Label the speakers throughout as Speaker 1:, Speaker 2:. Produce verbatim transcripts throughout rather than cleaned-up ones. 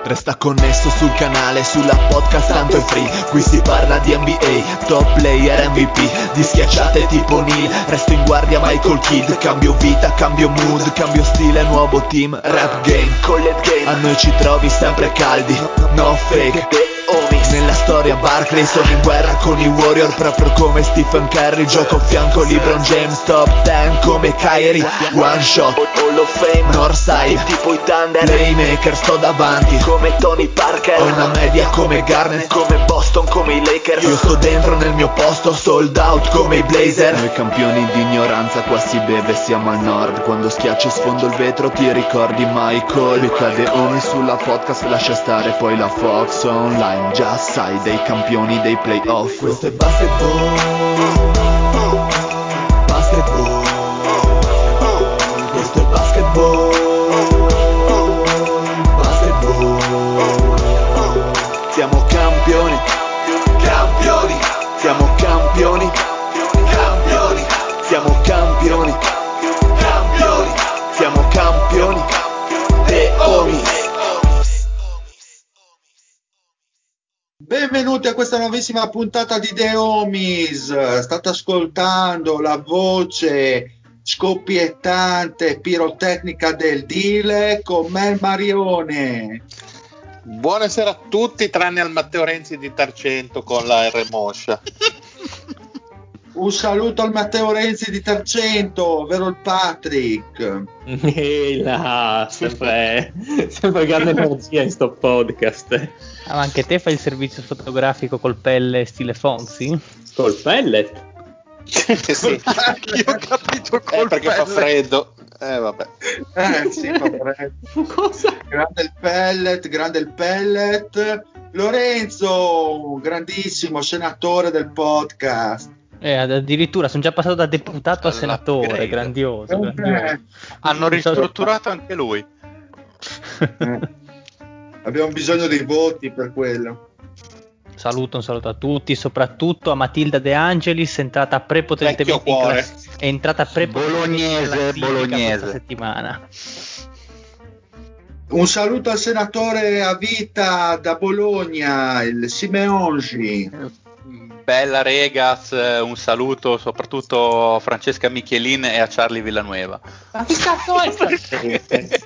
Speaker 1: Resta connesso sul canale, sulla podcast tanto è free. Qui si parla di N B A, top player M V P, di schiacciate tipo Neil. Resto in guardia Michael Kidd. Cambio vita, cambio mood, cambio stile, nuovo team. Rap game, collet game, a noi ci trovi sempre caldi. No fake, homies. Nella storia Barkley, sono in guerra con i Warrior, proprio come Stephen Curry. Gioco a fianco LeBron James, top dieci come Kyrie. One shot, Hall of Fame, Northside, tipo i Thunder. Playmaker, sto davanti come Tony Parker. Ho una media come Garnett, come Boston, come i Lakers. Io sto dentro nel mio posto, sold out come i Blazer. Noi campioni di ignoranza, qua si beve, siamo al nord. Quando schiacci sfondo il vetro ti ricordi Michael. Mi cade ogni sulla podcast, lascia stare poi la Fox online. Già sai, dei campioni dei playoff. Questo è basketball, basketball. Questo è basketball, basketball. Siamo campioni, campioni. Siamo campioni, campioni. Siamo campioni, campioni. Siamo campioni, The Homies.
Speaker 2: Benvenuti a questa nuovissima puntata di The Homies. State ascoltando la voce scoppiettante, pirotecnica del Dile, con me il Marione.
Speaker 3: Buonasera a tutti, tranne al Matteo Renzi di Tarcento con la R moscia.
Speaker 2: Un saluto al Matteo Renzi di Tarcento, ovvero il Patrick.
Speaker 4: Ehi là, sempre, sempre grande energia in sto podcast.
Speaker 5: Ah, ma anche te fai il servizio fotografico col pelle stile Fonzi?
Speaker 4: Col pellet?
Speaker 3: Sì, io ho capito col eh, perché pellet. Fa freddo. Eh vabbè.
Speaker 2: Eh sì, fa freddo.
Speaker 4: Cosa?
Speaker 2: Grande il pellet, grande il pellet. Lorenzo, grandissimo senatore del podcast.
Speaker 5: Eh, addirittura sono già passato da deputato a senatore, grandioso,
Speaker 2: Eh,
Speaker 5: grandioso.
Speaker 3: Hanno ristrutturato anche lui.
Speaker 2: Eh, abbiamo bisogno dei voti per quello.
Speaker 5: Saluto, un saluto a tutti, soprattutto a Matilda De Angelis, entrata prepotentemente in class- è entrata prepotentemente
Speaker 3: bolognese,
Speaker 5: in
Speaker 3: bolognese
Speaker 5: questa settimana.
Speaker 2: Un saluto al senatore a vita da Bologna, il Simeongi.
Speaker 3: Bella Regas, un saluto soprattutto a Francesca Michelin e a Charlie Villanueva.
Speaker 5: Ma che cazzo è sta?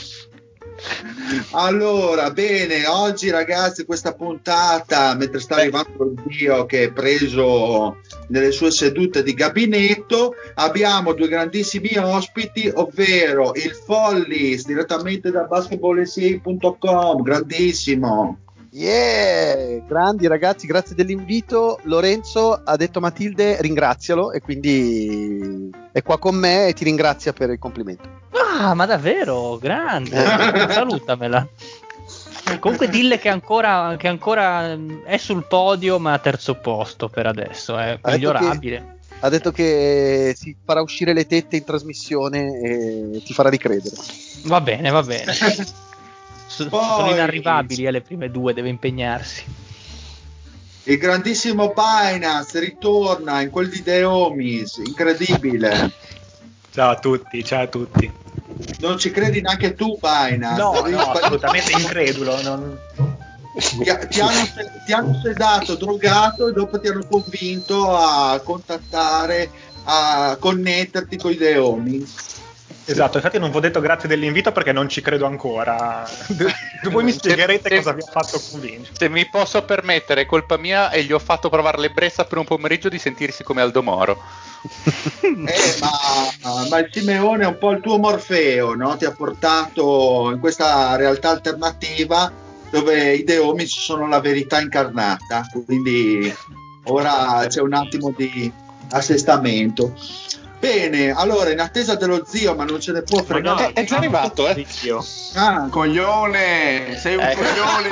Speaker 2: Allora, bene, oggi ragazzi questa puntata, mentre sta arrivando il Dio che è preso nelle sue sedute di gabinetto, abbiamo due grandissimi ospiti, ovvero il Follis direttamente da basketball s a punto com, grandissimo.
Speaker 6: Yeah, grandi ragazzi, grazie dell'invito. Lorenzo ha detto Matilde ringrazialo e quindi è qua con me e ti ringrazia per il complimento.
Speaker 5: Ah, ma davvero, grande, salutamela. Comunque dille che ancora, che ancora è sul podio ma a terzo posto per adesso, è
Speaker 6: ha
Speaker 5: migliorabile.
Speaker 6: Detto che, ha detto che si farà uscire le tette in trasmissione e ti farà ricredere.
Speaker 5: Va bene, va bene. Poi, sono inarrivabili, alle prime due deve impegnarsi.
Speaker 2: Il grandissimo Binance ritorna in quel di The Homies, incredibile.
Speaker 7: Ciao a tutti, ciao a tutti.
Speaker 2: Non ci credi neanche tu, Binance?
Speaker 7: No, no, assolutamente incredulo. Non...
Speaker 2: Ti, ti, hanno, ti hanno sedato, drogato e dopo ti hanno convinto a contattare, a connetterti con i The Homies.
Speaker 7: Esatto, infatti non vi ho detto grazie dell'invito perché non ci credo ancora. Voi mi spiegherete se, cosa vi ha fatto convincere.
Speaker 3: Se mi posso permettere, è colpa mia e gli ho fatto provare l'ebbrezza per un pomeriggio di sentirsi come Aldo Moro.
Speaker 2: eh, ma, ma il Simeone è un po' il tuo Morfeo, no? Ti ha portato in questa realtà alternativa dove i The Homies sono la verità incarnata, quindi ora c'è un attimo di assestamento. Bene, allora in attesa dello zio, ma non ce ne può fregare.
Speaker 3: No, è, è già arrivato, eh?
Speaker 2: Ah.
Speaker 8: Coglione, sei un eh. coglione.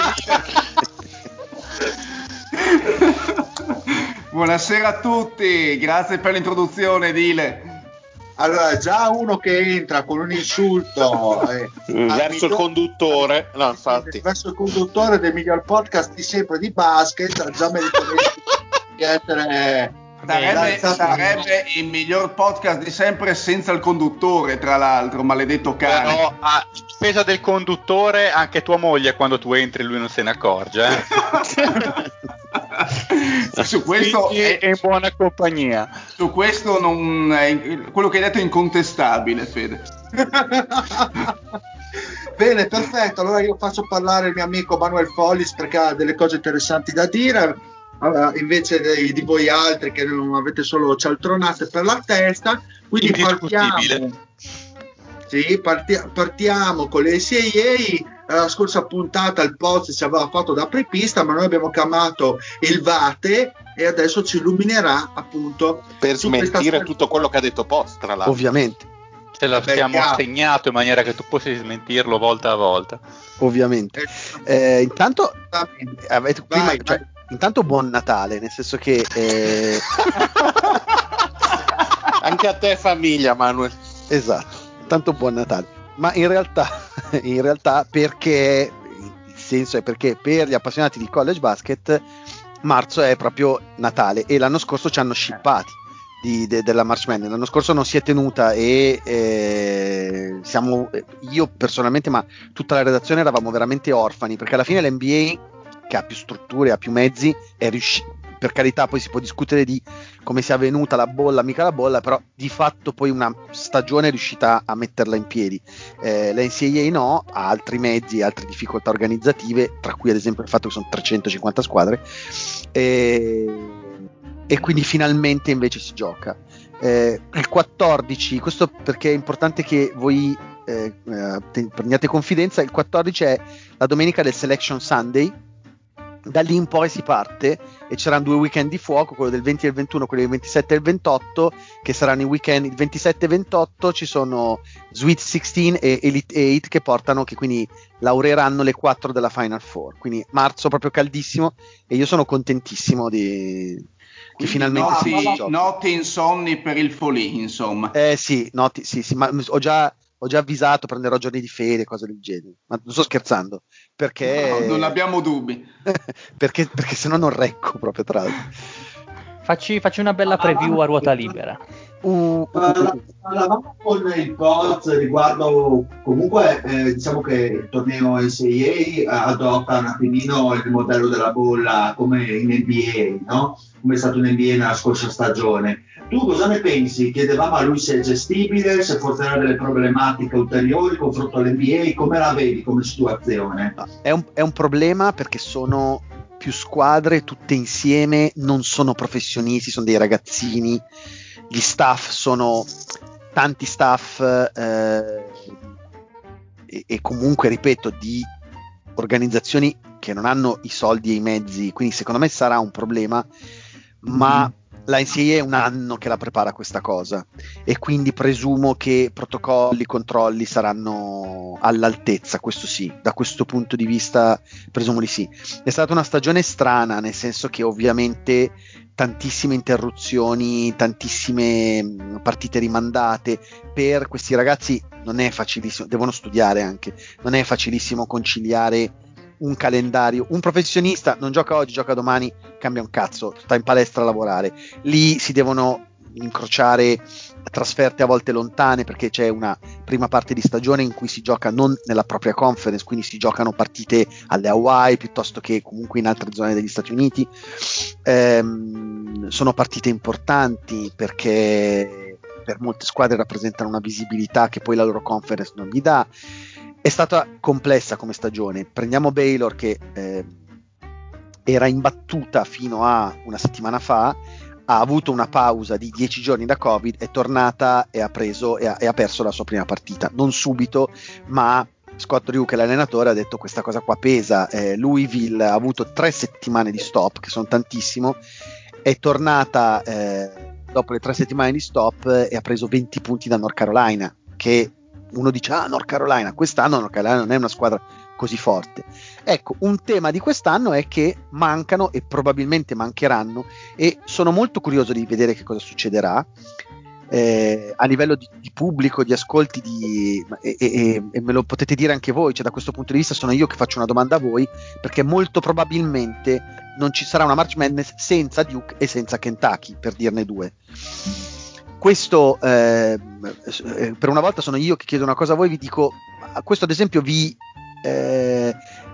Speaker 8: Buonasera a tutti, grazie per l'introduzione, Dile.
Speaker 2: Allora, già uno che entra con un insulto eh,
Speaker 3: verso il conduttore, no, infatti,
Speaker 2: verso il conduttore del miglior podcast di sempre di basket, già meriteresti di essere
Speaker 8: Sarebbe,
Speaker 2: Dai,
Speaker 8: sarebbe il miglior podcast di sempre senza il conduttore, tra l'altro, maledetto cane.
Speaker 3: Però a spesa del conduttore anche tua moglie quando tu entri lui non se ne accorge, eh?
Speaker 8: Su questo
Speaker 3: Quindi
Speaker 8: è,
Speaker 3: è in buona compagnia.
Speaker 8: su questo non è, quello che hai detto è incontestabile, Fede.
Speaker 2: Bene, perfetto. Allora io faccio parlare il mio amico Manuel Follis perché ha delle cose interessanti da dire. Allora, invece di, di voi altri che non avete solo cialtronate per la testa, quindi partiamo. Sì, parti- partiamo con le N C A A. La scorsa puntata il post ci aveva fatto da apripista, ma noi abbiamo chiamato il Vate e adesso ci illuminerà appunto
Speaker 9: per
Speaker 2: su questa
Speaker 9: smentire
Speaker 2: stagione.
Speaker 9: tutto quello che ha detto Post, tra l'altro.
Speaker 6: Ovviamente,
Speaker 3: Ce l'abbiamo
Speaker 2: Beh,
Speaker 3: segnato in maniera che tu possa smentirlo volta a volta.
Speaker 6: ovviamente. Eh, intanto, avete,
Speaker 2: Vai,
Speaker 6: prima,
Speaker 2: vai.
Speaker 6: cioè, intanto buon Natale, nel senso che eh,
Speaker 9: Anche a te famiglia, Manuel.
Speaker 6: esatto, tanto buon Natale. Ma in realtà, in realtà perché il senso è perché per gli appassionati di college basket marzo è proprio Natale e l'anno scorso ci hanno shippati di, de, della March Madness. L'anno scorso non si è tenuta e eh, siamo io personalmente, ma tutta la redazione eravamo veramente orfani, perché alla fine l'N B A, che ha più strutture, ha più mezzi, è riuscito. Per carità, poi si può discutere di come sia venuta la bolla, mica la bolla, però di fatto poi una stagione è riuscita a metterla in piedi. Eh, la N C A A no, ha altri mezzi, altre difficoltà organizzative, tra cui ad esempio il fatto che sono trecentocinquanta squadre, e, e quindi finalmente invece si gioca. Eh, il quattordici, questo perché è importante che voi eh, eh, prendiate confidenza, il quattordici è la domenica del Selection Sunday. Da lì in poi si parte e ci saranno due weekend di fuoco, quello del venti e il ventuno, quello del ventisette e il ventotto, che saranno i weekend. Il ventisette e ventotto ci sono Sweet diciotto e Elite otto che portano, che quindi laureeranno le quattro della Final Four. Quindi marzo proprio caldissimo e io sono contentissimo di che
Speaker 8: Quindi
Speaker 6: finalmente si
Speaker 8: noti,
Speaker 6: giochi.
Speaker 8: noti insonni per il Folì, insomma.
Speaker 6: Eh sì, noti, sì, sì, ma ho già Ho già avvisato, prenderò giorni di ferie, cose del genere. Ma non sto scherzando, perché
Speaker 8: No, non abbiamo dubbi.
Speaker 6: perché, perché se no non recco proprio, tra l'altro.
Speaker 5: Facci, facci una bella preview a ruota libera.
Speaker 6: Uh, uh, uh.
Speaker 2: Parlavamo con il post riguardo, comunque eh, diciamo che il torneo N C A A adotta un attimino il modello della bolla come in N B A, no? Come è stato in N B A nella scorsa stagione. Tu cosa ne pensi? Chiedevamo a lui se è gestibile, se porterà delle problematiche ulteriori confronto all'N B A, come la vedi come situazione?
Speaker 6: È un, è un problema perché sono più squadre tutte insieme, non sono professionisti, sono dei ragazzini, gli staff sono tanti staff eh, e, e comunque, ripeto, di organizzazioni che non hanno i soldi e i mezzi, quindi secondo me sarà un problema, ma mm-hmm. La N C A A è un anno che la prepara questa cosa e quindi presumo che protocolli, controlli saranno all'altezza, questo sì, da questo punto di vista presumo di sì. È stata una stagione strana, nel senso che ovviamente tantissime interruzioni, tantissime partite rimandate. Per questi ragazzi non è facilissimo, devono studiare anche, non è facilissimo conciliare un calendario. Un professionista non gioca oggi, gioca domani, cambia un cazzo, sta in palestra a lavorare. Lì si devono incrociare trasferte a volte lontane, perché c'è una prima parte di stagione in cui si gioca non nella propria conference, quindi si giocano partite alle Hawaii piuttosto che comunque in altre zone degli Stati Uniti. Ehm, sono partite importanti perché per molte squadre rappresentano una visibilità che poi la loro conference non gli dà. È stata complessa come stagione. Prendiamo Baylor, che eh, era imbattuta fino a una settimana fa, ha avuto una pausa di dieci giorni da Covid, è tornata e ha preso e ha, e ha perso la sua prima partita. Non subito, ma Scott Drew, che è l'allenatore, ha detto questa cosa qua pesa. Eh, Louisville ha avuto tre settimane di stop, che sono tantissimo, è tornata eh, dopo le tre settimane di stop e ha preso venti punti da North Carolina, che uno dice, ah, North Carolina, quest'anno North Carolina non è una squadra così forte. Ecco, un tema di quest'anno è che mancano e probabilmente mancheranno, e sono molto curioso di vedere che cosa succederà, eh, a livello di, di pubblico, di ascolti, di, e, e, e me lo potete dire anche voi, cioè da questo punto di vista sono io che faccio una domanda a voi, perché molto probabilmente non ci sarà una March Madness senza Duke e senza Kentucky, per dirne due. Questo eh, per una volta sono io che chiedo una cosa a voi, vi dico, questo ad esempio vi eh,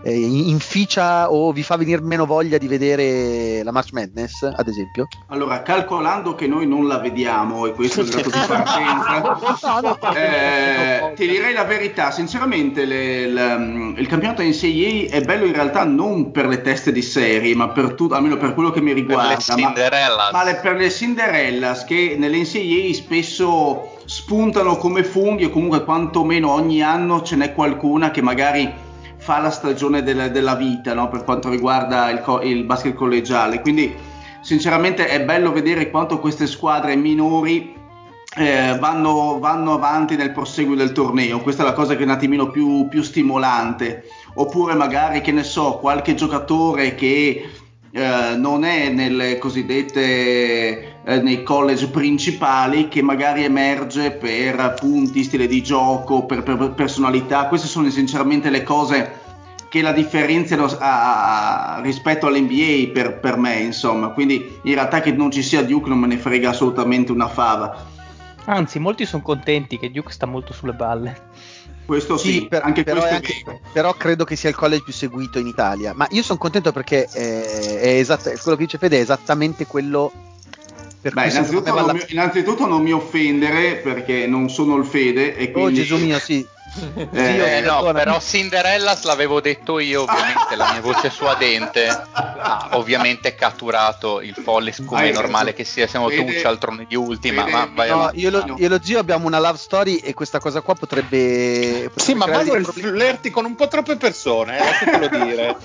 Speaker 6: inficia o vi fa venire meno voglia di vedere la March Madness, ad esempio?
Speaker 8: Allora, calcolando che noi non la vediamo, e questo è il dato di partenza, eh, ti direi la verità, sinceramente le, le, il campionato N C A A è bello in realtà non per le teste di serie, ma per tutto, almeno per quello che mi riguarda,
Speaker 3: per le Cinderellas,
Speaker 8: ma, ma le, per le Cinderellas che nelle N C A A spesso spuntano come funghi, o comunque quantomeno ogni anno ce n'è qualcuna che magari fa la stagione della, della vita, no? Per quanto riguarda il, co- il basket collegiale, quindi sinceramente è bello vedere quanto queste squadre minori eh, vanno, vanno avanti nel proseguo del torneo. Questa è la cosa che è un attimino più, più stimolante. Oppure magari, che ne so, qualche giocatore che eh, non è nelle cosiddette eh, nei college principali, che magari emerge per punti, stile di gioco, per, per personalità. Queste sono sinceramente le cose che la differenziano a, a, rispetto all'N B A per, per me, insomma. Quindi in realtà che non ci sia Duke non me ne frega assolutamente una fava.
Speaker 5: Anzi, molti sono contenti che Duke sta molto sulle balle.
Speaker 8: Questo sì,
Speaker 6: sì per,
Speaker 8: anche
Speaker 6: però,
Speaker 8: questo è
Speaker 6: anche,
Speaker 8: vero.
Speaker 6: Però credo che sia il college più seguito in Italia. Ma io sono contento perché è, è esatt- quello che dice Fede è esattamente quello per
Speaker 8: Beh,
Speaker 6: cui
Speaker 8: innanzitutto
Speaker 6: non,
Speaker 8: non
Speaker 6: mi,
Speaker 8: mi, innanzitutto non mi offendere, perché non sono il Fede e quindi...
Speaker 6: Oh Gesù mio, sì.
Speaker 3: Eh, no, però Cinderellas l'avevo detto io, ovviamente la mia voce suadente ha ovviamente catturato il Follis come
Speaker 8: Hai
Speaker 3: è normale
Speaker 8: ragione.
Speaker 3: che sia, siamo
Speaker 8: Fede-
Speaker 3: tutti cialtroni di ultima,
Speaker 8: Fede-
Speaker 3: ma vai
Speaker 6: No,
Speaker 3: avanti.
Speaker 6: io, lo,
Speaker 8: no.
Speaker 6: io e lo zio abbiamo una love story e questa cosa qua potrebbe, potrebbe
Speaker 9: Sì, ma
Speaker 6: creare dei
Speaker 9: Manuel
Speaker 6: problemi.
Speaker 9: flirti con un po' troppe persone, eh, lasciatelo dire.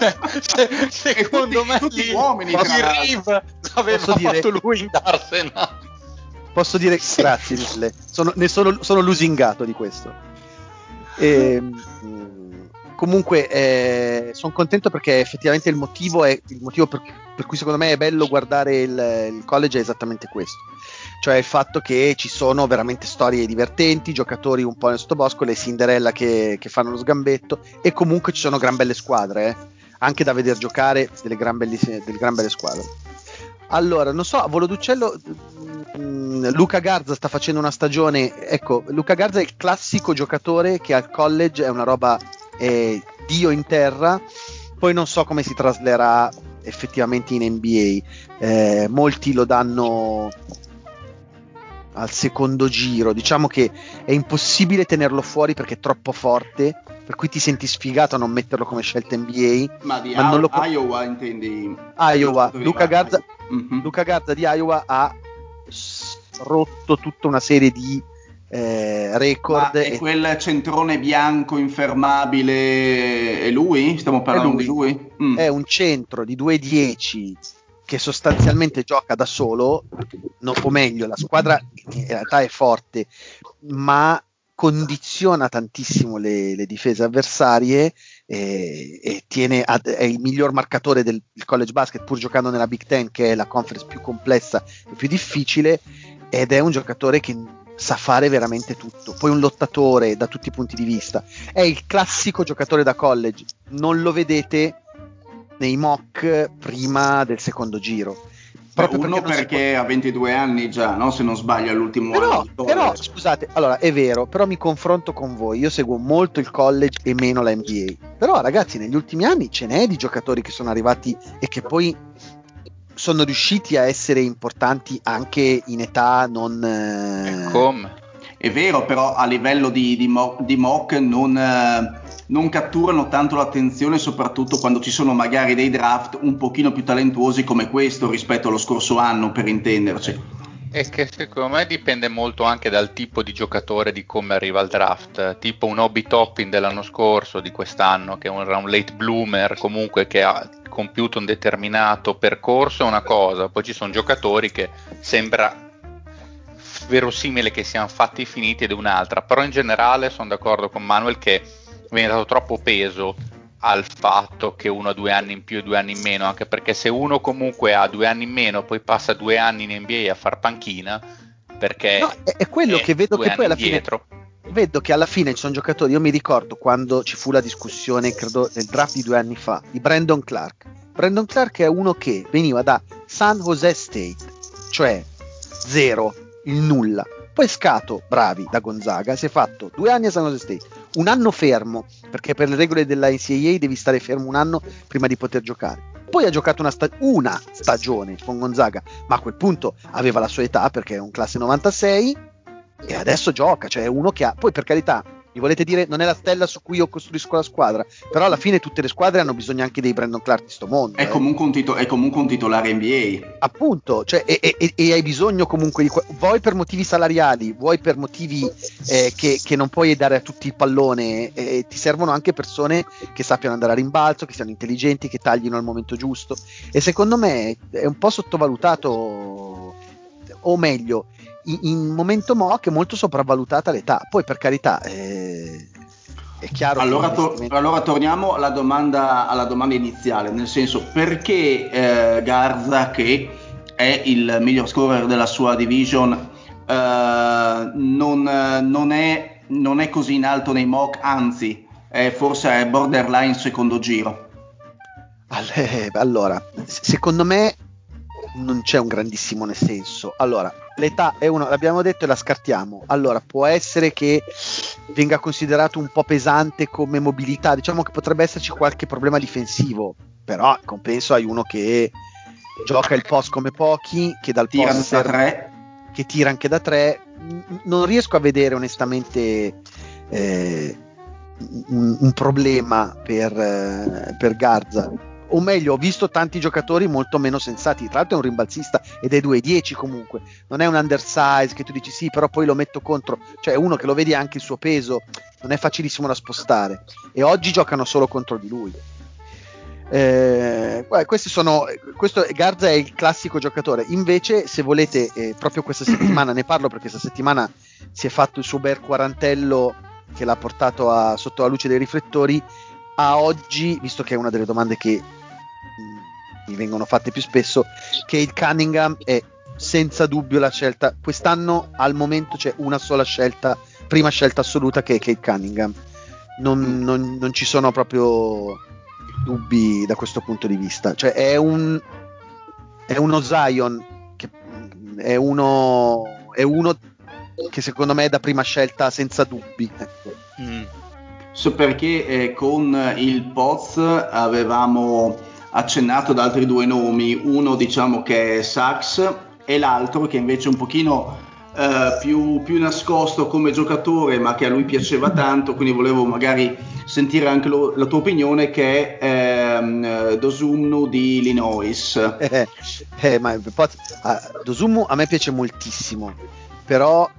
Speaker 3: Se- secondo
Speaker 8: tutti-
Speaker 3: me
Speaker 8: tutti
Speaker 3: lì
Speaker 8: uomini,
Speaker 3: il
Speaker 8: tra l'altro.
Speaker 3: Reeve l'aveva
Speaker 6: Posso dire-
Speaker 3: fatto lui in Arsenal.
Speaker 6: Posso dire grazie mille, sono, ne sono, sono lusingato di questo. E, comunque eh, sono contento perché effettivamente il motivo è il motivo per, per cui secondo me è bello guardare il, il college è esattamente questo, cioè il fatto che ci sono veramente storie divertenti, giocatori un po' nel sottobosco, le Cinderella che, che fanno lo sgambetto, e comunque ci sono gran belle squadre, eh? Anche da vedere giocare delle gran, bellissime, delle gran belle squadre. Allora, non so, a volo d'uccello, mh, Luca Garza sta facendo una stagione, ecco, Luca Garza è il classico giocatore che al college è una roba eh, Dio in terra, poi non so come si traslerà effettivamente in N B A, eh, molti lo danno al secondo giro, diciamo che è impossibile tenerlo fuori perché è troppo forte, per cui ti senti sfigato a non metterlo come scelta N B A.
Speaker 8: Ma di
Speaker 6: Ma non lo po-
Speaker 8: Iowa intendi?
Speaker 6: Iowa, Luca Garza,
Speaker 8: Mhm.
Speaker 6: Luca Garza di Iowa ha s- rotto tutta una serie di eh, record.
Speaker 8: Ma è
Speaker 6: e-
Speaker 8: quel centrone bianco infermabile, è lui? Stiamo parlando
Speaker 6: È
Speaker 8: di lui? Mm.
Speaker 6: È un centro di due dieci che sostanzialmente gioca da solo, no, o meglio, la squadra in realtà è forte, ma condiziona tantissimo le, le difese avversarie e, e tiene ad, è il miglior marcatore del, del college basket, pur giocando nella Big Ten, che è la conference più complessa e più difficile, ed è un giocatore che sa fare veramente tutto, poi un lottatore da tutti i punti di vista, è il classico giocatore da college, non lo vedete nei mock prima del secondo giro.
Speaker 8: Beh,
Speaker 6: Proprio
Speaker 8: uno
Speaker 6: perché, non si
Speaker 8: perché ha ventidue anni già, no? Se non sbaglio, all'ultimo
Speaker 6: può... però,
Speaker 8: anno di
Speaker 6: però,
Speaker 8: college.
Speaker 6: scusate, allora è vero, però mi confronto con voi, io seguo molto il college e meno la N B A, però ragazzi negli ultimi anni ce n'è di giocatori che sono arrivati e che poi sono riusciti a essere importanti anche in età non...
Speaker 3: E
Speaker 6: eh,
Speaker 3: come?
Speaker 8: È vero, però a livello di, di, mo- di mock non, eh, non catturano tanto l'attenzione, soprattutto quando ci sono magari dei draft un pochino più talentuosi come questo rispetto allo scorso anno, per intenderci.
Speaker 3: E che secondo me dipende molto anche dal tipo di giocatore, di come arriva al draft, tipo un Obi Toppin dell'anno scorso, di quest'anno, che era un late bloomer, comunque che ha compiuto un determinato percorso, è una cosa, poi ci sono giocatori che sembra verosimile che siano fatti finiti ed è un'altra, però in generale sono d'accordo con Manuel che viene dato troppo peso al fatto che uno ha due anni in più e due anni in meno, anche perché se uno comunque ha due anni in meno poi passa due anni in N B A a far panchina, perché
Speaker 6: no, è, è quello
Speaker 3: è
Speaker 6: che vedo che poi alla
Speaker 3: indietro.
Speaker 6: fine vedo che alla fine ci sono giocatori, io mi ricordo quando ci fu la discussione, credo nel draft di due anni fa, di Brandon Clark. Brandon Clark è uno che veniva da San Jose State, cioè zero, il nulla. Poi Scato, bravi, da Gonzaga, si è fatto due anni a San Jose State, un anno fermo, perché per le regole della N C A A devi stare fermo un anno prima di poter giocare. Poi ha giocato una, sta- una stagione con Gonzaga, ma a quel punto aveva la sua età perché è un classe novantasei e adesso gioca, cioè è uno che ha, poi per carità, mi volete dire, non è la stella su cui io costruisco la squadra, però alla fine tutte le squadre hanno bisogno anche dei Brandon Clark di sto mondo.
Speaker 8: È,
Speaker 6: eh.
Speaker 8: comunque un tito- è comunque un titolare N B A.
Speaker 6: Appunto, cioè, e, e, e hai bisogno comunque di, vuoi per motivi salariali, vuoi per motivi eh, che, che non puoi dare a tutti il pallone, eh, ti servono anche persone che sappiano andare a rimbalzo, che siano intelligenti, che taglino al momento giusto, e secondo me è un po' sottovalutato, o meglio in, in momento mo che è molto sopravvalutata l'età. Poi per carità eh, è chiaro
Speaker 8: allora,
Speaker 6: che
Speaker 8: to-
Speaker 6: investimento...
Speaker 8: allora torniamo alla domanda, alla domanda iniziale, nel senso, perché eh, Garza, che è il miglior scorer della sua division, eh, non, non, è, non è così in alto nei mock, anzi è forse è borderline secondo giro?
Speaker 6: Allora, secondo me non c'è un grandissimo nel senso, allora l'età è una, l'abbiamo detto e la scartiamo, allora può essere che venga considerato un po' pesante come mobilità, diciamo che potrebbe esserci qualche problema difensivo, però in compenso hai uno che gioca il post come pochi, che dal
Speaker 8: tira
Speaker 6: post
Speaker 8: da tre,
Speaker 6: che tira anche da tre, non riesco a vedere onestamente eh, un, un problema per, eh, per Garza. O meglio, ho visto tanti giocatori molto meno sensati, tra l'altro è un rimbalzista ed è due dieci comunque, non è un undersize che tu dici sì, però poi lo metto contro, cioè uno che lo vedi anche il suo peso, non è facilissimo da spostare, e oggi giocano solo contro di lui. Eh, questi sono, questo Garza è il classico giocatore. Invece, se volete, eh, proprio questa settimana ne parlo perché questa settimana si è fatto il suo bel quarantello che l'ha portato a, sotto la luce dei riflettori. A oggi, visto che è una delle domande che mh, mi vengono fatte più spesso, che il Cunningham è senza dubbio la scelta. Quest'anno al momento c'è una sola scelta, prima scelta assoluta, che è Cade Cunningham. Non, non, non ci sono proprio dubbi da questo punto di vista, cioè è un è uno Zion che è uno è uno che secondo me è da prima scelta senza dubbi, ecco.
Speaker 8: mm. So perché eh, con il Poz avevamo accennato ad altri due nomi, uno diciamo che è Sachs e l'altro che invece è un pochino Uh, più, più nascosto come giocatore, ma che a lui piaceva tanto, quindi volevo magari sentire anche lo, la tua opinione, che è ehm, Dosunmu di Illinois.
Speaker 6: Eh, eh, ma, ah, Dosunmu a me piace moltissimo, però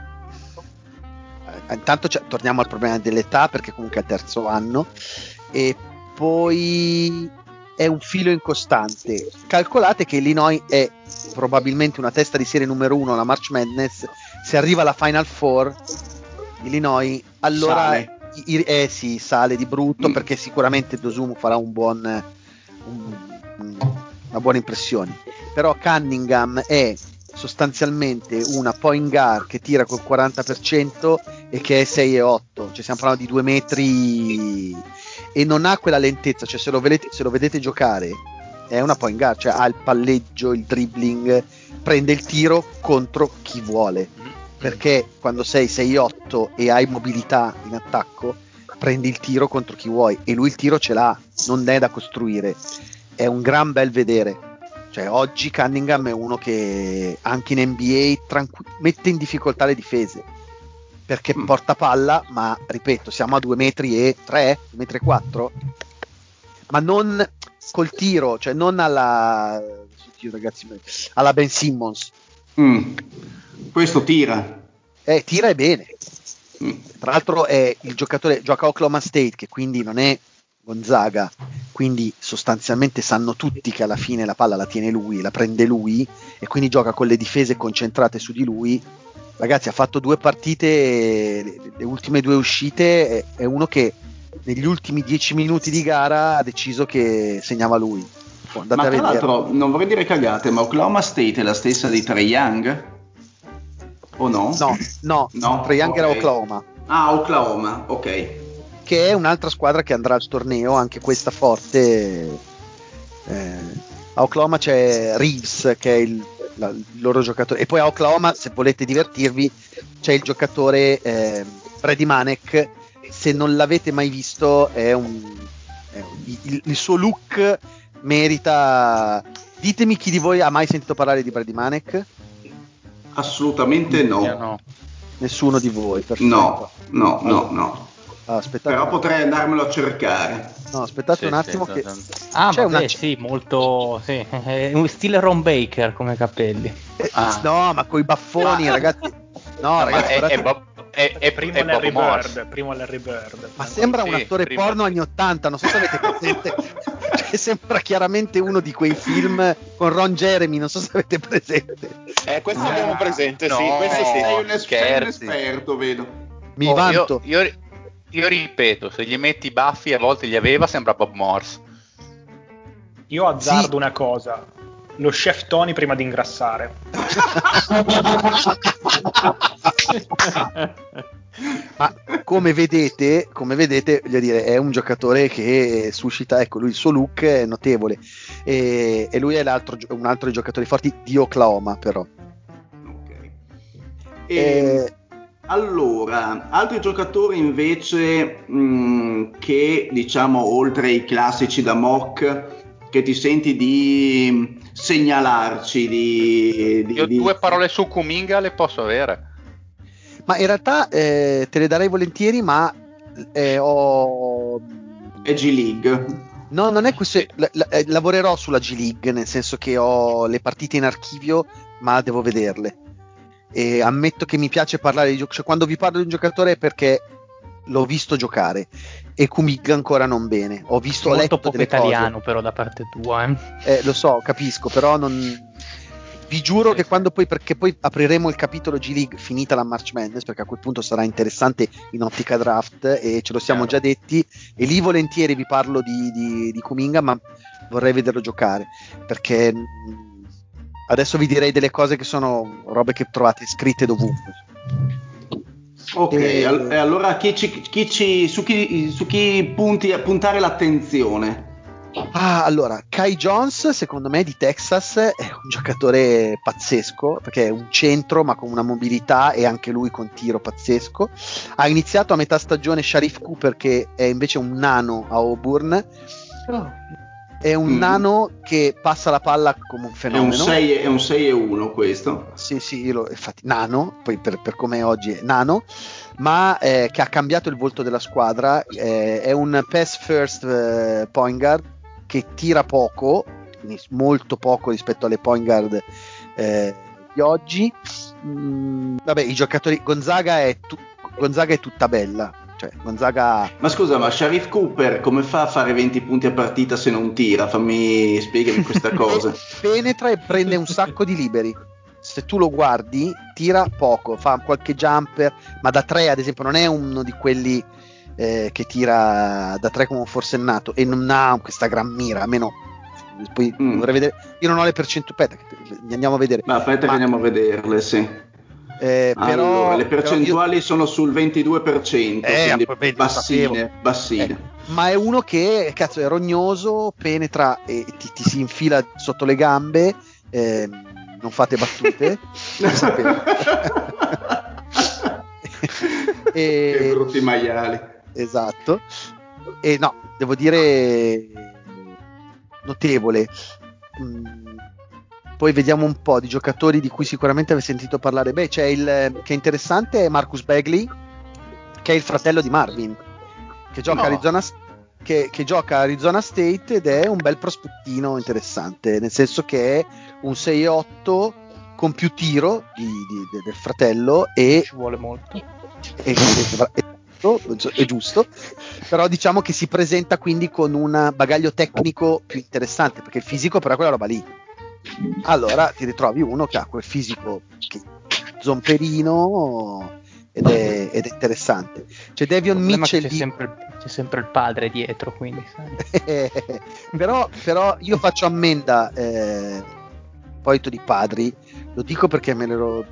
Speaker 6: eh, intanto cioè, torniamo al problema dell'età, perché comunque è al terzo anno, e poi è un filo incostante. Calcolate che Illinois è probabilmente una testa di serie numero uno alla March Madness. Se arriva alla Final Four Illinois, allora
Speaker 8: sale.
Speaker 6: I, eh sì, sale di brutto, mm. perché sicuramente Dosunmu farà un buon un, una buona impressione. Però Cunningham è sostanzialmente una point guard che tira col quaranta per cento e che è sei e otto, cioè stiamo parlando di due metri, e non ha quella lentezza, cioè se lo vedete, se lo vedete giocare è una point guard, cioè ha il palleggio, il dribbling, prende il tiro contro chi vuole, perché quando sei sei otto e hai mobilità in attacco prendi il tiro contro chi vuoi, e lui il tiro ce l'ha, non è da costruire, è un gran bel vedere. Cioè oggi Cunningham è uno che anche in N B A tranqu- mette in difficoltà le difese, perché mm. porta palla, ma ripeto, siamo a due metri e tre, due metri e quattro, ma non col tiro, cioè non alla ragazzi, alla Ben Simmons.
Speaker 8: Mm. Questo tira.
Speaker 6: Eh, tira e bene. Mm. Tra l'altro è il giocatore, gioca a Oklahoma State, che quindi non è Gonzaga, quindi sostanzialmente sanno tutti che alla fine la palla la tiene lui, la prende lui, e quindi gioca con le difese concentrate su di lui. Ragazzi, ha fatto due partite, le, le ultime due uscite, è, è uno che negli ultimi dieci minuti di gara ha deciso che segnava lui.
Speaker 8: Ma tra vedere. L'altro non vorrei dire cagate, ma Oklahoma State è la stessa di Trae Young? o no?
Speaker 6: No, no,
Speaker 8: No?
Speaker 6: Trae Young era
Speaker 8: Ok.
Speaker 6: Oklahoma,
Speaker 8: Ah, Oklahoma, ok.
Speaker 6: che è un'altra squadra che andrà al torneo, anche questa forte. Eh, a Oklahoma c'è Reeves, che è il, la- il loro giocatore, e poi a Oklahoma, se volete divertirvi, c'è il giocatore eh, Brady Manek. Se non l'avete mai visto, è un, è un- il, il suo look merita. Ditemi chi di voi ha mai sentito parlare di Brady Manek?
Speaker 8: Assolutamente no.
Speaker 3: Io no.
Speaker 6: Nessuno di voi, perfetto.
Speaker 8: No, no, no, no.
Speaker 6: Ah, aspettate,
Speaker 8: Però potrei andarmelo a cercare.
Speaker 6: no, aspettate
Speaker 3: Sì,
Speaker 6: un attimo
Speaker 3: sì,
Speaker 6: che
Speaker 3: sì, sì.
Speaker 5: Ah,
Speaker 6: c'è
Speaker 5: vabbè,
Speaker 6: una-
Speaker 5: sì, molto. Sì, è un stile Ron Baker come capelli.
Speaker 6: eh,
Speaker 3: Ah.
Speaker 6: no, ma coi baffoni,
Speaker 3: Ma-
Speaker 6: ragazzi. No,
Speaker 3: No,
Speaker 6: ragazzi,
Speaker 3: ma è,
Speaker 6: guardate-
Speaker 3: è Bob, è, è,
Speaker 7: Primo
Speaker 3: è Bob
Speaker 7: Larry
Speaker 3: Morse.
Speaker 7: Bird, primo Larry Bird.
Speaker 6: ma sembra un
Speaker 3: Sì,
Speaker 6: attore
Speaker 3: prima-
Speaker 6: porno anni ottanta, non so se avete presente. Cioè, sembra chiaramente uno di quei film con Ron Jeremy, non so se avete presente.
Speaker 9: Eh, questo
Speaker 8: Ah,
Speaker 9: abbiamo presente, sì,
Speaker 3: no.
Speaker 9: questo sì.
Speaker 8: Sei un, es- sei un
Speaker 3: scherzi.
Speaker 8: esperto, vedo.
Speaker 6: Mi
Speaker 3: Oh,
Speaker 6: vanto.
Speaker 3: io, io, io ripeto, se gli metti i baffi, a volte li aveva, sembra Bob Morse.
Speaker 7: Io azzardo
Speaker 6: Sì.
Speaker 7: una cosa. Lo chef Tony prima di ingrassare.
Speaker 6: Ma come vedete, come vedete, voglio dire, è un giocatore che suscita, ecco, lui il suo look è notevole, e, e lui è l'altro, gio- un altro dei giocatori forti di Oklahoma, però.
Speaker 8: Ok.
Speaker 6: Eh,
Speaker 8: E, allora, altri giocatori invece mh, che diciamo oltre ai classici da mock che ti senti di segnalarci di, di-
Speaker 3: Io
Speaker 8: di-
Speaker 3: due parole su Kuminga le posso avere.
Speaker 6: ma in realtà eh, te le darei volentieri, ma eh, ho...
Speaker 8: e G League.
Speaker 6: No, non è questo. la- la- eh, lavorerò sulla G League, nel senso che ho le partite in archivio, ma devo vederle. E ammetto che mi piace parlare di gioco. Cioè, quando vi parlo di un giocatore è perché l'ho visto giocare, e Kuminga ancora non bene. Ho visto, ho
Speaker 5: Molto
Speaker 6: letto
Speaker 5: poco
Speaker 6: delle
Speaker 5: italiano,
Speaker 6: cose.
Speaker 5: però, da parte tua. Eh.
Speaker 6: Eh, lo so, capisco, però non. Vi giuro
Speaker 5: Sì,
Speaker 6: che
Speaker 5: sì.
Speaker 6: quando poi, perché poi apriremo il capitolo G League finita la March Madness, perché a quel punto sarà interessante in ottica draft, e ce lo siamo
Speaker 8: Chiaro.
Speaker 6: già detti, e lì volentieri vi parlo di, di, di Kuminga, ma vorrei vederlo giocare, perché mh, adesso vi direi delle cose che sono robe che trovate scritte dovunque.
Speaker 8: Ok,
Speaker 6: E-
Speaker 8: al- e allora chi ci, chi ci- su chi, su chi punti, puntare l'attenzione?
Speaker 6: Ah, allora, Kai Jones, secondo me, di Texas, è un giocatore pazzesco, perché è un centro ma con una mobilità, e anche lui con tiro pazzesco. Ha iniziato a metà stagione Sharif Cooper, che è invece un nano a Auburn. È un
Speaker 8: Mm.
Speaker 6: nano che passa la palla come un
Speaker 8: È un
Speaker 6: fenomeno.
Speaker 8: sei è un sei e uno questo.
Speaker 6: Sì, sì, io lo, infatti nano, poi per, per come è oggi è nano, ma eh, che ha cambiato il volto della squadra. Eh, è un pass first eh, point guard che tira poco, quindi molto poco rispetto alle point guard eh, di oggi. Mm, vabbè, i giocatori, Gonzaga è, tu- Gonzaga è tutta bella, cioè Gonzaga
Speaker 8: Ma scusa, ma Sharif Cooper come fa a fare venti punti a partita se non tira? Fammi, spiegami questa cosa.
Speaker 6: penetra e prende un sacco di liberi. Se tu lo guardi, tira poco, fa qualche jumper, ma da tre, ad esempio, non è uno di quelli eh, che tira da tre come un forsennato, e non ha questa gran mira, almeno poi
Speaker 8: Mm.
Speaker 6: dovrei vedere. Io non ho le percentuali, aspetta, che andiamo a vedere.
Speaker 8: Ma aspetta
Speaker 6: Ma,
Speaker 8: che andiamo a vederle, sì.
Speaker 6: eh, però,
Speaker 8: Allora, le
Speaker 6: però
Speaker 8: percentuali
Speaker 6: io-
Speaker 8: sono sul ventidue per cento,
Speaker 6: Eh,
Speaker 8: quindi
Speaker 6: poi, beh, lo
Speaker 8: bassine,
Speaker 6: sapevo.
Speaker 8: bassine.
Speaker 6: Ecco, ma è uno che cazzo è rognoso, penetra e ti, ti si infila sotto le gambe. ehm, non fate battute, lo sapevo. E-
Speaker 8: Che brutti maiali.
Speaker 6: Esatto. E no, devo dire notevole. Mm, Poi vediamo un po' di giocatori di cui sicuramente avete sentito parlare. Beh, c'è il che è interessante è Marcus Bagley, che è il fratello di Marvin, che gioca,
Speaker 8: No.
Speaker 6: a Arizona, che, che gioca a Arizona State, ed è un bel prospettino interessante, nel senso che è un sei e otto con più tiro di- di- de- del fratello, e
Speaker 5: Ci vuole molto.
Speaker 6: è, è, è, è giusto, però diciamo che si presenta quindi con un bagaglio tecnico più interessante, perché il fisico però è quella roba lì. Allora ti ritrovi uno che ha quel fisico che zomperino, ed è, ed è interessante. C'è Devion
Speaker 5: Il problema è che
Speaker 6: Mitchell
Speaker 5: c'è
Speaker 6: di...
Speaker 5: sempre, c'è sempre il padre dietro, quindi sai.
Speaker 6: però, però io faccio ammenda, eh, poi di padri, lo dico perché me l'ero,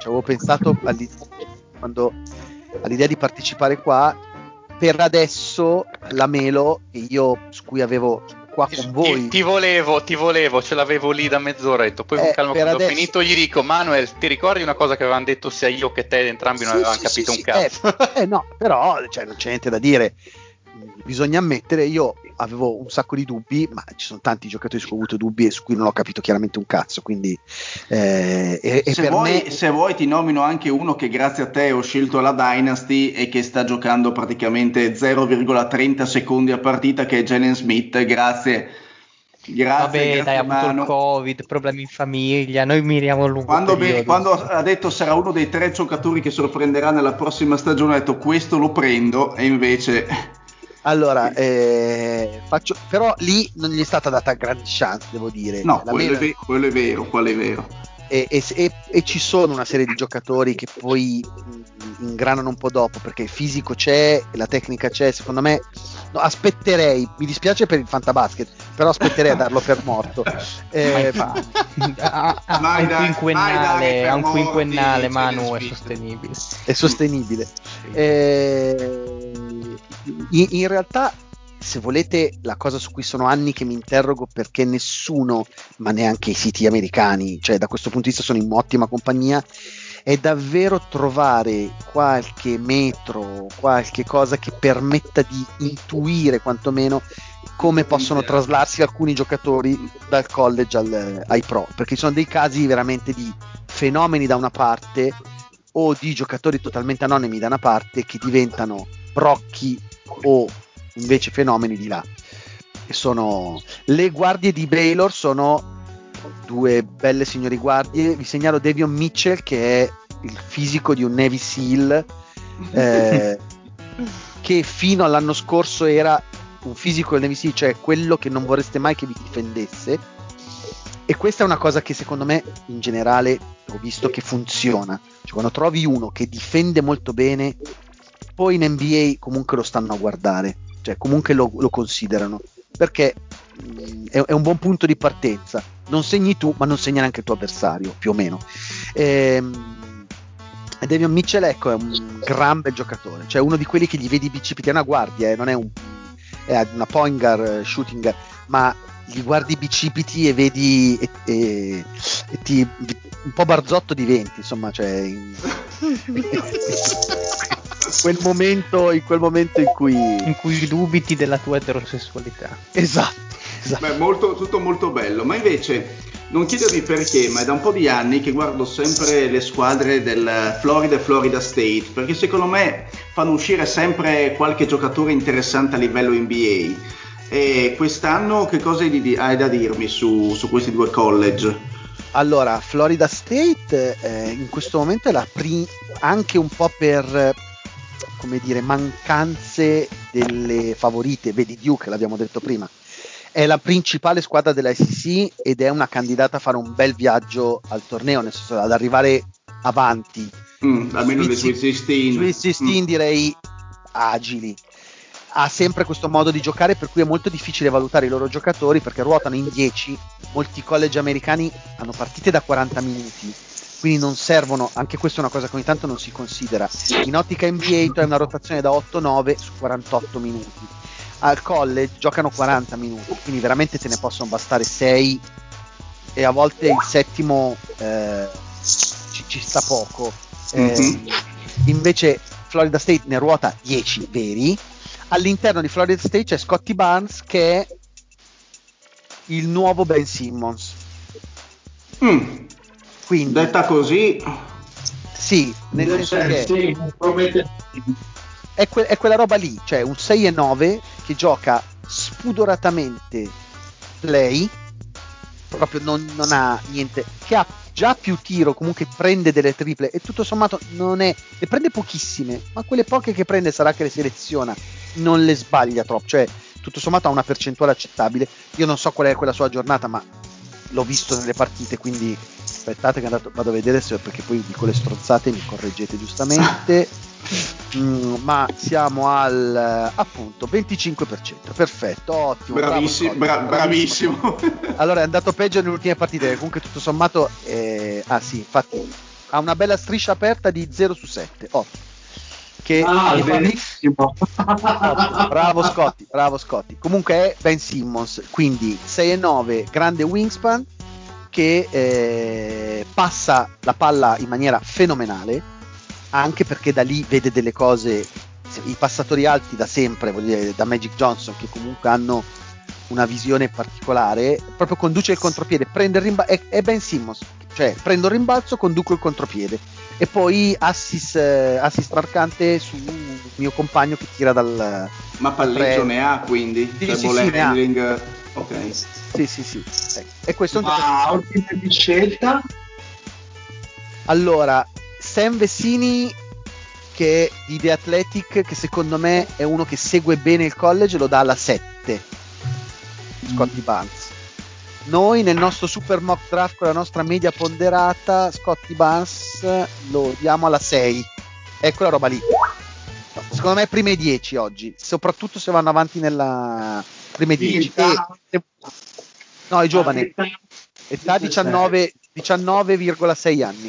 Speaker 6: ci avevo pensato all'idea, quando, all'idea di partecipare qua. Per adesso la Melo, che io su cui avevo qua con voi,
Speaker 3: ti, ti volevo, ti volevo, ce l'avevo lì da mezz'ora, ho detto, poi con
Speaker 6: Eh,
Speaker 3: calma
Speaker 6: per
Speaker 3: quando
Speaker 6: adesso-
Speaker 3: ho finito gli dico: Manuel, ti ricordi una cosa che avevamo detto sia io che te, entrambi non
Speaker 6: Sì,
Speaker 3: avevamo
Speaker 6: sì,
Speaker 3: capito
Speaker 6: sì,
Speaker 3: un
Speaker 6: sì.
Speaker 3: cazzo?
Speaker 6: Eh, eh, no, però cioè, non c'è niente da dire. Bisogna ammettere, io avevo un sacco di dubbi, ma ci sono tanti giocatori su cui ho avuto dubbi e su cui non ho capito chiaramente un cazzo. Quindi, eh, e, e
Speaker 8: Se
Speaker 6: per
Speaker 8: vuoi,
Speaker 6: me,
Speaker 8: se vuoi ti nomino anche uno che grazie a te ho scelto la Dynasty e che sta giocando praticamente zero virgola trenta secondi a partita, che è Jalen Smith. Grazie, grazie,
Speaker 5: Vabbè,
Speaker 8: grazie
Speaker 5: dai, ha avuto
Speaker 8: Manu.
Speaker 5: il Covid, problemi in famiglia, noi miriamo a lungo
Speaker 8: Quando, mi-
Speaker 5: periodo.
Speaker 8: quando ha detto sarà uno dei tre giocatori che sorprenderà nella prossima stagione, ho detto questo lo prendo, e invece
Speaker 6: allora, eh, faccio, però lì non gli è stata data grande chance, devo dire.
Speaker 8: no,
Speaker 6: La
Speaker 8: quello è,
Speaker 6: Melo-
Speaker 8: ve- quello è vero, quello è vero.
Speaker 6: e, e- e- e ci sono una serie di giocatori che poi mh, ingranano un po' dopo, perché il fisico c'è, la tecnica c'è. Secondo me, no, aspetterei, mi dispiace per il fantabasket, però aspetterei a darlo per morto.
Speaker 5: Ma
Speaker 6: Eh,
Speaker 5: infatti, ha, ha-
Speaker 8: Mai
Speaker 5: ha un
Speaker 8: da- mai dare
Speaker 5: quinquennale,
Speaker 8: per
Speaker 5: ha un
Speaker 8: morti,
Speaker 5: quinquennale,
Speaker 8: Jalen
Speaker 5: Manu, è
Speaker 8: Smith.
Speaker 5: sostenibile.
Speaker 6: è sostenibile. Eh, in, in realtà, se volete, la cosa su cui sono anni che mi interrogo, perché nessuno, ma neanche i siti americani, cioè da questo punto di vista sono in ottima compagnia, è davvero trovare qualche metro, qualche cosa che permetta di intuire quantomeno come possono traslarsi alcuni giocatori dal college al, ai pro, perché ci sono dei casi veramente di fenomeni da una parte o di giocatori totalmente anonimi da una parte che diventano brocchi o invece fenomeni di là. E sono le guardie di Baylor, sono due belle signori guardie. Vi segnalo Davion Mitchell, che è il fisico di un Navy SEAL, eh, che fino all'anno scorso era un fisico del Navy SEAL, cioè quello che non vorreste mai che vi difendesse. E questa è una cosa che secondo me in generale ho visto che funziona, cioè quando trovi uno che difende molto bene, poi in N B A comunque lo stanno a guardare, cioè comunque lo, lo considerano, perché mh, è, è un buon punto di partenza. Non segni tu, ma non segna neanche il tuo avversario, più o meno. Ehm, e Davion Mitchell, ecco, è un gran bel giocatore, cioè uno di quelli che gli vedi i bicipiti, è una guardia, eh, non è, un, è una point guard, shooting guard, ma gli guardi i bicipiti e vedi e, e, e ti un po' Barzotto diventi, insomma, cioè in, quel momento, in quel momento in cui
Speaker 5: in cui dubiti della tua eterosessualità.
Speaker 6: Esatto, esatto.
Speaker 8: Beh, molto, tutto molto bello, ma invece non chiedermi perché, ma è da un po' di anni che guardo sempre le squadre del Florida e Florida State, perché secondo me fanno uscire sempre qualche giocatore interessante a livello N B A. E quest'anno che cosa hai, hai da dirmi su, su questi due college?
Speaker 6: Allora, Florida State eh, in questo momento è la prima, anche un po' per, come dire, mancanze delle favorite, vedi Duke, l'abbiamo detto prima, è la principale squadra della S E C ed è una candidata a fare un bel viaggio al torneo, nel senso ad arrivare avanti.
Speaker 8: Mm, almeno le Sweet sedici.
Speaker 6: Sweet sedici mm. direi agili. Ha sempre questo modo di giocare per cui è molto difficile valutare i loro giocatori, perché ruotano in dieci. Molti college americani hanno partite da quaranta minuti, quindi non servono, anche questa è una cosa che ogni tanto non si considera. In ottica N B A tu hai una rotazione da otto nove su quarantotto minuti. Al college giocano quaranta minuti, quindi veramente te ne possono bastare sei e a volte il settimo eh, ci, ci sta poco. Eh, mm-hmm. Invece Florida State ne ruota dieci veri. All'interno di Florida State c'è Scotty Barnes, che è il nuovo Ben Simmons.
Speaker 8: Mm. Quindi, detta così,
Speaker 6: sì, nel senso che è, que- è quella roba lì, cioè un sei e nove che gioca spudoratamente play, proprio non, non ha niente, che ha già più tiro, comunque prende delle triple e tutto sommato non è, le prende pochissime, ma quelle poche che prende sarà che le seleziona, non le sbaglia troppo, cioè tutto sommato ha una percentuale accettabile. Io non so qual è quella sua giornata, ma l'ho visto nelle partite, quindi aspettate che andato, vado a vedere se, perché poi dico le stronzate, mi correggete giustamente. mm, ma siamo al appunto venticinque per cento, perfetto, ottimo,
Speaker 8: bravissimo,
Speaker 6: bravo,
Speaker 8: bra- bravissimo.
Speaker 6: Allora è andato peggio nelle ultime partite, comunque tutto sommato eh, ah sì, infatti ha una bella striscia aperta di zero su sette. otto. Che
Speaker 2: Ah,
Speaker 6: che-
Speaker 2: benissimo.
Speaker 6: otto. Bravo Scotti, bravo Scotti. Comunque è Ben Simmons, quindi sei e nove, grande wingspan, che eh, passa la palla in maniera fenomenale, anche perché da lì vede delle cose, i passatori alti da sempre, voglio dire, da Magic Johnson, che comunque hanno una visione particolare, proprio conduce il contropiede, prende il rimbalzo, è, è Ben Simmons, cioè prendo il rimbalzo, conduco il contropiede e poi assist, eh, assist marcante su mio compagno che tira dal
Speaker 8: Ma palleggio
Speaker 6: tre.
Speaker 8: ne ha, quindi?
Speaker 6: Sì,
Speaker 8: Cioè,
Speaker 6: sì,
Speaker 8: ball
Speaker 6: sì, ne ha.
Speaker 8: handling, ok.
Speaker 6: Sì, sì, sì. Ecco. E questo è un giocatore.
Speaker 2: Ma ordine di scelta?
Speaker 6: Allora, Sam Vecini, che è di The Athletic, che secondo me è uno che segue bene il college, lo dà alla sette. Scotty Barnes. Noi nel nostro super mock draft con la nostra media ponderata, Scotty Barnes lo diamo alla sei. Ecco la roba lì. Secondo me prime dieci oggi, soprattutto se vanno avanti nella prime dieci. E, no, è giovane. Età diciannove virgola sei anni.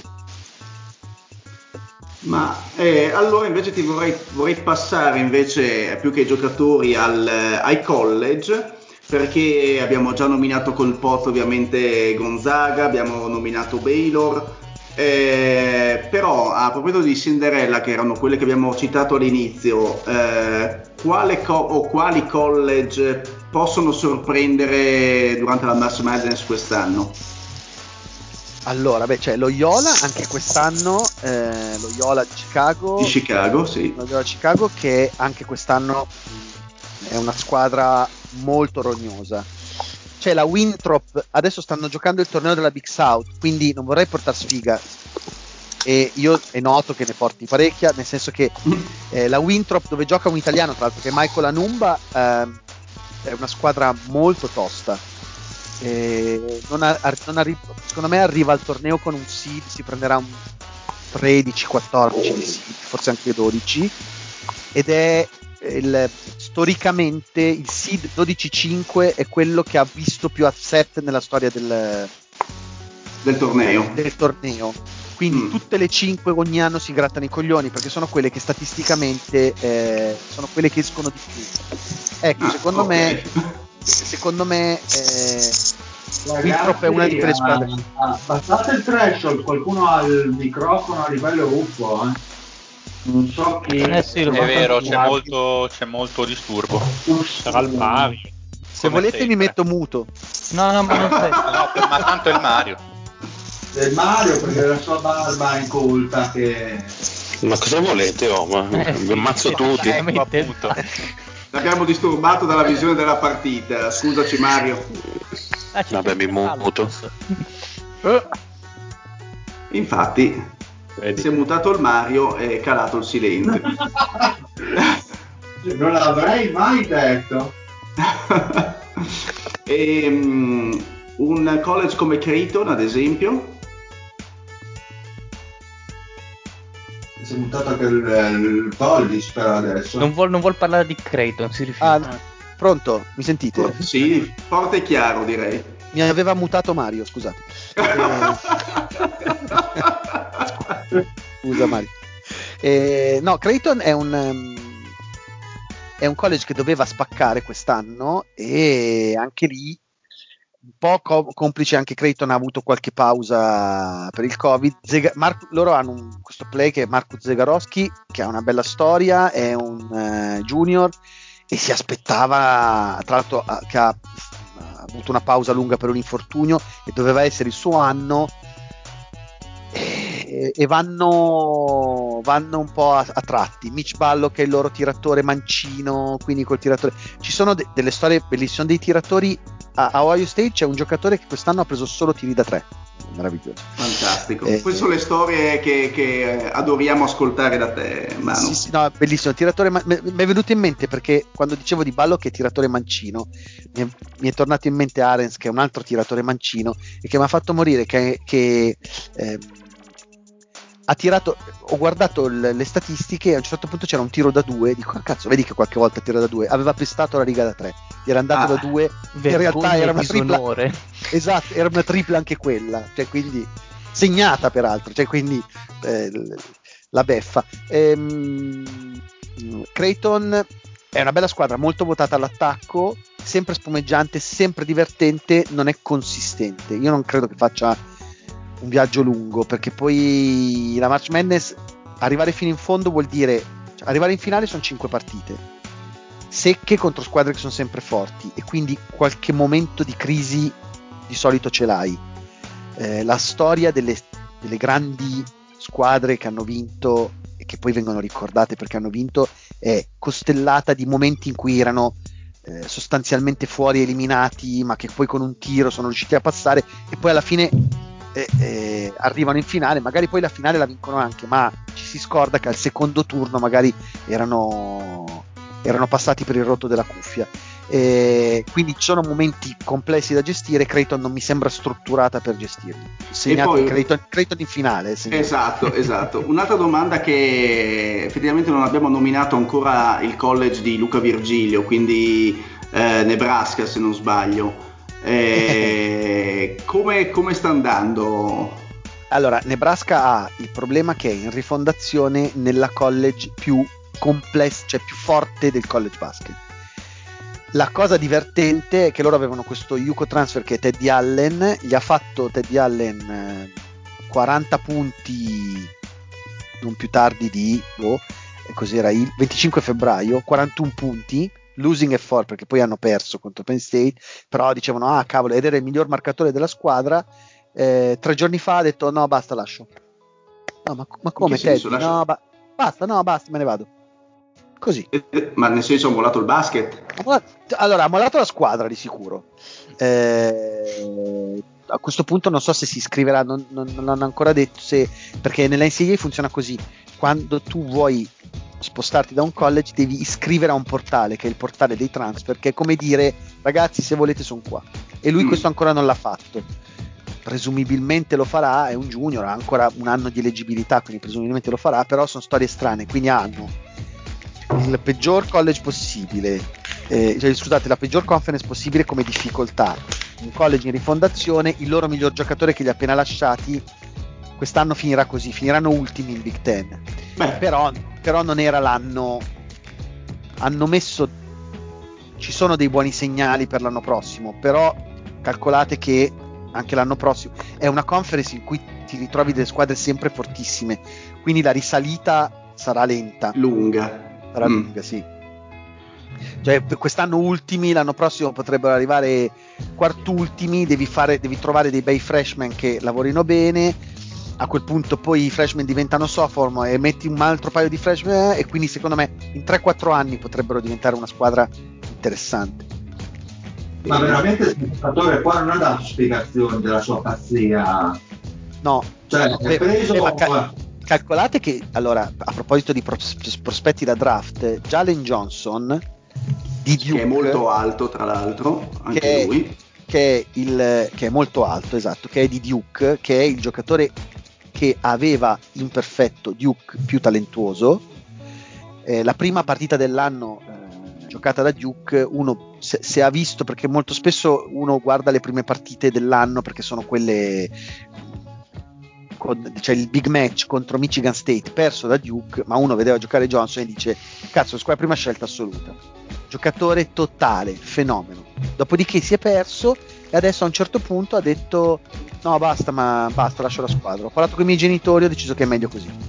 Speaker 8: Ma eh, allora invece ti vorrei, vorrei passare invece più che ai giocatori al, ai college, perché abbiamo già nominato col Pozzo ovviamente Gonzaga, abbiamo nominato Baylor, eh, però a proposito di Cinderella, che erano quelle che abbiamo citato all'inizio, eh, quale co- o quali college possono sorprendere durante la March Madness quest'anno?
Speaker 6: Allora, beh, c'è Loyola anche quest'anno, eh, Loyola di Chicago.
Speaker 8: Di Chicago, sì.
Speaker 6: Loyola di Chicago, che anche quest'anno è una squadra molto rognosa. C'è la Winthrop, adesso stanno giocando il torneo della Big South, quindi non vorrei portare sfiga. E io è noto che ne porti parecchia, nel senso che eh, la Winthrop, dove gioca un italiano, tra l'altro, che è Michael Anumba, ehm, è una squadra molto tosta. Eh, non ha, non arri- secondo me arriva al torneo con un seed, si prenderà un tredici quattordici di seed, forse anche dodici, ed è il, storicamente il seed dodici cinque è quello che ha visto più upset nella storia del,
Speaker 8: del torneo.
Speaker 6: Del torneo. Quindi
Speaker 8: Mm.
Speaker 6: tutte le cinque ogni anno si grattano i coglioni, perché sono quelle che statisticamente eh, sono quelle che escono di più. Ecco,
Speaker 8: Ah,
Speaker 6: secondo
Speaker 8: ok.
Speaker 6: me secondo me eh, Winthrop è una di quelle squadre.
Speaker 2: Ah, passate il threshold, qualcuno ha il microfono a livello UFO, eh? Non so chi.
Speaker 5: Eh sì, lo
Speaker 3: È vero, c'è
Speaker 2: guardi.
Speaker 3: molto, c'è molto disturbo.
Speaker 7: Sarà il Mario.
Speaker 6: Se
Speaker 3: come
Speaker 6: volete mi
Speaker 3: sempre.
Speaker 6: metto muto.
Speaker 5: No, no, ma non sei.
Speaker 3: No, per- ma tanto è il Mario.
Speaker 2: Del Mario, perché la sua barba è incolta che.
Speaker 10: Ma cosa volete, oh? Ma
Speaker 5: Eh,
Speaker 10: vi ammazzo
Speaker 5: sì,
Speaker 10: tutti.
Speaker 5: eh,
Speaker 3: Ecco, appunto.
Speaker 8: L'abbiamo disturbato dalla visione della partita, scusaci Mario.
Speaker 5: Ah, c'è
Speaker 10: Vabbè, mi
Speaker 5: Alves.
Speaker 10: muto.
Speaker 8: Infatti,
Speaker 7: Vedi.
Speaker 8: si è mutato il Mario e è calato il silenzio.
Speaker 2: Non l'avrei mai detto.
Speaker 8: e, um, un college come Creighton, ad esempio,
Speaker 2: Si è mutato anche il, il Pollis per adesso.
Speaker 5: Non vuol, non vuol parlare di Creighton, si rifiuta.
Speaker 6: Ah, no. Pronto? Mi sentite?
Speaker 8: sì, forte e chiaro direi.
Speaker 6: Mi aveva mutato Mario, scusate. Eh, Scusa Mario. Eh, no, Creighton è un um, è un college che doveva spaccare quest'anno, e anche lì un po' co- complice anche Creighton, ha avuto qualche pausa per il Covid. Zega- Mar- loro hanno un, questo play che è Marcus Zegarowski, che ha una bella storia, è un uh, junior e si aspettava, tra l'altro uh, che ha, ha avuto una pausa lunga per un infortunio e doveva essere il suo anno, e, e vanno vanno un po' a, a tratti. Mitch Ballo, che è il loro tiratore mancino, quindi col tiratore ci sono de- delle storie bellissime dei tiratori. A, a Ohio State c'è un giocatore che quest'anno ha preso solo tiri da tre, meraviglioso,
Speaker 8: Fantastico.
Speaker 6: Eh,
Speaker 8: Queste sono le storie che, che adoriamo ascoltare da te, Manu.
Speaker 6: sì, sì, no, bellissimo tiratore. Ma, mi è venuto in mente perché quando dicevo di Ballo che è tiratore mancino, mi è, mi è tornato in mente Arens, che è un altro tiratore mancino e che mi ha fatto morire, che, che ehm, ha tirato, ho guardato l- le statistiche e a un certo punto c'era un tiro da due, dico ah, cazzo, vedi che qualche volta tira da due, aveva pestato la riga da tre, gli era andato
Speaker 8: Ah,
Speaker 6: da due, in
Speaker 5: Vergogna
Speaker 6: realtà era
Speaker 5: e
Speaker 6: una tripla,
Speaker 5: disonore.
Speaker 6: esatto, era una tripla anche quella, cioè quindi segnata peraltro, cioè quindi eh, la beffa. Ehm, Creighton è una bella squadra, molto votata all'attacco, sempre spumeggiante, sempre divertente, non è consistente. Io non credo che faccia un viaggio lungo, perché poi la March Madness, arrivare fino in fondo vuol dire, cioè, arrivare in finale sono cinque partite secche contro squadre che sono sempre forti, e quindi qualche momento di crisi di solito ce l'hai. Eh, la storia delle, delle grandi squadre che hanno vinto e che poi vengono ricordate perché hanno vinto è costellata di momenti in cui erano eh, sostanzialmente fuori, eliminati, ma che poi con un tiro sono riusciti a passare e poi alla fine eh, eh, arrivano in finale. Magari poi la finale la vincono anche, ma ci si scorda che al secondo turno magari erano, erano passati per il rotto della cuffia. Eh, quindi ci sono momenti complessi da gestire. Creighton non mi sembra strutturata per gestirli. Segnato
Speaker 8: poi,
Speaker 6: Creighton, Creighton in finale. Segnato.
Speaker 8: Esatto, esatto. Un'altra domanda che effettivamente non abbiamo nominato ancora, il college di Luca Virgilio, quindi eh, Nebraska se non sbaglio. Eh, come, come sta andando?
Speaker 6: Allora, Nebraska ha il problema che è in rifondazione nella college più complessa, cioè più forte del college basket. La cosa divertente è che loro avevano questo Yuko transfer che è Teddy Allen, gli ha fatto Teddy Allen eh, quaranta punti non più tardi di, oh, cos'era, il venticinque febbraio, quarantuno punti, losing e four perché poi hanno perso contro Penn State, però dicevano ah cavolo, ed era il miglior marcatore della squadra. Eh, tre giorni fa ha detto no basta, lascio. No, ma, ma come Teddy? No, ba- basta, no basta, me ne vado. Così.
Speaker 8: Ma nel senso ha mollato il basket?
Speaker 6: Allora, ha mollato la squadra di sicuro. Eh, a questo punto non so se si iscriverà, non, non, non l'hanno ancora detto, se, perché nella N C A A funziona così: quando tu vuoi spostarti da un college devi iscrivere a un portale, che è il portale dei transfer, che è come dire ragazzi se volete sono qua, e lui mm. questo ancora non l'ha fatto. Presumibilmente lo farà, è un junior, ha ancora un anno di eleggibilità, quindi presumibilmente lo farà, però sono storie strane, quindi hanno il peggior college possibile, eh, cioè, scusate, la peggior conference possibile come difficoltà, un college in rifondazione, il loro miglior giocatore che li ha appena lasciati quest'anno finirà così, finiranno ultimi in Big Ten. però, però non era l'anno, hanno messo, ci sono dei buoni segnali per l'anno prossimo, però calcolate che anche l'anno prossimo è una conference in cui ti ritrovi delle squadre sempre fortissime, quindi la risalita sarà lenta,
Speaker 8: lunga
Speaker 6: sarà mm. lunga, sì. Cioè, quest'anno ultimi, l'anno prossimo potrebbero arrivare quartultimi, devi fare, devi trovare dei bei freshman che lavorino bene, a quel punto poi i freshman diventano sophomore e metti un altro paio di freshman, e quindi secondo me in tre quattro anni potrebbero diventare una squadra interessante.
Speaker 2: Ma veramente il giocatore qua non ha dato spiegazioni della sua pazzia.
Speaker 6: No,
Speaker 2: cioè
Speaker 6: no,
Speaker 2: è preso
Speaker 6: eh, cal- calcolate che, allora, a proposito di pros- prospetti da draft, Jalen Johnson di Duke,
Speaker 8: che è molto alto tra l'altro, anche
Speaker 6: che è,
Speaker 8: lui
Speaker 6: che è, il, che è molto alto, esatto, che è di Duke, che è il giocatore che aveva in perfetto Duke più talentuoso. Eh, la prima partita dell'anno eh, giocata da Duke, uno se, se ha visto, perché molto spesso uno guarda le prime partite dell'anno perché sono quelle con, cioè il big match contro Michigan State perso da Duke, ma uno vedeva giocare Johnson e dice cazzo, squadra prima scelta assoluta, giocatore totale, fenomeno. Dopodiché si è perso e adesso a un certo punto ha detto no basta, ma basta, lascio la squadra, ho parlato con i miei genitori, ho deciso che è meglio così.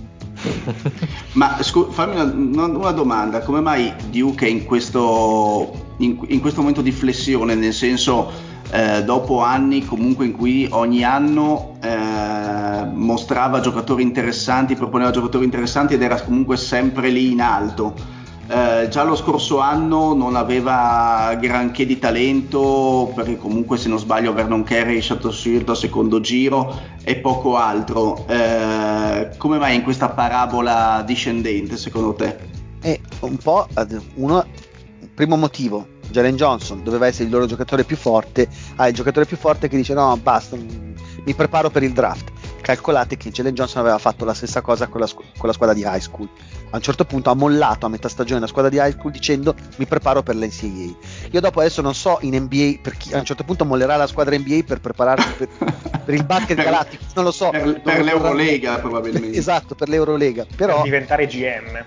Speaker 8: Ma scu- fammi una, una, una domanda: come mai Duke è in questo, in, in questo momento di flessione, nel senso eh, dopo anni comunque in cui ogni anno eh, mostrava giocatori interessanti, proponeva giocatori interessanti ed era comunque sempre lì in alto? Eh, già lo scorso anno non aveva granché di talento, perché comunque se non sbaglio Vernon Carey è stato scelto al secondo giro e poco altro. Eh, come mai in questa parabola discendente secondo te?
Speaker 6: È un po' uno, primo motivo, Jalen Johnson doveva essere il loro giocatore più forte, ha ah, il giocatore più forte che dice no basta, mi preparo per il draft. calcolate che Jalen Johnson aveva fatto la stessa cosa con la, scu- con la squadra di high school. A un certo punto ha mollato a metà stagione la squadra di high school dicendo mi preparo per l'N C A A. Io dopo adesso non so in N B A per chi, a un certo punto mollerà la squadra N B A per prepararsi per, per il basket galattico, non lo so,
Speaker 8: per, per l'Eurolega probabilmente.
Speaker 6: Esatto, per l'Eurolega, però
Speaker 7: per diventare G M.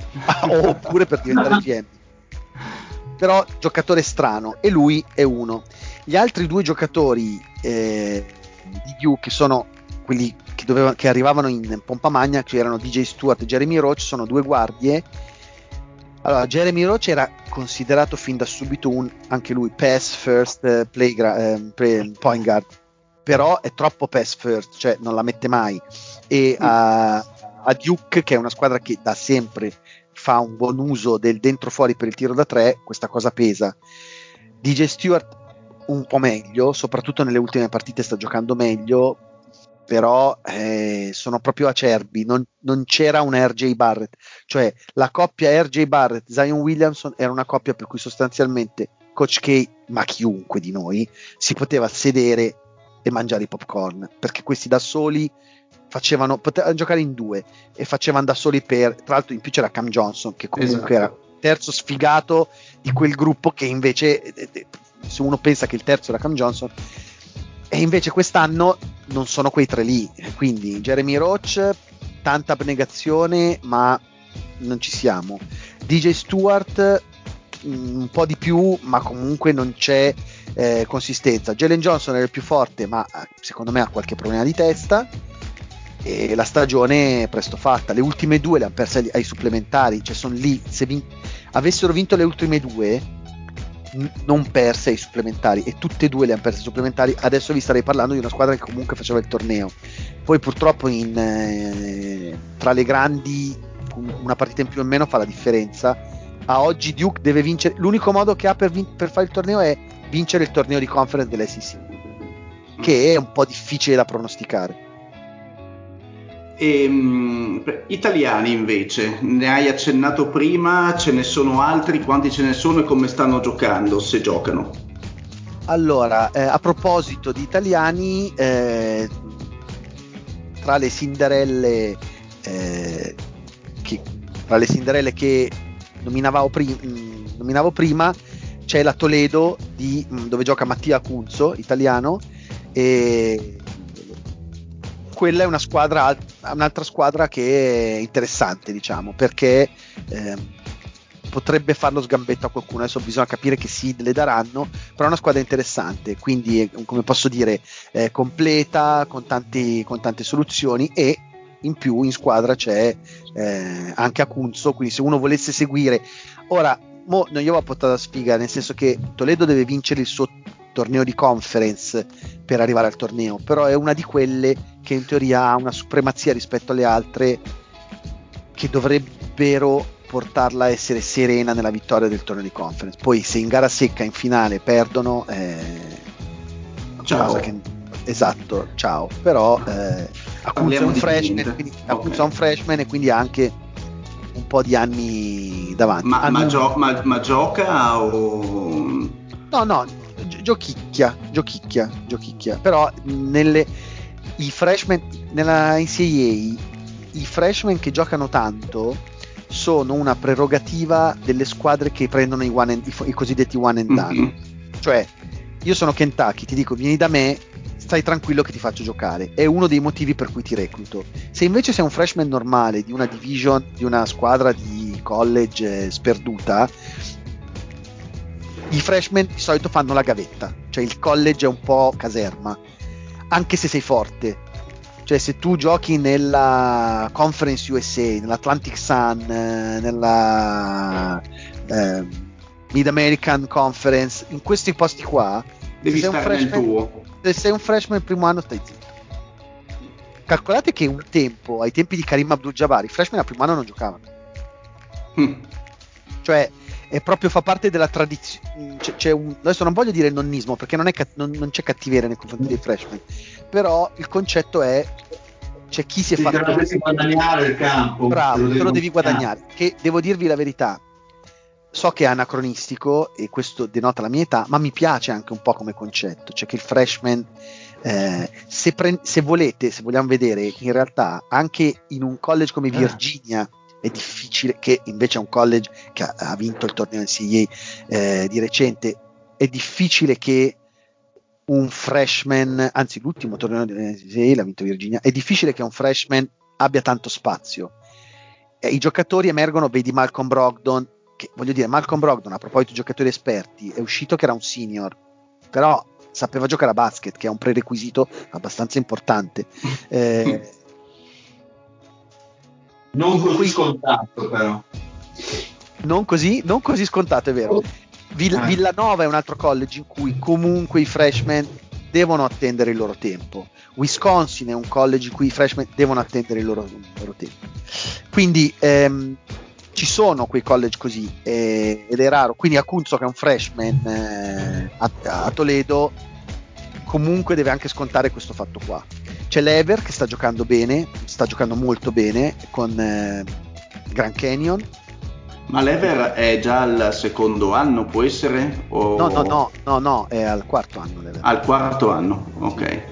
Speaker 6: oppure per diventare G M. Però giocatore strano, e lui è uno. Gli altri due giocatori eh, di Duke, che sono quelli che, doveva, che arrivavano in pompa magna, che erano D J Stewart e Jeremy Roach, sono due guardie. Allora, Jeremy Roach era considerato fin da subito un, anche lui, pass first eh, playgra- eh, play, point guard, però è troppo pass first, cioè non la mette mai. E a, a Duke, che è una squadra che da sempre fa un buon uso del dentro fuori per il tiro da tre, questa cosa pesa. D J Stewart un po' meglio, soprattutto nelle ultime partite sta giocando meglio, però eh, sono proprio acerbi, non, non c'era un R J Barrett, cioè la coppia R J Barrett Zion Williamson era una coppia per cui sostanzialmente Coach K, ma chiunque di noi, si poteva sedere e mangiare i popcorn, perché questi da soli facevano, potevano giocare in due e facevano da soli per, tra l'altro in più c'era Cam Johnson che comunque esatto. Era terzo sfigato di quel gruppo, che invece se uno pensa che il terzo era Cam Johnson, e invece quest'anno non sono quei tre lì, quindi Jeremy Roach tanta abnegazione ma non ci siamo, D J Stewart un po' di più ma comunque non c'è eh, consistenza. Jalen Johnson è il più forte ma secondo me ha qualche problema di testa, e la stagione è presto fatta. Le ultime due le hanno perse ai supplementari, cioè sono lì, se vin- avessero vinto le ultime due n- non perse ai supplementari, e tutte e due le hanno perse ai supplementari, adesso vi starei parlando di una squadra che comunque faceva il torneo. Poi purtroppo in, eh, tra le grandi una partita in più o in meno fa la differenza. A oggi Duke deve vincere, l'unico modo che ha per, vin- per fare il torneo è vincere il torneo di conference dell'S E C, che è un po' difficile da pronosticare.
Speaker 8: E, um, italiani invece, ne hai accennato prima, ce ne sono altri, quanti ce ne sono e come stanno giocando, se giocano?
Speaker 6: Allora, eh, a proposito di italiani, eh, tra le Cinderelle eh, che, tra le Cinderelle che nominavo, prim- mh, nominavo prima c'è la Toledo di, mh, dove gioca Mattia Cunzo, italiano, e quella è una squadra, un'altra squadra che è interessante, diciamo, perché eh, potrebbe fare lo sgambetto a qualcuno. Adesso bisogna capire che seed le daranno, però è una squadra interessante, quindi come posso dire eh, completa, con, tanti, con tante soluzioni, e in più in squadra c'è eh, anche Acunzo, quindi se uno volesse seguire ora, mo non gli avevo portato la sfiga, nel senso che Toledo deve vincere il suo torneo di conference per arrivare al torneo, però è una di quelle che in teoria ha una supremazia rispetto alle altre che dovrebbero portarla a essere serena nella vittoria del torneo di conference. Poi se in gara secca in finale perdono eh,
Speaker 8: ciao.
Speaker 6: Cosa che, esatto, ciao, però eh, Acunzo è un freshman, quindi, okay. è un freshman e quindi ha anche un po' di anni davanti.
Speaker 8: Ma,
Speaker 6: Hanno...
Speaker 8: ma, gio- ma, ma gioca o...
Speaker 6: No, no, gi- giochicchia, giochicchia, giochicchia, però nelle i freshman nella N C A A i freshman che giocano tanto sono una prerogativa delle squadre che prendono i, one and, i, i cosiddetti one and done. Mm-hmm. Cioè, io sono Kentucky, ti dico vieni da me, stai tranquillo che ti faccio giocare, è uno dei motivi per cui ti recluto. Se invece sei un freshman normale di una division, di una squadra di college eh, sperduta, i freshman di solito fanno la gavetta, cioè il college è un po' caserma, anche se sei forte. Cioè se tu giochi nella Conference U S A, nell'Atlantic Sun, eh, nella eh, Mid American Conference, in questi posti qua
Speaker 8: devi
Speaker 6: se
Speaker 8: stare
Speaker 6: sei un freshman,
Speaker 8: nel tuo.
Speaker 6: Se sei un freshman il primo anno stai zitto. Calcolate che un tempo, ai tempi di Karim Abdul-Jabbar, i freshman al primo anno non giocavano. Mm. Cioè è proprio, fa parte della tradizione. C'è, c'è un, adesso non voglio dire nonnismo perché non, è, non, non c'è cattiveria nei confronti dei freshman, però il concetto è c'è chi si è
Speaker 2: sì,
Speaker 6: fatto
Speaker 2: te lo devi guadagnare il campo,
Speaker 6: bravo, te lo, te lo devi
Speaker 2: guadagnare.
Speaker 6: guadagnare, che devo dirvi la verità, so che è anacronistico e questo denota la mia età, ma mi piace anche un po' come concetto, cioè che il freshman Eh, se, pre- se volete, se vogliamo vedere, in realtà anche in un college come Virginia è difficile, che invece è un college che ha, ha vinto il torneo N C A A eh, di recente, è difficile che un freshman, anzi l'ultimo torneo di N C A A l'ha vinto Virginia, è difficile che un freshman abbia tanto spazio. Eh, I giocatori emergono, vedi Malcolm Brogdon, che voglio dire, Malcolm Brogdon, a proposito di giocatori esperti, è uscito che era un senior, però sapeva giocare a basket, che è un prerequisito abbastanza importante. Eh,
Speaker 2: non così scontato, però.
Speaker 6: Non così, non così scontato, è vero. Vill-
Speaker 2: eh.
Speaker 6: Villanova è un altro college in cui comunque i freshman devono attendere il loro tempo. Wisconsin è un college in cui i freshman devono attendere il loro, il loro tempo. Quindi ehm, ci sono quei college così eh, ed è raro. Quindi Acunzo, che è un freshman eh, a, a Toledo, comunque deve anche scontare questo fatto qua. C'è Lever che sta giocando bene, sta giocando molto bene con eh, Grand Canyon.
Speaker 8: Ma Lever è già al secondo anno, può essere? O...
Speaker 6: No, no, no, no, no, è al quarto anno. Lever.
Speaker 8: Al quarto anno, ok.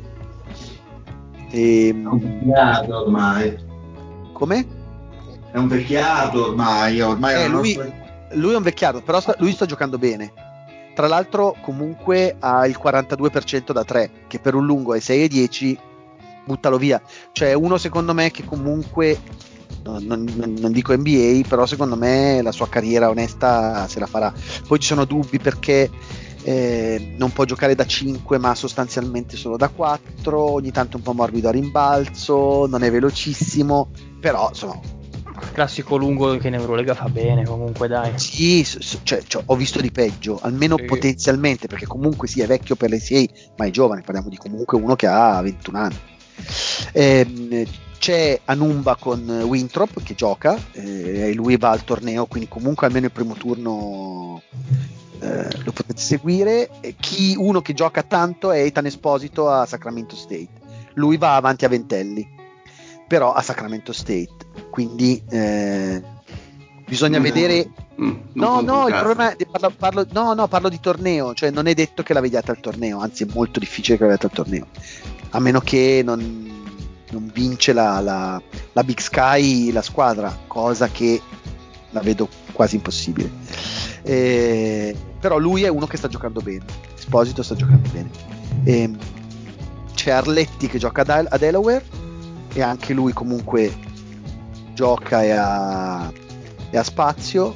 Speaker 6: E,
Speaker 2: è un vecchiardo ormai.
Speaker 6: Come?
Speaker 2: È un vecchiardo ormai, ormai
Speaker 6: eh,
Speaker 2: è
Speaker 6: lui,
Speaker 2: nostra...
Speaker 6: lui è un vecchiardo, però sta, lui sta giocando bene. Tra l'altro comunque ha il quarantadue per cento da tre, che per un lungo è sei e dieci, buttalo via. Cioè uno secondo me che comunque, non, non, non dico N B A, però secondo me la sua carriera onesta se la farà. Poi ci sono dubbi perché eh, non può giocare da cinque ma sostanzialmente solo da quattro, ogni tanto un po' morbido a rimbalzo, non è velocissimo, però insomma...
Speaker 5: Classico lungo che in Eurolega fa bene comunque, dai.
Speaker 6: Sì, cioè, cioè, ho visto di peggio, almeno sì. Potenzialmente, perché comunque sì, è vecchio per l'N C A A, ma è giovane, parliamo di comunque uno che ha ventuno anni. Eh, c'è Anumba con Winthrop che gioca eh, e lui va al torneo, quindi comunque almeno il primo turno eh, lo potete seguire. E chi, uno che gioca tanto è Ethan Esposito a Sacramento State, lui va avanti a Ventelli, però a Sacramento State, quindi eh, bisogna
Speaker 8: mm,
Speaker 6: vedere
Speaker 8: mm,
Speaker 6: no no il problema è parlo, parlo, no no parlo di torneo, cioè non è detto che la vediate al torneo, anzi è molto difficile che la vediate al torneo, a meno che non, non vince la, la, la Big Sky la squadra, cosa che la vedo quasi impossibile. Eh, però lui è uno che sta giocando bene, Esposito sta giocando bene. Eh, c'è Arletti che gioca a Delaware e anche lui comunque gioca e ha, e ha spazio,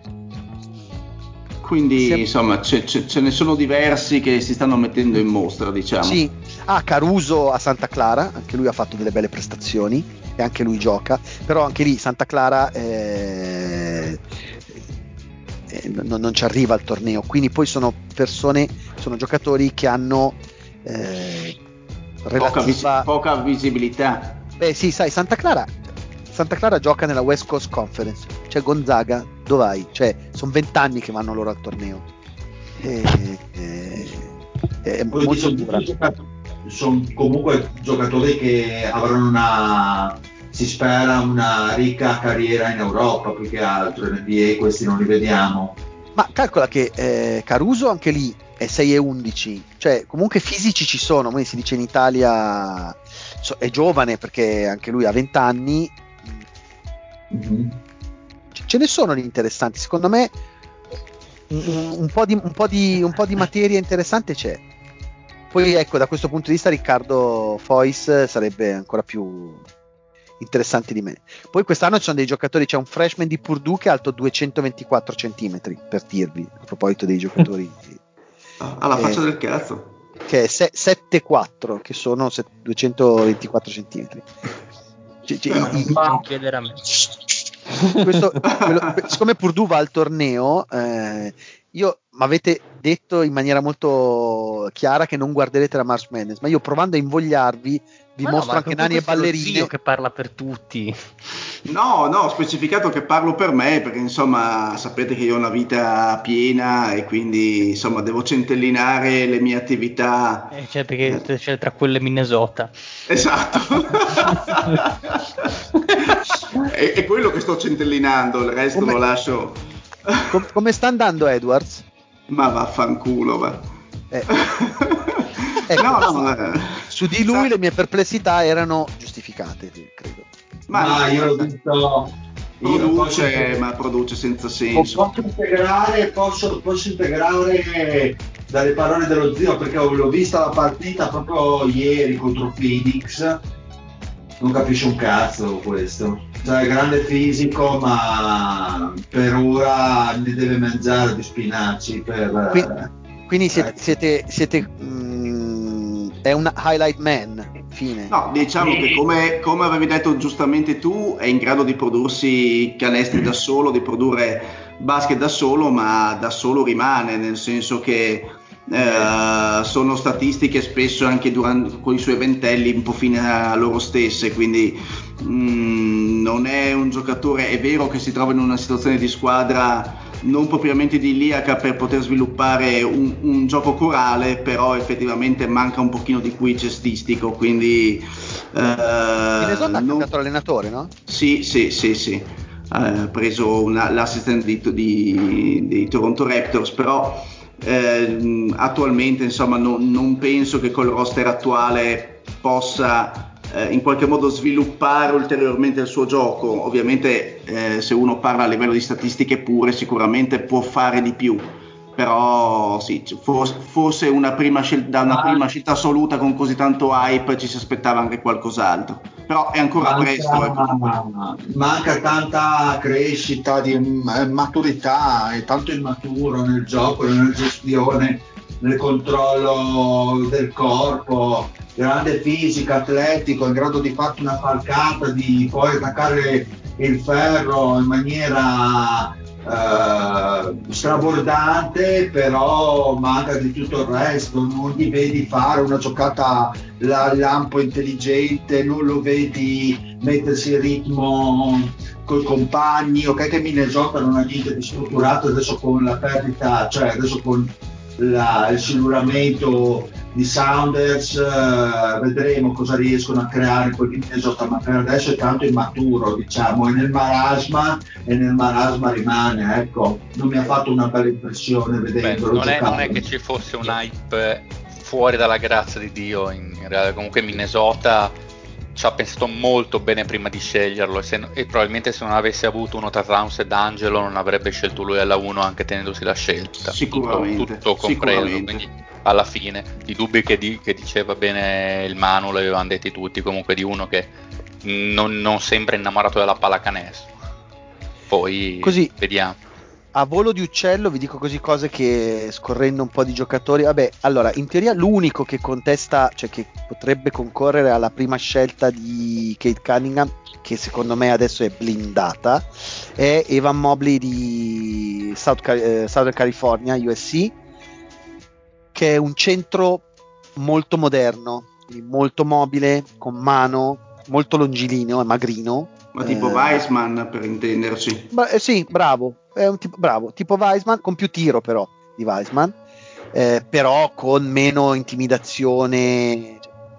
Speaker 8: quindi
Speaker 6: Siamo...
Speaker 8: insomma ce, ce, ce ne sono diversi che si stanno mettendo in mostra, diciamo.
Speaker 6: Sì, ah, Caruso a Santa Clara, anche lui ha fatto delle belle prestazioni e anche lui gioca, però anche lì Santa Clara eh, eh, non, non ci arriva al torneo, quindi poi sono persone, sono giocatori che hanno eh, relativa...
Speaker 8: poca, vis- poca visibilità.
Speaker 6: Beh sì, sai, Santa Clara Santa Clara gioca nella West Coast Conference, cioè Gonzaga, dov'hai? Cioè, sono vent'anni che vanno loro al torneo. E, e, è
Speaker 2: Poi
Speaker 6: molto
Speaker 2: sono,
Speaker 6: dura.
Speaker 2: Sono comunque giocatori che avranno una, si spera, una ricca carriera in Europa, più che altro. In N B A questi non li vediamo.
Speaker 6: Ma calcola che eh, Caruso anche lì è sei e undici, cioè comunque fisici ci sono, come si dice in Italia, so, è giovane perché anche lui ha venti anni. Mm-hmm. Ce ne sono di interessanti, secondo me un, un, po di, un, po di, un po' di materia interessante c'è. Poi ecco, da questo punto di vista Riccardo Fois sarebbe ancora più interessante di me. Poi quest'anno ci sono dei giocatori, c'è un freshman di Purdue che è alto duecentoventiquattro centimetri, per dirvi, a proposito dei giocatori
Speaker 8: alla eh, faccia del cazzo,
Speaker 6: che è sette e quattro, che sono duecentoventiquattro centimetri. C- c-
Speaker 5: no,
Speaker 6: i,
Speaker 5: non chiedere a me.
Speaker 6: Questo, quello, siccome Purdue va al torneo, eh, io mi avete detto in maniera molto chiara che non guarderete la March Madness, ma io provando a invogliarvi vi
Speaker 5: ma
Speaker 6: mostro
Speaker 5: no,
Speaker 6: anche nani e ballerine.
Speaker 5: Zio che parla per tutti.
Speaker 8: No, no, ho specificato che parlo per me perché insomma sapete che io ho una vita piena e quindi insomma devo centellinare le mie attività.
Speaker 5: Eh, cioè perché eh. c'è tra quelle Minnesota.
Speaker 8: Esatto. è, è quello che sto centellinando, il resto come, lo lascio.
Speaker 6: com, come sta andando Edwards?
Speaker 8: Ma vaffanculo, va.
Speaker 6: Eh. Ecco,
Speaker 8: No,
Speaker 6: su,
Speaker 8: no, eh.
Speaker 6: su di lui le mie perplessità erano giustificate, credo.
Speaker 8: Ma,
Speaker 2: Ma
Speaker 8: no,
Speaker 2: io l'ho visto. Io
Speaker 8: produce,
Speaker 2: posso-
Speaker 8: ma produce senza senso.
Speaker 2: Posso integrare, posso, posso integrare dalle parole dello zio, perché ho- l'ho vista la partita proprio ieri contro Phoenix. Non capisce un cazzo questo. Cioè, grande fisico, ma per ora ne deve mangiare di spinaci. Per,
Speaker 6: Qui- Quindi siete,
Speaker 2: ecco.
Speaker 6: siete, siete mm, è un highlight man, fine.
Speaker 8: No, diciamo che come, come avevi detto giustamente tu, è in grado di prodursi canestri da solo, di produrre basket da solo, ma da solo rimane, nel senso che eh, sono statistiche spesso anche durante, con i suoi ventelli un po' fine a loro stesse, quindi mh, non è un giocatore, è vero che si trova in una situazione di squadra non propriamente idilliaca per poter sviluppare un, un gioco corale, però effettivamente manca un pochino di Q I cestistico, quindi eh,
Speaker 6: Minnesota ha
Speaker 8: non...
Speaker 6: cambiato allenatore, no?
Speaker 8: Sì, sì, sì, sì. Ha preso una, l'assistant di, di, di Toronto Raptors, però eh, attualmente insomma non, non penso che col roster attuale possa eh, in qualche modo sviluppare ulteriormente il suo gioco. Ovviamente eh, se uno parla a livello di statistiche pure sicuramente può fare di più, però sì, forse, forse una prima scel- da una prima scelta assoluta con così tanto hype ci si aspettava anche qualcos'altro, però è ancora presto. Eh,
Speaker 2: Manca, manca tanta crescita di m- maturità, è tanto immaturo nel gioco, nella gestione, nel controllo del corpo, grande fisica, atletico, in grado di farti una falcata, di poi attaccare il ferro in maniera eh, strabordante, però manca di tutto il resto, non gli vedi fare una giocata la lampo intelligente, non lo vedi mettersi in ritmo coi compagni. Ok che Minnesota non ha niente di strutturato adesso con la perdita, cioè adesso con la, il silluramento di Saunders, eh, vedremo cosa riescono a creare in quel Minnesota, ma per adesso è tanto immaturo, diciamo, è nel marasma e nel marasma rimane, ecco. Non mi ha fatto una bella impressione vedendolo
Speaker 3: non, è,
Speaker 2: giocare.
Speaker 3: non è che ci fosse un hype fuori dalla grazia di Dio, in, in realtà comunque Minnesota ci ha pensato molto bene prima di sceglierlo e, se, e probabilmente se non avesse avuto uno tra Towns ed Angelo non avrebbe scelto lui alla uno anche tenendosi la scelta,
Speaker 8: sicuramente,
Speaker 3: tutto, tutto compreso,
Speaker 8: sicuramente.
Speaker 3: quindi alla fine i dubbi che, di, che diceva bene il Manu li avevano detti tutti, comunque di uno che non, non sembra innamorato della pallacanestro. Poi
Speaker 6: Così,
Speaker 3: vediamo.
Speaker 6: A volo di uccello vi dico così cose che scorrendo un po' di giocatori, vabbè, allora in teoria l'unico che contesta, cioè che potrebbe concorrere alla prima scelta di Kate Cunningham, che secondo me adesso è blindata, è Evan Mobley di South, eh, Southern California, U S C, che è un centro molto moderno, quindi molto mobile, con mano, molto longilineo, è magrino.
Speaker 8: Ma tipo
Speaker 6: eh,
Speaker 8: Weissman, per intenderci.
Speaker 6: Bra- eh, sì, bravo, è un tipo, bravo, tipo Weissman, con più tiro però di Weissman, eh, però con meno intimidazione.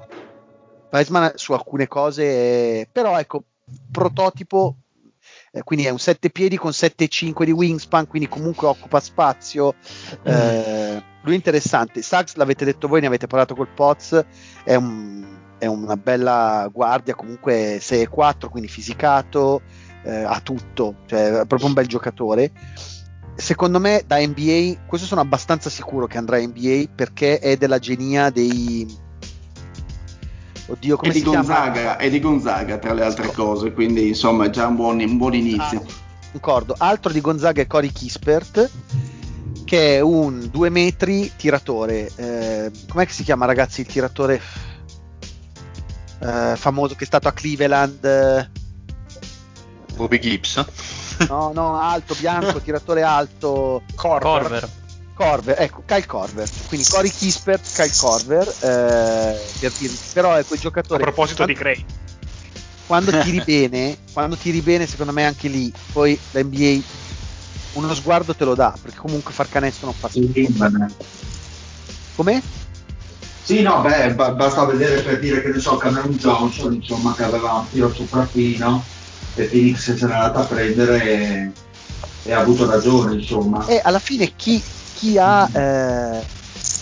Speaker 6: Weissman su alcune cose, è, però ecco, prototipo, eh, quindi è un sette piedi con sette virgola cinque di wingspan, quindi comunque occupa spazio. Eh, lui è interessante. Suggs, l'avete detto voi, ne avete parlato col Poz, è, un, è una bella guardia, comunque sei virgola quattro, quindi fisicato, eh, ha tutto, cioè è proprio un bel giocatore. Secondo me da N B A, questo sono abbastanza sicuro che andrà in N B A perché è della genia dei oddio come
Speaker 8: è di
Speaker 6: si
Speaker 8: Gonzaga,
Speaker 6: chiama?
Speaker 8: è di Gonzaga tra le altre cose, quindi insomma è già un buon, un buon inizio.
Speaker 6: Ah, concordo. Altro di Gonzaga è Corey Kispert, che è un due metri tiratore. Eh, com'è che si chiama, ragazzi, il tiratore eh, famoso che è stato a Cleveland?
Speaker 3: Bobby Gibbs?
Speaker 6: No, no, alto, bianco, tiratore alto.
Speaker 7: Korver.
Speaker 6: Korver, ecco, Kyle Korver. Quindi Corey Kispert, Kyle Korver, eh, per dirvi, però è quel giocatore.
Speaker 7: A proposito
Speaker 6: quando,
Speaker 7: di Gray.
Speaker 6: Quando tiri bene, quando tiri bene, secondo me anche lì, poi l'N B A uno sguardo te lo dà, perché comunque far canestro non fa schifo. Come?
Speaker 2: Sì, no, beh, ba- basta vedere per dire che ne so, Cameron Johnson, insomma, che aveva un tiro sopraffino e Phoenix se n'è andata a prendere e, e ha avuto ragione, insomma.
Speaker 6: E alla fine chi, chi ha eh,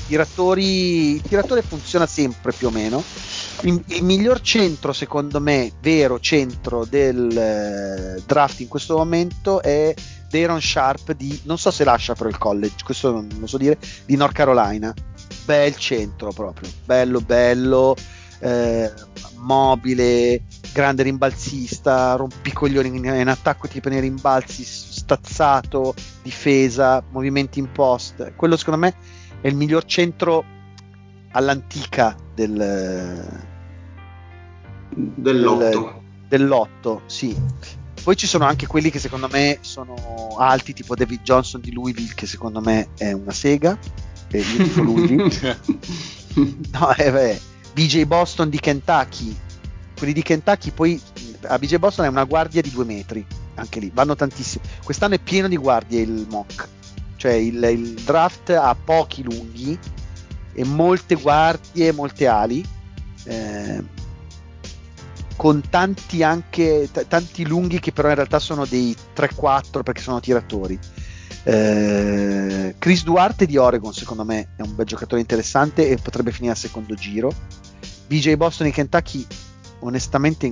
Speaker 6: tiratori, il tiratore funziona sempre più o meno. Il, il miglior centro, secondo me, vero centro del eh, draft in questo momento è Dayron Sharp di, non so se lascia però il college, questo non lo so dire, di North Carolina. Bel centro proprio, bello bello, eh, mobile, grande rimbalzista, rompicoglioni in, in attacco tipo nei rimbalzi, stazzato, difesa, movimenti in post. Quello secondo me è il miglior centro all'antica del
Speaker 8: dell'otto.
Speaker 6: Del, dell'otto, sì. Poi ci sono anche quelli che secondo me sono alti, tipo David Johnson di Louisville, che secondo me è una sega. E io tifo Louisville. No, eh, beh, B J Boston di Kentucky. Quelli di Kentucky, poi a B J Boston è una guardia di due metri, anche lì vanno tantissimo. Quest'anno è pieno di guardie il mock, cioè il, il draft ha pochi lunghi e molte guardie, molte ali, eh, con tanti anche t- tanti lunghi che però in realtà sono dei tre quattro perché sono tiratori. eh, Chris Duarte di Oregon secondo me è un bel giocatore interessante e potrebbe finire al secondo giro. B J Boston di Kentucky onestamente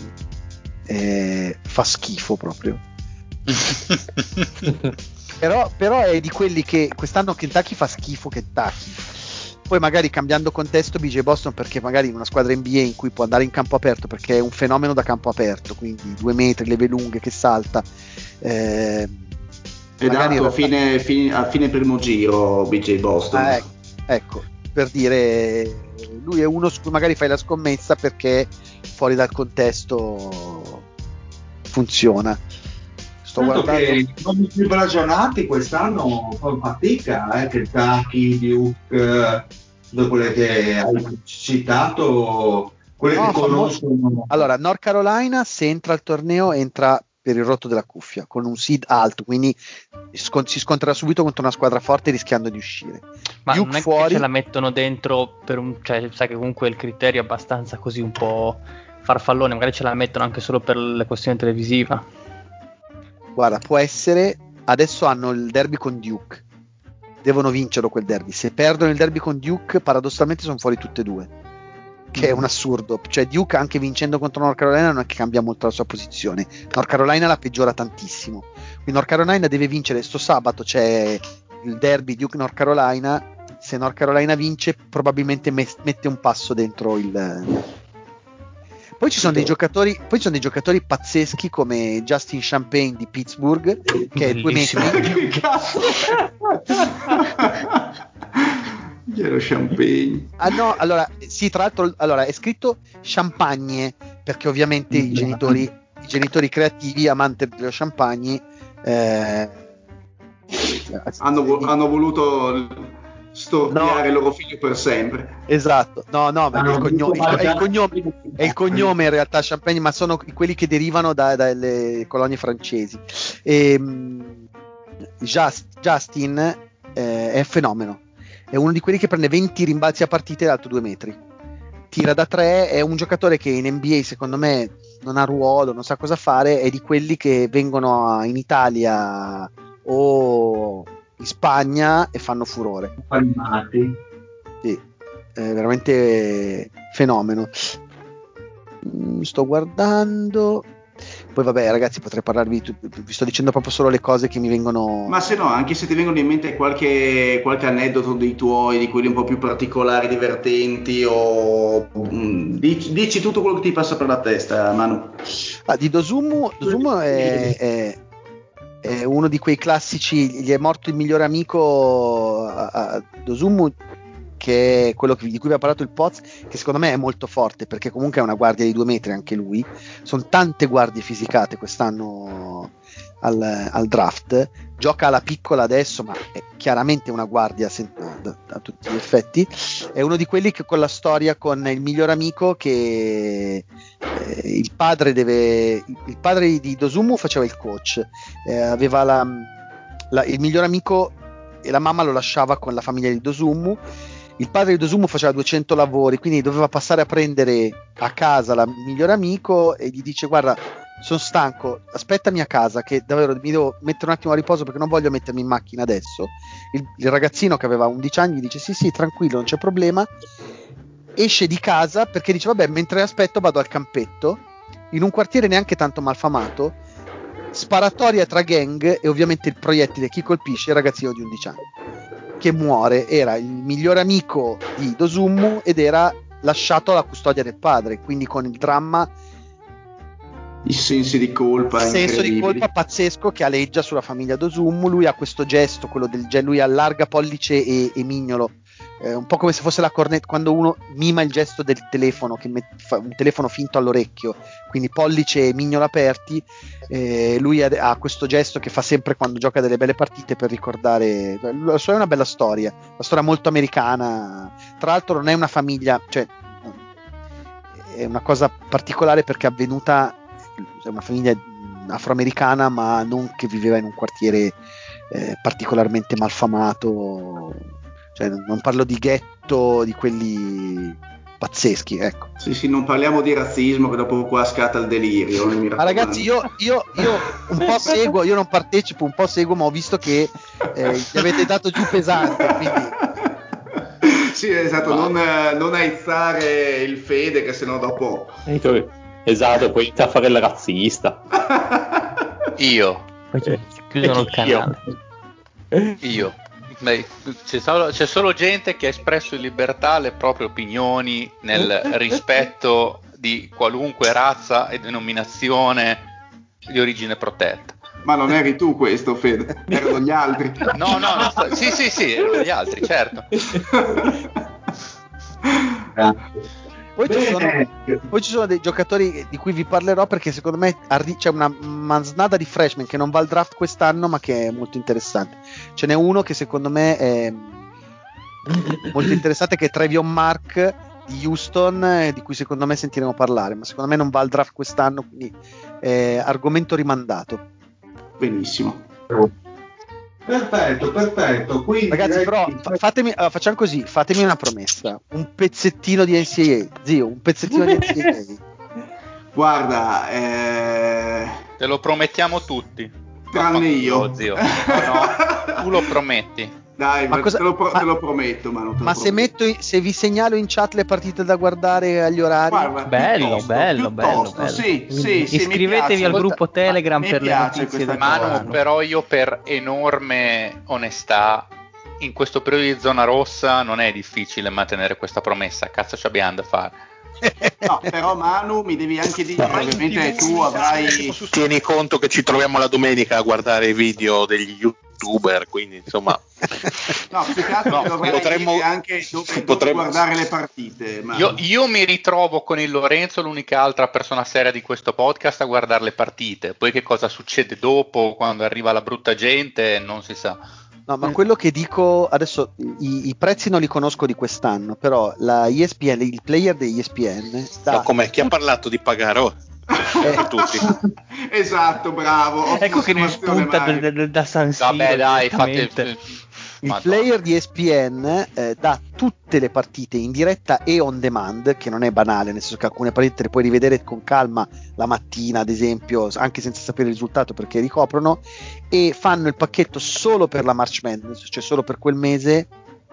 Speaker 6: eh, fa schifo proprio. però, però è di quelli che quest'anno Kentucky fa schifo Kentucky. Poi magari cambiando contesto B J Boston, perché magari in una squadra N B A in cui può andare in campo aperto, perché è un fenomeno da campo aperto, quindi due metri, leve lunghe che salta, eh,
Speaker 8: è dato a fine, fine, a fine primo giro B J Boston.
Speaker 6: Ah, ecco, ecco, per dire, lui è uno su cui magari fai la scommessa perché fuori dal contesto funziona. Sto
Speaker 2: Tanto
Speaker 6: guardando
Speaker 2: che i nomi più ragionati quest'anno fanno fatica, eh? Kentucky, Duke, dopo quelle che hai citato, quelle
Speaker 6: no,
Speaker 2: che
Speaker 6: fa
Speaker 2: conoscono.
Speaker 6: Mo- allora, North Carolina se entra al torneo entra per il rotto della cuffia con un seed alto, quindi scon- si scontrerà subito contro una squadra forte rischiando di uscire.
Speaker 5: Ma
Speaker 6: Duke
Speaker 5: non è
Speaker 6: fuori,
Speaker 5: che ce la mettono dentro per un, cioè sai che comunque il criterio è abbastanza così un po' farfallone, magari ce la mettono anche solo per le questioni televisive.
Speaker 6: guarda, può essere. Adesso hanno il derby con Duke, devono vincerlo quel derby. Se perdono il derby con Duke, paradossalmente sono fuori tutte e due, che è un assurdo. Cioè Duke anche vincendo contro North Carolina non è che cambia molto la sua posizione. North Carolina la peggiora tantissimo, quindi North Carolina deve vincere. Sto sabato c'è il derby Duke North Carolina. Se North Carolina vince probabilmente me- mette un passo dentro il. Poi ci sono dei giocatori, poi ci sono dei giocatori pazzeschi come Justin Champagne di Pittsburgh, che è due metri.
Speaker 8: Che cazzo? Glielo Champagne.
Speaker 6: Ah no, allora, sì, tra l'altro, allora, è scritto Champagne, perché ovviamente i genitori, i genitori creativi, amanti dello champagne, eh,
Speaker 8: hanno, hanno voluto storpiare
Speaker 6: no,
Speaker 8: il loro figlio per sempre.
Speaker 6: Esatto, no, no, ma è il, cogno- il, è, il cognome, è il cognome in realtà Champagne, ma sono quelli che derivano da, dalle colonie francesi. E, Just, Justin eh, è un fenomeno, è uno di quelli che prende venti rimbalzi a partita da alto due metri, tira da tre, è un giocatore che in N B A secondo me non ha ruolo, non sa cosa fare, è di quelli che vengono in Italia o in Spagna e fanno furore.
Speaker 2: Palmati.
Speaker 6: Sì, è veramente fenomeno. Mm, sto guardando. Poi vabbè ragazzi, potrei parlarvi, vi sto dicendo proprio solo le cose che mi vengono.
Speaker 8: Ma se no, anche se ti vengono in mente qualche, qualche aneddoto dei tuoi, di quelli un po' più particolari, divertenti, o mm, dici, dici tutto quello che ti passa per la testa, Manu.
Speaker 6: Ah, di Dosumu, Dosumu è, è, è uno di quei classici, gli è morto il migliore amico a, a Dosumu, che è quello che, di cui abbiamo parlato il Poz, che secondo me è molto forte perché comunque è una guardia di due metri anche lui. Sono tante guardie fisicate quest'anno al, al draft, gioca alla piccola adesso ma è chiaramente una guardia sen- da, da tutti gli effetti. È uno di quelli che con la storia con il miglior amico che eh, il padre deve il padre di Dosumu faceva il coach, eh, aveva la, la, il miglior amico e la mamma lo lasciava con la famiglia di Dosumu. Il padre di Dosumu faceva duecento lavori, quindi doveva passare a prendere a casa il migliore amico e gli dice: guarda, sono stanco, aspettami a casa che davvero mi devo mettere un attimo a riposo perché non voglio mettermi in macchina adesso. Il, il ragazzino che aveva undici anni gli dice sì sì tranquillo non c'è problema, esce di casa perché dice vabbè mentre aspetto vado al campetto in un quartiere neanche tanto malfamato, sparatoria tra gang e ovviamente il proiettile chi colpisce? Il ragazzino di undici anni che muore, era il migliore amico di Dosummu ed era lasciato alla custodia del padre, quindi con il dramma,
Speaker 8: i sensi di colpa,
Speaker 6: il senso di colpa pazzesco che aleggia sulla famiglia Dosummu. Lui ha questo gesto, quello del lui allarga pollice e, e mignolo, eh, un po' come se fosse la cornetta, quando uno mima il gesto del telefono, che met, fa un telefono finto all'orecchio, quindi pollice e mignolo aperti. Eh, lui ha, ha questo gesto che fa sempre quando gioca delle belle partite per ricordare. La sua è una bella storia, una storia molto americana. Tra l'altro non è una famiglia, cioè è una cosa particolare perché è avvenuta, è una famiglia afroamericana ma non che viveva in un quartiere eh, particolarmente malfamato, cioè non parlo di ghetto di quelli pazzeschi, ecco.
Speaker 8: Sì sì, non parliamo di razzismo che dopo qua scatta il delirio.
Speaker 6: Ma ragazzi io, io, io un po' seguo, io non partecipo, un po' seguo ma ho visto che eh, gli avete dato giù pesante, quindi
Speaker 8: sì esatto, non, non aizzare il Fede che sennò dopo
Speaker 4: esatto, poi inizia a fare il razzista.
Speaker 3: Io
Speaker 5: poi ci chiudono il canale.
Speaker 3: Io Beh, c'è, solo, c'è solo gente che ha espresso in libertà le proprie opinioni nel rispetto di qualunque razza e denominazione di origine protetta.
Speaker 8: Ma non eri tu questo, Fede, erano gli altri.
Speaker 3: No, no, no sta... sì, sì, sì, erano gli altri, certo.
Speaker 6: Poi ci, sono, poi ci sono dei giocatori di cui vi parlerò perché secondo me arri- c'è una manznada di freshman che non va al draft quest'anno ma che è molto interessante. Ce n'è uno che secondo me è molto interessante che è Trevion Mark di Houston, eh, di cui secondo me sentiremo parlare, ma secondo me non va al draft quest'anno, quindi è argomento rimandato.
Speaker 8: Benissimo.
Speaker 2: Perfetto, perfetto. Quindi
Speaker 6: ragazzi, però fa- fatemi, allora, facciamo così, fatemi una promessa, un pezzettino di N C A A, zio, un pezzettino di N C A A.
Speaker 8: Guarda, eh...
Speaker 3: te lo promettiamo tutti.
Speaker 8: Tranne io,
Speaker 3: zio. No, no, tu lo prometti.
Speaker 8: Dai, ma cosa, te, lo pro-
Speaker 6: ma,
Speaker 8: te lo prometto, ma, non te
Speaker 6: ma
Speaker 8: lo
Speaker 6: se metto, se vi segnalo in chat le partite da guardare agli orari,
Speaker 8: guarda,
Speaker 5: bello,
Speaker 8: piuttosto,
Speaker 5: bello,
Speaker 8: piuttosto,
Speaker 5: bello,
Speaker 8: sì,
Speaker 5: bello.
Speaker 8: sì, sì,
Speaker 5: iscrivetevi al gruppo Telegram
Speaker 8: mi
Speaker 5: per le
Speaker 8: piace
Speaker 5: notizie del
Speaker 3: Manu,
Speaker 5: Manu.
Speaker 3: però io per enorme onestà in questo periodo di zona rossa non è difficile mantenere questa promessa, cazzo ci abbiamo da fare.
Speaker 8: No, però Manu mi devi anche dire, ovviamente tu avrai...
Speaker 10: Tieni conto che ci troviamo la domenica a guardare i video degli youtuber, quindi insomma...
Speaker 8: No, più che altro
Speaker 10: no,
Speaker 8: dovrei
Speaker 10: potremmo,
Speaker 8: dire anche dove, dove
Speaker 10: potremmo...
Speaker 8: guardare le partite. Manu.
Speaker 3: Io, io mi ritrovo con il Lorenzo, l'unica altra persona seria di questo podcast, a guardare le partite. Poi che cosa succede dopo, quando arriva la brutta gente, non si sa.
Speaker 6: No, ma quello che dico adesso, i, i prezzi non li conosco di quest'anno, però la E S P N, il player di E S P N da...
Speaker 10: no, com'è? Chi ha parlato di pagare? Oh, eh, tutti.
Speaker 8: Esatto, bravo.
Speaker 5: Ecco che mi spunta da, da, da San Siro.
Speaker 3: Vabbè, dai, fate...
Speaker 6: Il
Speaker 3: Madonna.
Speaker 6: player di E S P N eh, dà tutte le partite in diretta e on demand, che non è banale, nel senso che alcune partite le puoi rivedere con calma la mattina, ad esempio, anche senza sapere il risultato perché ricoprono, e fanno il pacchetto solo per la March Madness, cioè solo per quel mese,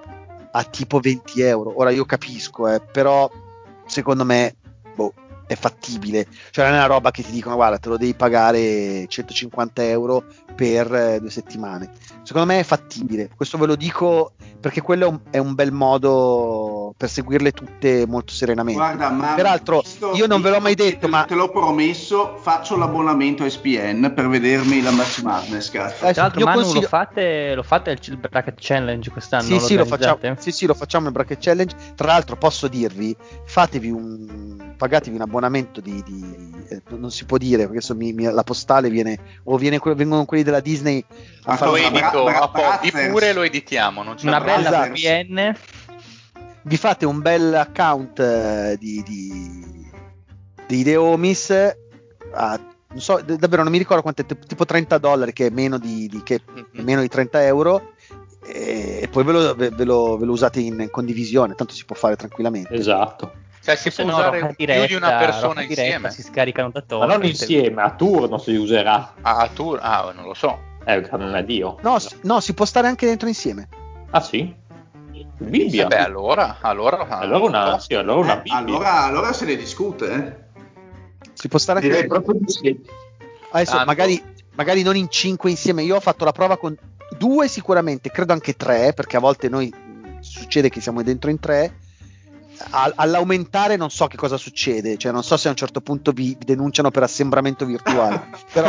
Speaker 6: a tipo venti euro. Ora io capisco, eh, però secondo me boh, è fattibile, cioè non è una roba che ti dicono guarda te lo devi pagare centocinquanta euro per eh, due settimane. Secondo me è fattibile, questo ve lo dico perché quello è un, è un bel modo per seguirle tutte molto serenamente.
Speaker 8: Guarda, ma
Speaker 6: peraltro
Speaker 8: visto,
Speaker 6: io non ve l'ho mai detto,
Speaker 8: te,
Speaker 6: ma
Speaker 8: te l'ho promesso, faccio l'abbonamento a E S P N per vedermi la March Madness, cazzo.
Speaker 5: Tra l'altro Manu
Speaker 6: consiglio...
Speaker 5: lo fate lo fate il Bracket Challenge quest'anno?
Speaker 6: Sì,
Speaker 5: lo
Speaker 6: sì, lo facciamo, sì, sì, lo facciamo il Bracket Challenge. Tra l'altro posso dirvi, fatevi un pagatevi un abbonamento di, di eh, non si può dire perché adesso mi, mi, la postale viene o viene, vengono quelli della Disney a
Speaker 3: ah,
Speaker 6: fare
Speaker 3: lo edito,
Speaker 8: bra-
Speaker 3: a po', di pure lo editiamo, non c'è
Speaker 5: una bella
Speaker 6: esatto.
Speaker 5: V P N.
Speaker 6: Vi fate un bel account eh, di, di, di The Homies a, non so, d- davvero non mi ricordo quanto è, tipo trenta dollari, che è meno di, di, che è meno di trenta euro, e, e poi ve lo, ve, ve, lo, ve lo usate in condivisione, tanto si può fare tranquillamente.
Speaker 4: Esatto.
Speaker 3: Cioè si
Speaker 5: Se
Speaker 3: può
Speaker 5: no,
Speaker 3: usare
Speaker 5: roca
Speaker 3: più
Speaker 5: diretta,
Speaker 3: di una persona
Speaker 5: roca diretta,
Speaker 3: insieme.
Speaker 5: si scaricano da
Speaker 4: Ma
Speaker 5: torrent.
Speaker 4: non insieme, a turno si userà.
Speaker 3: Ah, a tour? Ah, non lo so.
Speaker 4: Eh, non è Dio.
Speaker 6: No, s- no, si può stare anche dentro insieme.
Speaker 4: Ah sì? Bibbia.
Speaker 3: Eh beh, allora, allora,
Speaker 4: Allora una, sì, allora una
Speaker 8: Eh,
Speaker 4: Bibbia.
Speaker 8: allora, allora se ne discute, eh.
Speaker 6: Si può stare anche
Speaker 2: Direi proprio di sì.
Speaker 6: Adesso
Speaker 3: Tanto.
Speaker 6: magari, magari non in cinque insieme. Io ho fatto la prova con due sicuramente, credo anche tre, perché a volte noi mh, succede che siamo dentro in tre. Al- all'aumentare non so che cosa succede, cioè non so se a un certo punto vi denunciano per assembramento virtuale, però,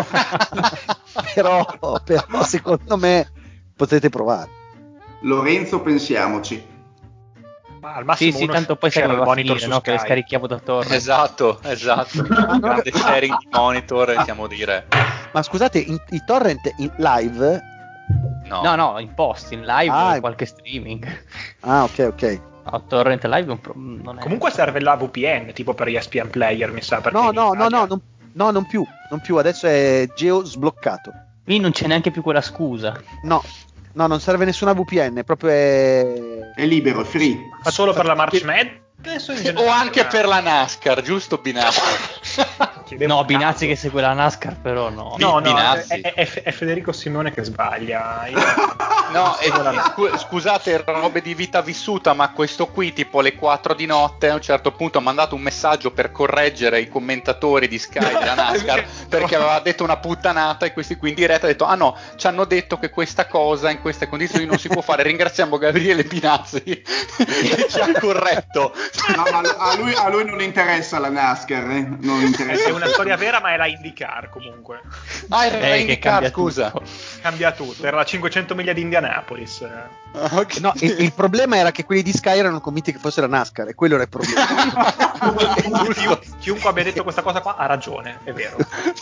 Speaker 6: però, però secondo me potete provare.
Speaker 8: Lorenzo, pensiamoci.
Speaker 7: Ma al
Speaker 5: Sì,
Speaker 7: massimo
Speaker 5: sì,
Speaker 7: uno
Speaker 5: tanto poi sai
Speaker 7: share
Speaker 5: come
Speaker 7: il
Speaker 5: va a
Speaker 7: monitor
Speaker 5: finire,
Speaker 7: su
Speaker 5: no? Che le
Speaker 7: Skype.
Speaker 5: scarichiamo da torrent.
Speaker 3: Esatto, esatto. Grande sharing di monitor, siamo dire.
Speaker 6: Ma scusate, in- i torrent in live?
Speaker 3: No,
Speaker 5: No, no, in post, in live,
Speaker 6: Ah,
Speaker 5: qualche streaming.
Speaker 6: Ah, ok, ok.
Speaker 5: No, torrent live è un pro- non è...
Speaker 7: Comunque serve la V P N, tipo per E S P N Player, mi sa. Perché
Speaker 6: No,
Speaker 7: in
Speaker 6: no, no,
Speaker 7: Italia-
Speaker 6: no, non, no, non più, non più, adesso è geo sbloccato.
Speaker 5: Qui non c'è neanche più quella scusa.
Speaker 6: No, no, non serve nessuna V P N, proprio è...
Speaker 8: È libero, è free.
Speaker 7: Ma solo per la March Madness o in
Speaker 3: o
Speaker 7: generale?
Speaker 3: anche per la NASCAR, giusto Binazzi?
Speaker 7: Chiedevo
Speaker 5: No,
Speaker 7: un
Speaker 5: Binazzi
Speaker 7: cazzo.
Speaker 5: che segue la NASCAR, però no.
Speaker 7: No, no,
Speaker 3: Binazzi.
Speaker 7: è, è- è Federico Simone che sbaglia. Io-
Speaker 3: No, e,
Speaker 7: seguo la-
Speaker 3: scu- scusate, robe di vita vissuta, ma questo qui, tipo alle quattro di notte, a un certo punto ha mandato un messaggio per correggere i commentatori di Sky della NASCAR perché aveva detto una puttanata e questi qui in diretta ha detto: ah no, ci hanno detto che questa cosa in queste condizioni non si può fare. Ringraziamo Gabriele Binazzi che ci ha corretto.
Speaker 8: No, ma a lui, a lui non interessa la NASCAR, eh? Non interessa.
Speaker 7: È una storia vera, ma è la IndyCar comunque.
Speaker 3: Ah, era
Speaker 5: Eh, che
Speaker 3: IndyCar,
Speaker 5: cambia
Speaker 3: scusa.
Speaker 5: tutto.
Speaker 7: Cambia tutto. Era la cinquecento miglia di Indianapolis.
Speaker 3: Ah, ok.
Speaker 6: No, il, il problema era che quelli di Sky erano convinti che fosse la NASCAR e quello era il problema.
Speaker 7: Chiun- chiunque abbia detto questa cosa qua ha ragione, è vero.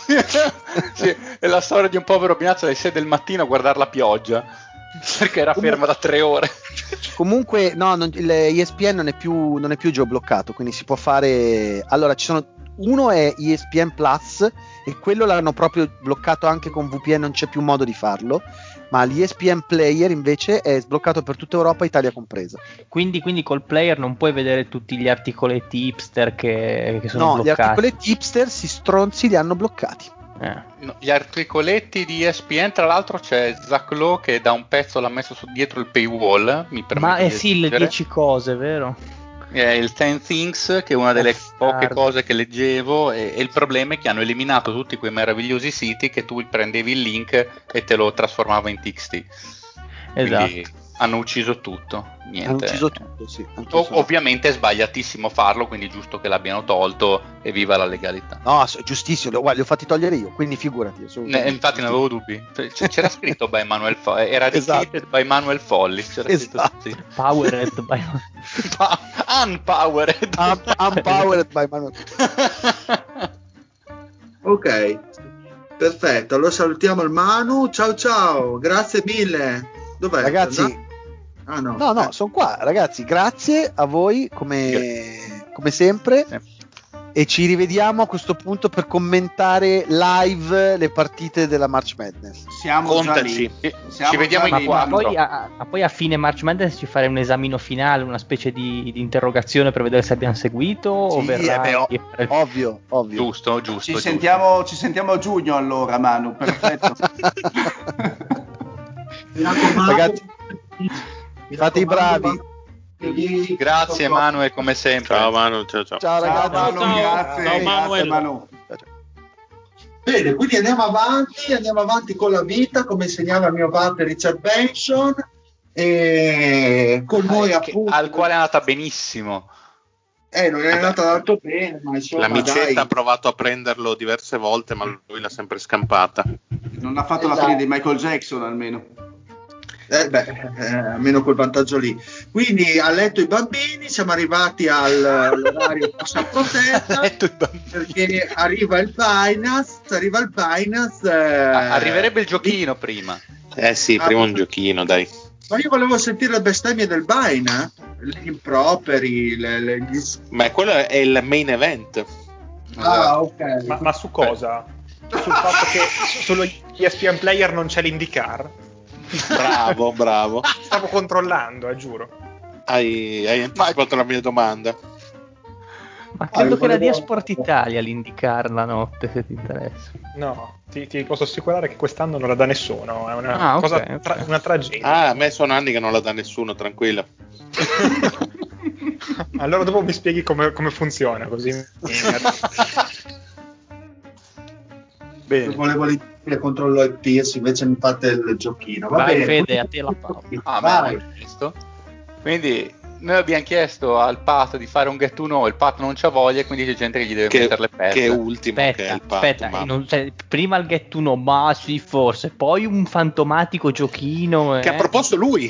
Speaker 3: Sì, è la storia di un povero Binazzi alle sei del mattino a guardare la pioggia perché era ferma da tre ore.
Speaker 6: Comunque, no, non, il E S P N non è più, non è più geobloccato, quindi si può fare... Allora, ci sono... Uno è E S P N Plus e quello l'hanno proprio bloccato anche con V P N, non c'è più modo di farlo, ma l'E S P N Player invece è sbloccato per tutta Europa, Italia compresa.
Speaker 5: Quindi, quindi col player non puoi vedere tutti gli articoletti hipster che, che sono
Speaker 6: No, gli
Speaker 5: bloccati.
Speaker 6: articoletti hipster si stronzi li hanno bloccati.
Speaker 5: Eh.
Speaker 3: No, gli articoletti di E S P N, tra l'altro c'è Zach Lowe che da un pezzo l'ha messo su- dietro il paywall, mi permette
Speaker 5: Ma
Speaker 3: di
Speaker 5: eh sì, le
Speaker 3: aggiungere.
Speaker 5: dieci cose, vero?
Speaker 3: È il ten Things, che è una delle poche
Speaker 5: Bastardo.
Speaker 3: cose che leggevo, e, e il problema è che hanno eliminato tutti quei meravigliosi siti che tu prendevi il link e te lo trasformava in T X T.
Speaker 5: Esatto.
Speaker 3: Quindi hanno uciso tutto. Niente.
Speaker 6: Hanno ucciso tutto, sì. anche
Speaker 3: O-
Speaker 6: sono-
Speaker 3: ovviamente è sbagliatissimo farlo, quindi è giusto che l'abbiano tolto e viva la legalità.
Speaker 6: No, ass- giustissimo, li ho- guarda, li ho fatti togliere io, quindi figurati.
Speaker 3: Ne-
Speaker 6: assolutamente.
Speaker 3: infatti non avevo dubbi. C- c'era scritto by Manuel Folli, era
Speaker 6: Esatto.
Speaker 3: dedicated by Manuel Folli. C'era
Speaker 6: Esatto.
Speaker 3: scritto così.
Speaker 5: Powered by...
Speaker 3: Pa- unpowered.
Speaker 6: Un- Unpowered by Manuel.
Speaker 2: Ok, perfetto. Allora salutiamo il Manu. Ciao ciao, grazie mille. Dov'è?
Speaker 6: Ragazzi,
Speaker 2: È andato? Ah no.
Speaker 6: no, no,
Speaker 2: Eh.
Speaker 6: sono qua, ragazzi. Grazie a voi come, come sempre.
Speaker 3: Sì.
Speaker 6: E ci rivediamo a questo punto per commentare live le partite della March Madness.
Speaker 8: Siamo
Speaker 10: Contaci.
Speaker 8: già lì. Siamo
Speaker 3: Ci vediamo
Speaker 8: già
Speaker 3: in
Speaker 8: lì,
Speaker 5: Ma
Speaker 3: quattro.
Speaker 5: poi, a, a- poi a fine March Madness ci farei un esamino finale, una specie di, di interrogazione per vedere se abbiamo seguito o
Speaker 6: Sì,
Speaker 5: verrà
Speaker 6: eh beh, o-
Speaker 5: di fare il-
Speaker 6: ovvio, ovvio.
Speaker 3: Giusto, giusto.
Speaker 8: Ci
Speaker 3: giusto.
Speaker 8: sentiamo, ci sentiamo a giugno allora, Manu, perfetto.
Speaker 2: Mi raccomando,
Speaker 6: Ragazzi,
Speaker 2: mi
Speaker 6: fate i
Speaker 2: raccomando,
Speaker 6: bravi.
Speaker 2: Manu,
Speaker 3: Grazie Manuel, come sempre.
Speaker 10: Ciao Manu, ciao ciao.
Speaker 6: Ciao
Speaker 8: Ciao
Speaker 6: ragazzi.
Speaker 8: Manu,
Speaker 4: Ciao,
Speaker 8: grazie,
Speaker 4: ciao,
Speaker 8: grazie
Speaker 4: Manuel.
Speaker 8: Manu.
Speaker 2: Bene, quindi andiamo avanti, andiamo avanti con la vita, come insegnava il mio padre Richard Benson, e con noi
Speaker 3: Eh, che-
Speaker 2: appunto...
Speaker 3: al quale è andata benissimo.
Speaker 2: Eh, non è andata tanto bene, ma insomma,
Speaker 10: L'amicetta
Speaker 2: dai.
Speaker 10: ha provato a prenderlo diverse volte, ma lui l'ha sempre scampata.
Speaker 8: Non ha fatto la
Speaker 2: Esatto.
Speaker 8: fine di Michael Jackson almeno.
Speaker 2: Eh beh, eh, almeno quel vantaggio lì. Quindi ha letto i bambini, siamo arrivati al- all'orario passa protetta,
Speaker 3: Letto i bambini.
Speaker 2: perché arriva il Binance, arriva il Binance. eh,
Speaker 3: Ah, arriverebbe il giochino prima.
Speaker 10: Eh sì,
Speaker 2: Ah,
Speaker 10: prima
Speaker 2: ma-
Speaker 10: un giochino, dai.
Speaker 2: Ma io volevo sentire le bestemmie del Binance, gli improperi, le, le- gli...
Speaker 10: Ma quello è il main event.
Speaker 2: Ah, ok.
Speaker 7: Ma, ma su cosa? Sul fatto che su- sullo E S P N Player non c'è l'IndyCar?
Speaker 10: Bravo, bravo.
Speaker 7: Stavo controllando, eh, giuro.
Speaker 10: Hai, hai anticipato la mia domanda.
Speaker 5: Ma credo
Speaker 2: io
Speaker 5: che la dia
Speaker 2: volevo-
Speaker 5: Sport Italia l'indicar la notte, se ti interessa.
Speaker 7: No, ti, ti posso assicurare che quest'anno non la dà nessuno, è una
Speaker 5: Ah, ok,
Speaker 7: cosa
Speaker 5: ok.
Speaker 7: tra- una tragedia.
Speaker 10: Ah, a me sono anni che non la dà nessuno, tranquilla.
Speaker 7: Allora dopo mi spieghi come, come funziona, così mi-
Speaker 2: Io volevo dire contro l'O P S, invece mi fate il giochino. Va
Speaker 5: Vai,
Speaker 2: bene.
Speaker 5: Fede, a te la palla.
Speaker 3: Ah,
Speaker 2: Vai.
Speaker 3: me l'hanno chiesto. Quindi noi abbiamo chiesto al Pat di fare un get to know, il Pat non c'ha voglia, quindi c'è gente che gli deve
Speaker 10: Che,
Speaker 3: mettere le pezze.
Speaker 10: che ultimo che è
Speaker 5: Aspetta,
Speaker 10: il patto,
Speaker 5: aspetta,
Speaker 10: ma-
Speaker 5: non- cioè, prima il get uno, ma sì, forse, poi un fantomatico giochino.
Speaker 10: che
Speaker 5: eh.
Speaker 10: ha proposto lui.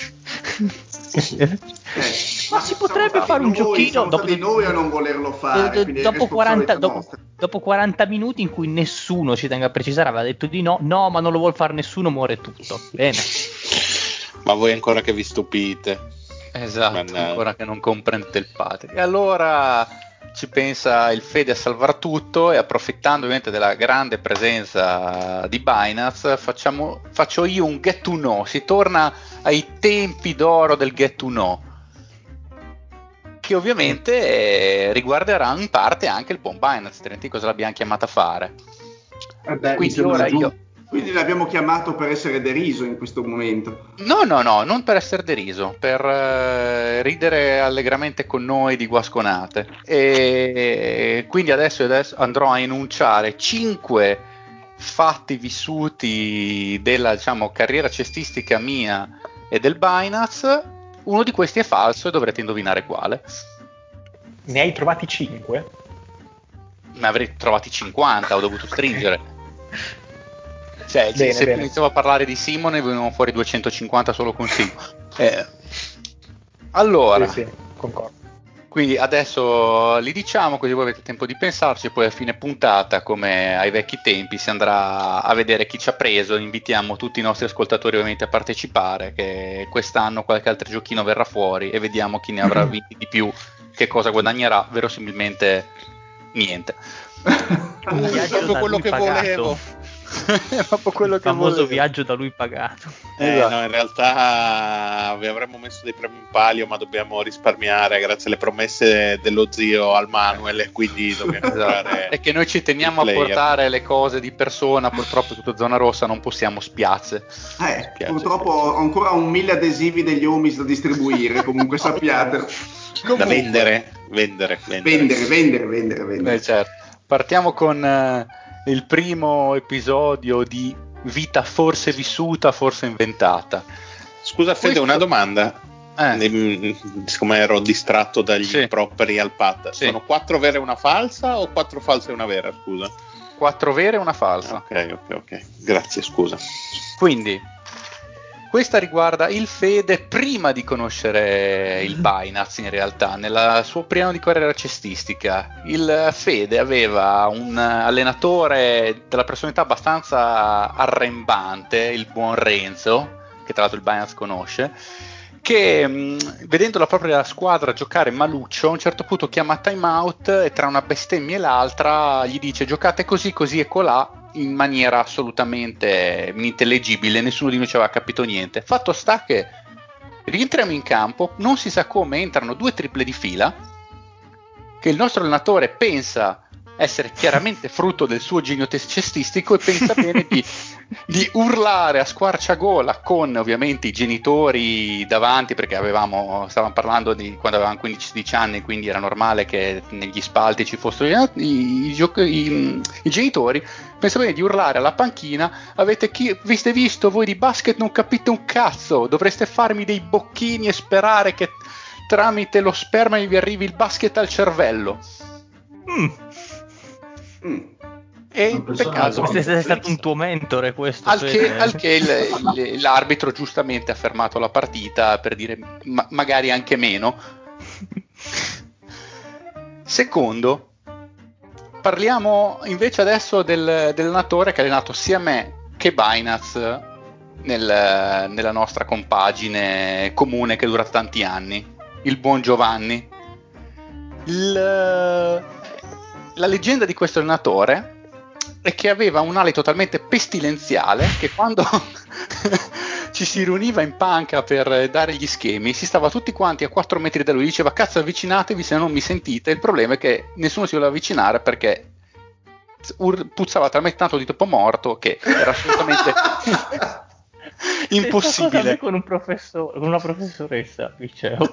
Speaker 8: Eh,
Speaker 5: Ma si
Speaker 8: siamo
Speaker 5: potrebbe
Speaker 8: stati
Speaker 5: fare un
Speaker 8: noi,
Speaker 5: giochino
Speaker 8: siamo
Speaker 5: dopo,
Speaker 8: stati noi a non volerlo fare,
Speaker 5: do-
Speaker 8: quindi è
Speaker 5: dopo, quaranta,
Speaker 8: responsabilità
Speaker 5: dopo,
Speaker 8: nostra.
Speaker 5: dopo quaranta minuti in cui nessuno, ci tenga a precisare, aveva detto di no, no, ma non lo vuol fare nessuno, muore tutto. Bene.
Speaker 10: Ma voi ancora che vi stupite.
Speaker 3: Esatto,
Speaker 10: Mannaggia.
Speaker 3: ancora che non comprendete il Pat. E allora ci pensa il Fede a salvar tutto e approfittando ovviamente della grande presenza di Binance facciamo, faccio io un get to know, si torna ai tempi d'oro del get to know, che ovviamente eh, riguarderà in parte anche il buon Binance, altrimenti cosa l'abbiamo chiamata a fare.
Speaker 2: Eh beh, mi
Speaker 3: Quindi
Speaker 2: sembra
Speaker 3: ora
Speaker 2: giusto.
Speaker 3: io
Speaker 8: Quindi l'abbiamo chiamato per essere deriso in questo momento.
Speaker 3: No, no, no, non per essere deriso, per eh, ridere allegramente con noi di guasconate. E quindi adesso, adesso andrò a enunciare cinque fatti vissuti della, diciamo, carriera cestistica mia e del Binance. Uno di questi è falso e dovrete indovinare quale.
Speaker 7: Ne hai trovati cinque?
Speaker 3: Ne avrei trovati cinquanta, ho dovuto stringere. Cioè,
Speaker 7: Bene,
Speaker 3: se
Speaker 7: bene.
Speaker 3: iniziamo a parlare di Simone venivano fuori duecentocinquanta solo con Simone. Eh, allora,
Speaker 7: Sì, sì, concordo.
Speaker 3: quindi adesso li diciamo così voi avete tempo di pensarci, poi a fine puntata, come ai vecchi tempi, si andrà a vedere chi ci ha preso. Invitiamo tutti i nostri ascoltatori ovviamente a partecipare, che quest'anno qualche altro giochino verrà fuori e vediamo chi ne avrà vinti di più, che cosa guadagnerà, verosimilmente niente.
Speaker 5: Un
Speaker 10: Uh,
Speaker 5: viaggio
Speaker 10: proprio
Speaker 5: da
Speaker 10: quello
Speaker 5: lui
Speaker 10: che
Speaker 5: pagato.
Speaker 10: volevo.
Speaker 3: È proprio quello
Speaker 5: Il
Speaker 3: che
Speaker 5: famoso
Speaker 3: volevo.
Speaker 5: viaggio da lui pagato.
Speaker 10: Eh,
Speaker 3: Esatto.
Speaker 10: no, in realtà vi avremmo messo dei premi in palio, ma dobbiamo risparmiare grazie alle promesse dello zio al Manuel, e quindi dobbiamo comprare.
Speaker 3: È che noi ci teniamo
Speaker 10: il
Speaker 3: a
Speaker 10: player.
Speaker 3: portare le cose di persona, purtroppo è tutto zona rossa, non possiamo, spiace.
Speaker 8: Eh,
Speaker 10: Spiace,
Speaker 8: purtroppo ho ancora un mille adesivi degli Omis da distribuire, comunque sappiate.
Speaker 10: Da vendere, vendere, vendere.
Speaker 8: Vendere, vendere, vendere, vendere.
Speaker 3: Eh, certo. Partiamo con eh, il primo episodio di vita forse vissuta, forse inventata.
Speaker 10: Scusa Fede,
Speaker 3: Questo-
Speaker 10: una domanda.
Speaker 3: Eh.
Speaker 10: Mm, Siccome ero distratto dagli
Speaker 3: Sì.
Speaker 10: improperi al pad,
Speaker 3: Sì.
Speaker 10: sono quattro vere e una falsa o quattro false e una vera? Scusa.
Speaker 3: Quattro vere e una falsa.
Speaker 10: Ok, ok, ok. Grazie, scusa.
Speaker 3: Quindi, questa riguarda il Fede prima di conoscere il Binance, in realtà, nel suo primo anno di carriera cestistica. Il Fede aveva un allenatore della personalità abbastanza arrembante, il buon Renzo, che tra l'altro il Binance conosce, che mh, vedendo la propria squadra giocare maluccio, a un certo punto chiama time out e tra una bestemmia e l'altra gli dice: giocate così, così e colà, in maniera assolutamente inintellegibile, nessuno di noi ci aveva capito niente. Fatto sta che rientriamo in campo, non si sa come entrano due triple di fila, che il nostro allenatore pensa essere chiaramente frutto del suo genio tes- cestistico e pensa bene di, di urlare a squarciagola con ovviamente i genitori davanti, perché avevamo, stavamo parlando di quando avevamo quindici sedici anni, quindi era normale che negli spalti ci fossero i, i, i, gioc- i, i genitori. Pensa bene di urlare alla panchina: avete chi- viste visto voi di basket, non capite un cazzo, dovreste farmi dei bocchini e sperare che tramite lo sperma vi arrivi il basket al cervello.
Speaker 5: Mm.
Speaker 8: Mm.
Speaker 3: E
Speaker 2: Una persona
Speaker 3: peccato.
Speaker 5: Questo è stato un tuo mentore, questo.
Speaker 3: Al che,
Speaker 5: Fede.
Speaker 3: al che il- il- l'arbitro giustamente ha fermato la partita per dire ma- magari anche meno. Secondo, parliamo invece adesso del, dell'allenatore che ha allenato sia me che Binance nel- nella nostra compagine comune che dura tanti anni, il buon Giovanni. Il- la leggenda di questo allenatore e che aveva un alito talmente pestilenziale che quando ci si riuniva in panca per dare gli schemi si stava tutti quanti a quattro metri da lui, diceva cazzo avvicinatevi se non mi sentite. Il problema è che nessuno si voleva avvicinare perché ur- puzzava talmente tanto di topo morto che era assolutamente impossibile.
Speaker 5: Con, un professor- con una professoressa al liceo.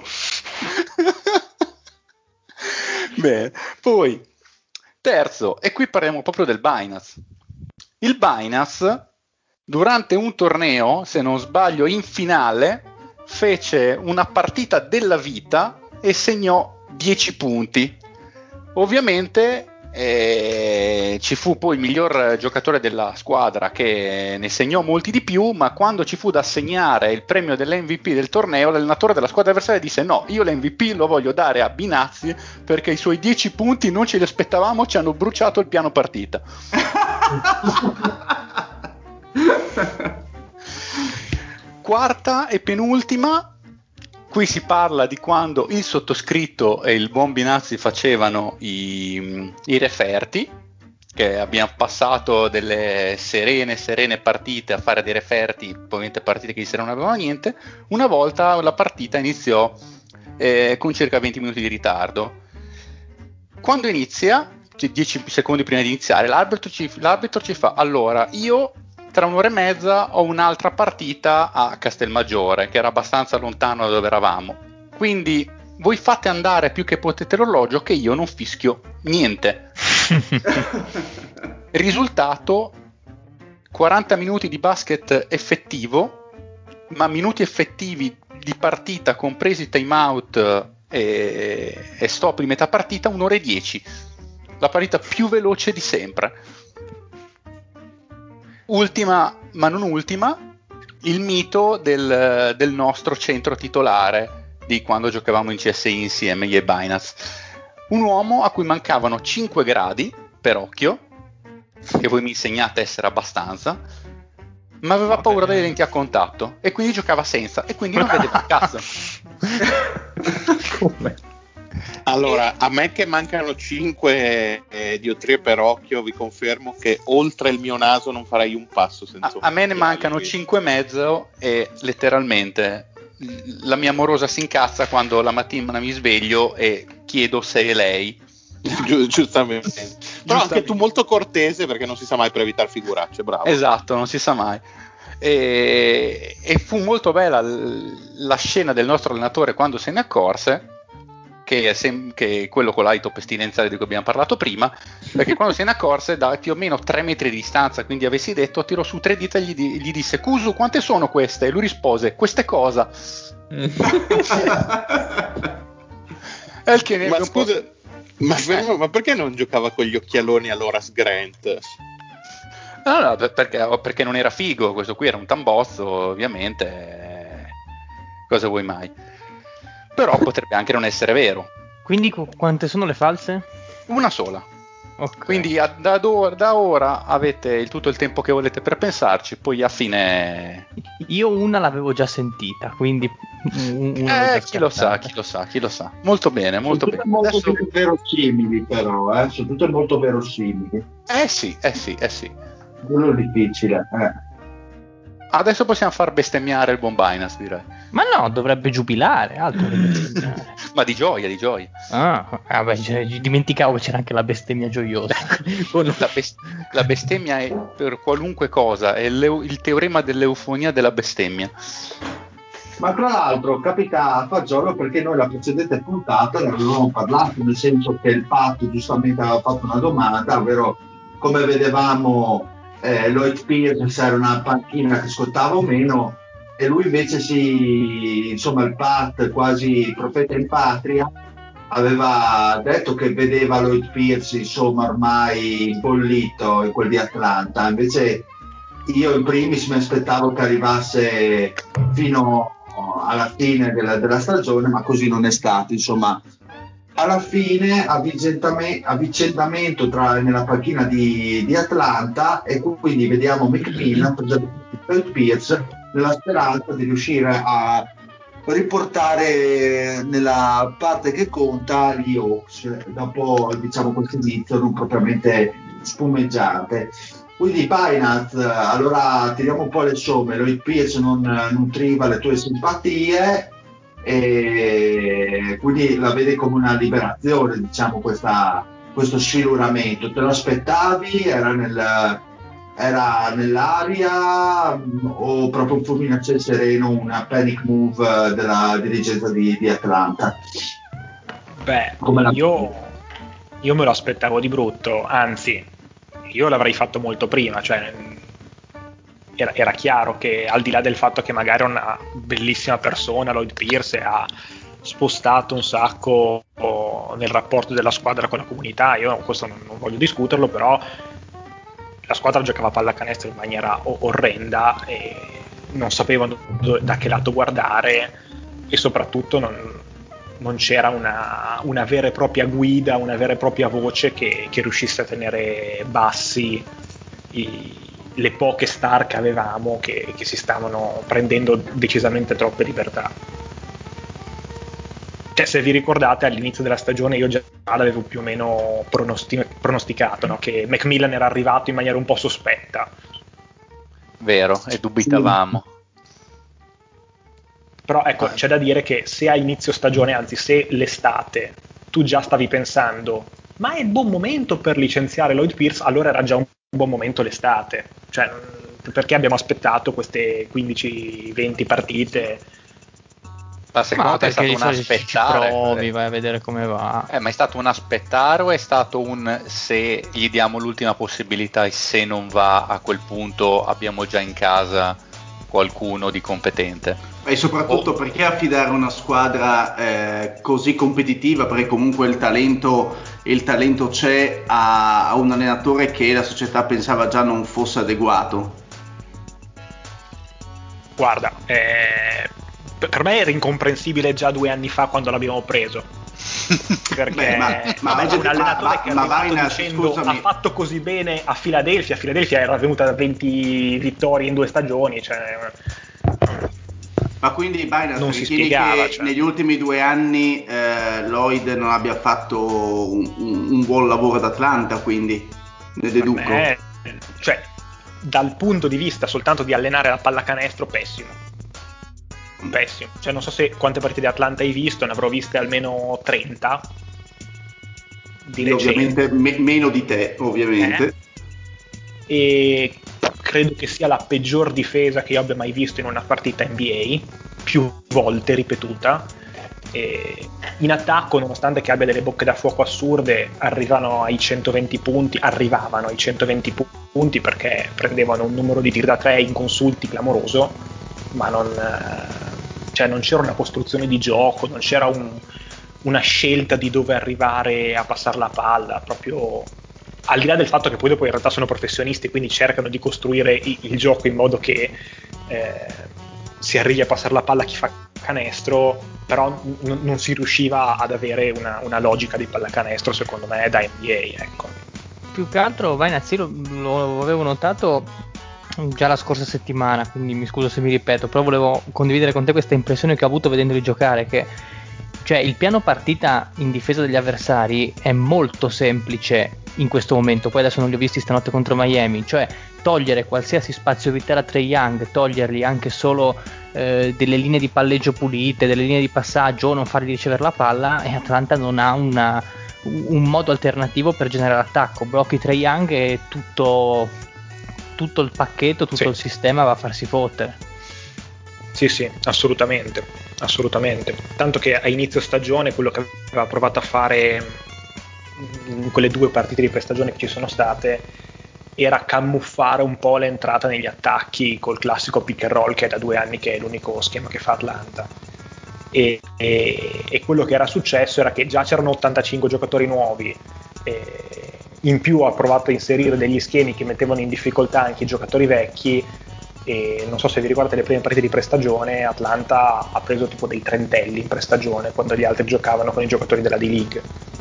Speaker 3: Bene, poi terzo, e qui parliamo proprio del Binance. Il Binance durante un torneo, se non sbaglio in finale, fece una partita della vita e segnò dieci punti. Ovviamente eh, ci fu poi il miglior giocatore della squadra che ne segnò molti di più, ma quando ci fu da assegnare il premio dell'M V P del torneo, l'allenatore della squadra avversaria disse no, io l'M V P lo voglio dare a Binazzi perché i suoi dieci punti non ce li aspettavamo, ci hanno bruciato il piano partita. Quarta e penultima, qui si parla di quando il sottoscritto e il buon Binazzi facevano i, i referti, che abbiamo passato delle serene serene partite a fare dei referti, probabilmente partite che di sera non avevano niente. Una volta la partita iniziò eh, con circa venti minuti di ritardo. Quando inizia, dieci secondi prima di iniziare, l'arbitro ci, l'arbitro ci fa allora, io tra un'ora e mezza ho un'altra partita a Castelmaggiore, che era abbastanza lontano da dove eravamo. Quindi voi fate andare più che potete l'orologio che io non fischio niente. Risultato: quaranta minuti di basket effettivo, ma minuti effettivi di partita compresi time out e, e stop in metà partita un'ora e dieci. La partita più veloce di sempre. Ultima, ma non ultima, il mito del, del nostro centro titolare di quando giocavamo in C S I insieme, io e Binance. Un uomo a cui mancavano cinque gradi per occhio, che voi mi insegnate essere abbastanza, ma aveva paura delle lenti a contatto e quindi giocava senza e quindi non vedeva un cazzo.
Speaker 10: Come? Allora, a me che mancano cinque eh, diottrie per occhio, vi confermo che oltre il mio naso non farei un passo senza.
Speaker 3: A, a me ne mancano cinque e mezzo e letteralmente la mia amorosa si incazza quando la mattina mi sveglio e chiedo se è lei.
Speaker 10: Gi- giustamente. Però giustamente. Anche tu molto cortese perché non si sa mai per evitare figuracce, bravo.
Speaker 3: Esatto, non si sa mai. E, e fu molto bella l- la scena del nostro allenatore quando se ne accorse che è, sem- che è quello con l'alito pestilenziale di cui abbiamo parlato prima, perché quando se ne accorse da più o meno tre metri di distanza, quindi avessi detto, tirò su tre dita e gli, di- gli disse Cusu, quante sono queste? E lui rispose queste cosa. È il che
Speaker 10: ma scusa ma, fermo, ma perché non giocava con gli occhialoni all'Horace Grant?
Speaker 3: No, no, perché, perché non era figo, questo qui era un tambozzo, ovviamente, cosa vuoi mai? Però potrebbe anche non essere vero.
Speaker 5: Quindi qu- quante sono le false?
Speaker 3: Una sola.
Speaker 5: Okay.
Speaker 3: Quindi a, da, do, da ora avete il, tutto il tempo che volete per pensarci, poi a fine...
Speaker 5: Io una l'avevo già sentita, quindi... Una
Speaker 3: eh, chi lo sa, chi lo sa, chi lo sa. Molto bene, molto
Speaker 2: sono
Speaker 3: bene.
Speaker 2: Molto
Speaker 3: Adesso...
Speaker 2: verosimili però, eh? Sono tutte molto verosimili.
Speaker 3: Eh sì, eh sì, eh sì.
Speaker 2: Quello è difficile, eh.
Speaker 3: Adesso possiamo far bestemmiare il buon Binance, direi.
Speaker 5: Ma no, dovrebbe giubilare, altro che bestemmiare.
Speaker 3: Ma di gioia, di gioia.
Speaker 5: Ah, vabbè, cioè, dimenticavo che c'era anche la bestemmia gioiosa.
Speaker 3: la, best- la bestemmia è per qualunque cosa, è il teorema dell'eufonia della bestemmia.
Speaker 2: Ma tra l'altro capita a fagiolo perché noi la precedente puntata ne avevamo parlato, nel senso che il Patto giustamente aveva fatto una domanda, ovvero come vedevamo eh, Lloyd Pierce se era una panchina che scottava o meno, e lui invece si, insomma il Pat quasi profeta in patria aveva detto che vedeva Lloyd Pierce insomma ormai bollito in quel di Atlanta. Invece io in primis mi aspettavo che arrivasse fino alla fine della, della stagione, ma così non è stato. Insomma, alla fine avvicendamento tra, nella panchina di, di Atlanta, e quindi vediamo McMillan per Pierce nella speranza di riuscire a riportare nella parte che conta gli Hawks dopo, diciamo, questo inizio non propriamente spumeggiante. Quindi Binance, allora tiriamo un po' le somme, Lloyd Pierce non nutriva le tue simpatie e quindi la vedi come una liberazione, diciamo, questa, questo sfiluramento. Te lo aspettavi? Era, nel, era nell'aria o proprio un fulmine a ciel sereno, una panic move della dirigenza di, di Atlanta?
Speaker 7: Beh,
Speaker 2: Come la...
Speaker 7: io, io me lo aspettavo di brutto, anzi io l'avrei fatto molto prima, cioè era, era chiaro che al di là del fatto che magari una bellissima persona, Lloyd Pierce, ha spostato un sacco nel rapporto della squadra con la comunità, io questo non, non voglio discuterlo, però la squadra giocava a pallacanestro in maniera orrenda e non sapevano da che lato guardare e soprattutto non, non c'era una, una vera e propria guida, una vera e propria voce che, che riuscisse a tenere bassi i, le poche star che avevamo, che, che si stavano prendendo decisamente troppe libertà. Cioè, se vi ricordate, all'inizio della stagione io già l'avevo più o meno pronosti- pronosticato, no? Che Macmillan era arrivato in maniera un po' sospetta.
Speaker 3: Vero, e dubitavamo.
Speaker 7: Però ecco, c'è da dire che se a inizio stagione, anzi se l'estate, tu già stavi pensando ma è il buon momento per licenziare Lloyd Pierce, allora era già un buon momento l'estate. Cioè, perché abbiamo aspettato queste quindici venti partite?
Speaker 3: Ma secondo
Speaker 5: ma
Speaker 3: te è stato un aspettare?
Speaker 5: Provi, vai a vedere come va.
Speaker 3: Eh, ma è stato un aspettare o è stato un se gli diamo l'ultima possibilità e se non va a quel punto abbiamo già in casa qualcuno di competente?
Speaker 8: E soprattutto oh. perché affidare una squadra eh, così competitiva, perché comunque il talento, il talento c'è, a, a un allenatore che la società pensava già non fosse adeguato?
Speaker 7: Guarda, eh, per me era incomprensibile già due anni fa quando l'abbiamo preso. Perché
Speaker 8: Beh, ma, ma
Speaker 7: vabbè, un allenatore
Speaker 8: ma,
Speaker 7: che è
Speaker 8: ma
Speaker 7: arrivato
Speaker 8: Vaina,
Speaker 7: dicendo
Speaker 8: scusami.
Speaker 7: ha fatto così bene a Philadelphia, Philadelphia era venuta da venti vittorie in due stagioni, cioè
Speaker 8: ma quindi Binance
Speaker 7: non si
Speaker 8: ritieni
Speaker 7: spiegava,
Speaker 8: che
Speaker 7: cioè.
Speaker 8: negli ultimi due anni eh, Lloyd non abbia fatto un, un, un buon lavoro ad Atlanta, quindi ne deduco?
Speaker 7: Me, cioè dal punto di vista soltanto di allenare la pallacanestro, pessimo pessimo, cioè non so se quante partite di Atlanta hai visto, ne avrò viste almeno trenta di
Speaker 8: ovviamente me- meno di te ovviamente
Speaker 7: eh? E credo che sia la peggior difesa che io abbia mai visto in una partita N B A, più volte ripetuta. E in attacco, nonostante che abbia delle bocche da fuoco assurde, arrivano ai centoventi punti, arrivavano ai centoventi punti perché prendevano un numero di tir da tre inconsulti clamoroso, ma non, cioè non c'era una costruzione di gioco, non c'era un, una scelta di dove arrivare a passare la palla, proprio al di là del fatto che poi dopo in realtà sono professionisti, quindi cercano di costruire il, il gioco in modo che eh, si arrivi a passare la palla a chi fa canestro, però n- non si riusciva ad avere una, una logica di pallacanestro secondo me da N B A, ecco.
Speaker 5: Più che altro Vainazzi lo, lo avevo notato già la scorsa settimana, quindi mi scuso se mi ripeto, però volevo condividere con te questa impressione che ho avuto vedendoli giocare, che cioè il piano partita in difesa degli avversari è molto semplice in questo momento. Poi adesso non li ho visti stanotte contro Miami, cioè togliere qualsiasi spazio vitale a Trae Young, togliergli anche solo eh, delle linee di palleggio pulite, delle linee di passaggio, o non fargli ricevere la palla, e Atlanta non ha una, un modo alternativo per generare attacco. Blocchi Trae Young e tutto, tutto il pacchetto, tutto sì. il sistema va a farsi fottere.
Speaker 7: Sì, sì, assolutamente, assolutamente. Tanto che a inizio stagione quello che aveva provato a fare in quelle due partite di prestagione che ci sono state era camuffare un po' l'entrata negli attacchi col classico pick and roll, che è da due anni che è l'unico schema che fa Atlanta. E, e, e quello che era successo era che già c'erano ottantacinque giocatori nuovi, e in più ha provato a inserire degli schemi che mettevano in difficoltà anche i giocatori vecchi. E non so se vi ricordate le prime partite di prestagione, Atlanta ha preso tipo dei trentelli in prestagione quando gli altri giocavano con i giocatori della D-League,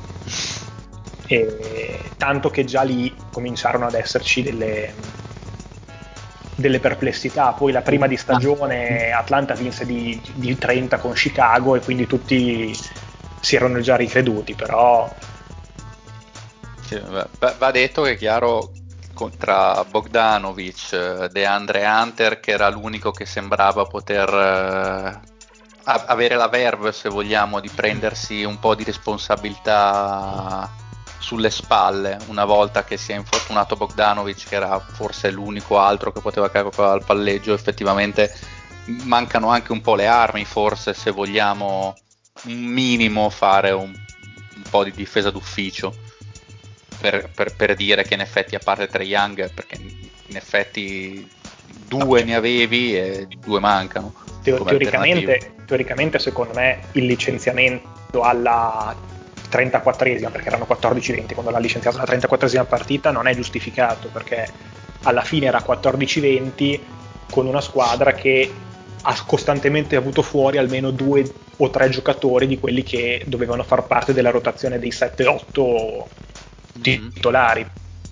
Speaker 7: e tanto che già lì cominciarono ad esserci delle, delle perplessità. Poi la prima di stagione Atlanta vinse di, di trenta con Chicago e quindi tutti si erano già ricreduti, però
Speaker 3: sì, va, va detto che è chiaro, tra Bogdanovic, DeAndre Hunter, che era l'unico che sembrava poter eh, avere la verve, se vogliamo, di prendersi un po' di responsabilità sulle spalle, una volta che si è infortunato Bogdanovic, che era forse l'unico altro che poteva calcolare al palleggio. Effettivamente mancano anche un po' le armi, forse, se vogliamo un minimo fare un, un po' di difesa d'ufficio, per, per, per dire che in effetti, a parte Trae Young, perché in effetti due ne avevi e due mancano.
Speaker 7: Teo- teoricamente, teoricamente secondo me il licenziamento alla trentaquattresima, perché erano quattordici venti quando l'ha licenziato, la trentaquattresima partita non è giustificato, perché alla fine era quattordici venti con una squadra che ha costantemente avuto fuori almeno due o tre giocatori di quelli che dovevano far parte della rotazione dei sette otto titolari.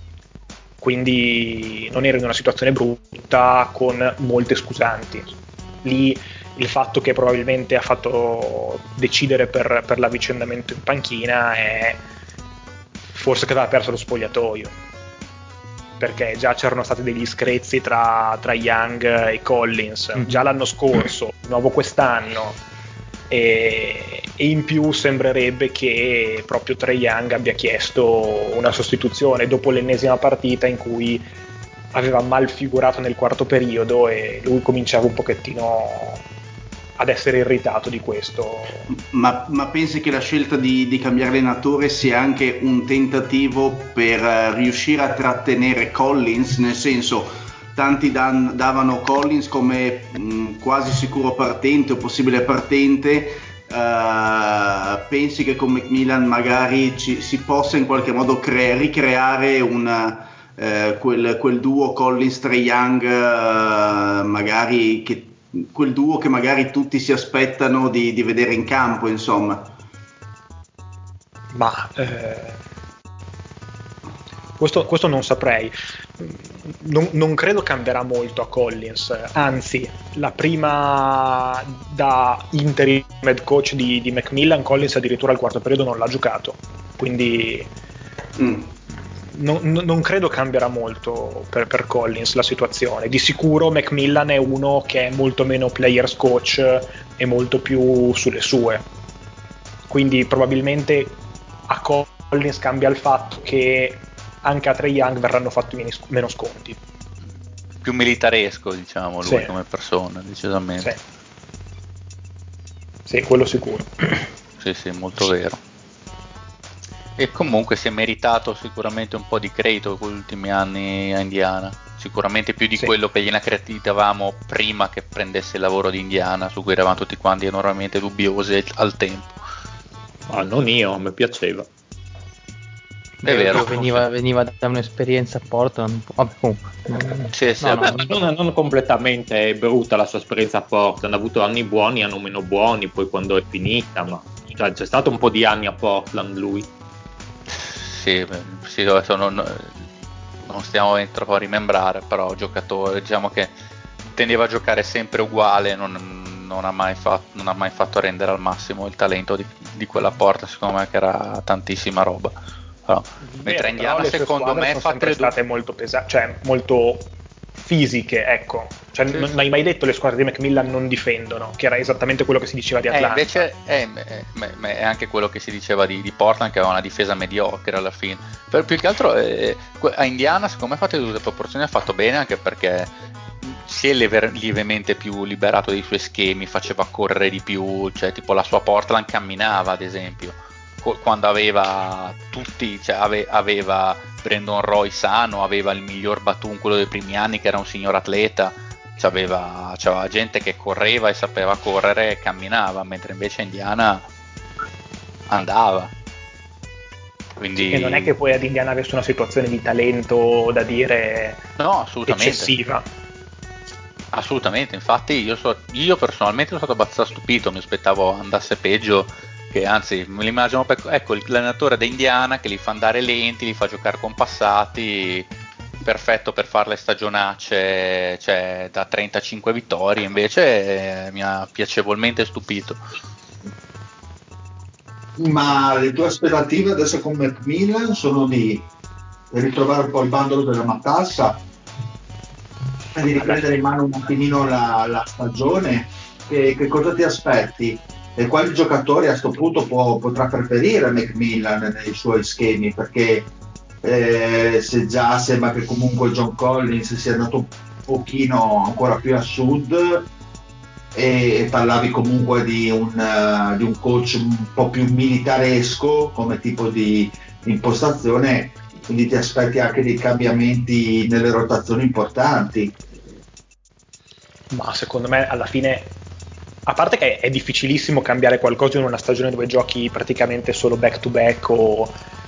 Speaker 7: Quindi non era in una situazione brutta con molte scusanti. Lì il fatto che probabilmente ha fatto decidere per, per l'avvicendamento in panchina è forse che aveva perso lo spogliatoio, perché già c'erano stati degli screzi tra, tra Young e Collins mm-hmm. già l'anno scorso, di nuovo quest'anno, e, e in più sembrerebbe che proprio Trae Young abbia chiesto una sostituzione dopo l'ennesima partita in cui aveva mal figurato nel quarto periodo e lui cominciava un pochettino ad essere irritato di questo.
Speaker 8: Ma, ma pensi che la scelta di, di cambiare allenatore sia anche un tentativo per uh, riuscire a trattenere Collins? Nel senso, tanti dan, davano Collins come mh, quasi sicuro partente o possibile partente. Uh, pensi che con McMillan magari ci, si possa in qualche modo cre- ricreare una, uh, quel, quel duo Collins-Trae Young, uh, magari che quel duo che magari tutti si aspettano di, di vedere in campo, insomma?
Speaker 7: Ma eh, questo, questo non saprei. Non, non credo cambierà molto a Collins, anzi la prima da interim head coach di, di McMillan, Collins addirittura al quarto periodo non l'ha giocato, quindi mm. Non, non credo cambierà molto per, per Collins la situazione. Di sicuro McMillan è uno che è molto meno players coach e molto più sulle sue, quindi probabilmente a Collins cambia il fatto che anche a Trae Young verranno fatti meno sconti,
Speaker 3: più militaresco, diciamo, lui sì. Come persona, decisamente
Speaker 7: sì. Sì, quello sicuro.
Speaker 3: Sì, sì, molto vero. E comunque si è meritato sicuramente un po' di credito negli ultimi anni a Indiana, sicuramente più di sì. quello che gliene accreditavamo prima che prendesse il lavoro di Indiana, su cui eravamo tutti quanti enormemente dubbiosi al tempo.
Speaker 4: Ma non io, a me piaceva.
Speaker 3: È vero,
Speaker 5: veniva, veniva da un'esperienza a Portland. Vabbè, comunque.
Speaker 4: Sì, sì, no, vabbè, no. Non, non completamente brutta la sua esperienza a Portland, ha avuto anni buoni, anni meno buoni, poi quando è finita, ma cioè, c'è stato un po' di anni a Portland lui.
Speaker 3: Sì, sì, adesso non, non stiamo troppo a rimembrare, però giocatore, diciamo che tendeva a giocare sempre uguale, non, non, ha, mai fatto, non ha mai fatto rendere al massimo il talento di, di quella porta, secondo me, che era tantissima roba. Però,
Speaker 7: Beh,
Speaker 3: mentre Indiana secondo me
Speaker 7: sono sempre state molto pesanti, cioè molto fisiche, ecco. Cioè, sì, non, sì. non hai mai detto le squadre di McMillan non difendono, che era esattamente quello che si diceva di Atlanta.
Speaker 3: Eh, invece è, è, è anche quello che si diceva di, di Portland, che aveva una difesa mediocre alla fine. Per, più che altro eh, a Indiana, secondo me, fate tutte le proporzioni, ha fatto bene, anche perché si è lever, lievemente più liberato dei suoi schemi, faceva correre di più, cioè tipo la sua Portland camminava, ad esempio, quando aveva tutti, cioè ave, aveva Brandon Roy sano, aveva il miglior Batum, quello dei primi anni, che era un signor atleta, c'aveva, c'aveva gente che correva e sapeva correre e camminava, mentre invece Indiana andava. Quindi...
Speaker 7: E non è che poi ad Indiana avesse una situazione di talento da dire
Speaker 3: no, assolutamente.
Speaker 7: eccessiva.
Speaker 3: Assolutamente, infatti io, so, io personalmente sono stato abbastanza stupito, mi aspettavo andasse peggio, che anzi me l'immagino per, ecco l'allenatore da Indiana che li fa andare lenti, li fa giocare compassati, perfetto per fare le stagionacce, cioè da trentacinque vittorie, invece eh, mi ha piacevolmente stupito.
Speaker 2: Ma le tue aspettative adesso con Macmillan sono di ritrovare un po' il bandolo della matassa e di riprendere in mano un attimino la, la stagione? Che, che cosa ti aspetti? E quali giocatori a questo punto può, potrà preferire Macmillan nei suoi schemi? Perché eh, se già sembra che comunque John Collins sia andato un pochino ancora più a sud, e parlavi comunque di un, uh, di un coach un po' più militaresco come tipo di impostazione, quindi ti aspetti anche dei cambiamenti nelle rotazioni importanti.
Speaker 7: Ma secondo me alla fine, a parte che è difficilissimo cambiare qualcosa in una stagione dove giochi praticamente solo back to back o,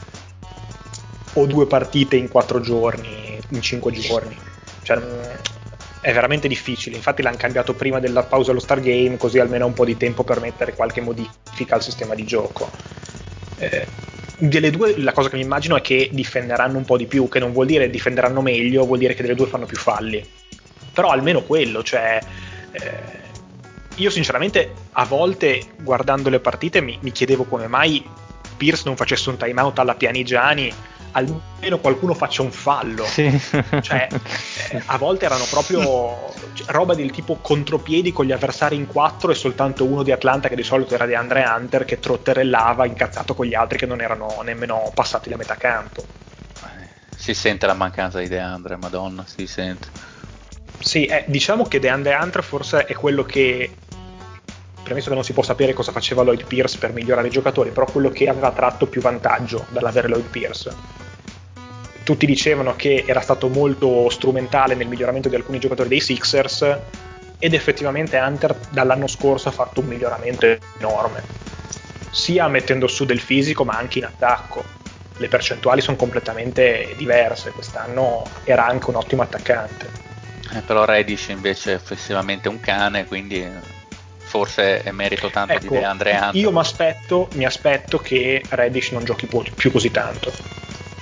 Speaker 7: o due partite in quattro giorni, in cinque giorni, cioè è veramente difficile. Infatti l'hanno cambiato prima della pausa allo Star Game, così almeno ha un po' di tempo per mettere qualche modifica al sistema di gioco. Eh, delle due la cosa che mi immagino è che difenderanno un po' di più, che non vuol dire difenderanno meglio, vuol dire che delle due fanno più falli. Però almeno quello, cioè eh, io sinceramente a volte guardando le partite mi, mi chiedevo come mai Pierce non facesse un timeout alla Pianigiani, almeno qualcuno faccia un fallo.
Speaker 5: Sì.
Speaker 7: Cioè eh, a volte erano proprio roba del tipo contropiedi con gli avversari in quattro e soltanto uno di Atlanta, che di solito era di Andre Hunter, che trotterellava incazzato con gli altri che non erano nemmeno passati la metà campo.
Speaker 3: Si sente la mancanza di DeAndre, madonna, si sente.
Speaker 7: Sì, eh, diciamo che DeAndre Hunter forse è quello che, premesso che non si può sapere cosa faceva Lloyd Pierce per migliorare i giocatori, però quello che aveva tratto più vantaggio dall'avere Lloyd Pierce. Tutti dicevano che era stato molto strumentale nel miglioramento di alcuni giocatori dei Sixers, ed effettivamente Hunter dall'anno scorso ha fatto un miglioramento enorme, sia mettendo su del fisico ma anche in attacco. Le percentuali sono completamente diverse, quest'anno era anche un ottimo attaccante.
Speaker 3: Eh, però Reddish invece è effettivamente un cane, quindi forse è merito tanto
Speaker 7: ecco,
Speaker 3: di DeAndre Hunter.
Speaker 7: Io mi aspetto, mi aspetto che Reddish non giochi più così tanto.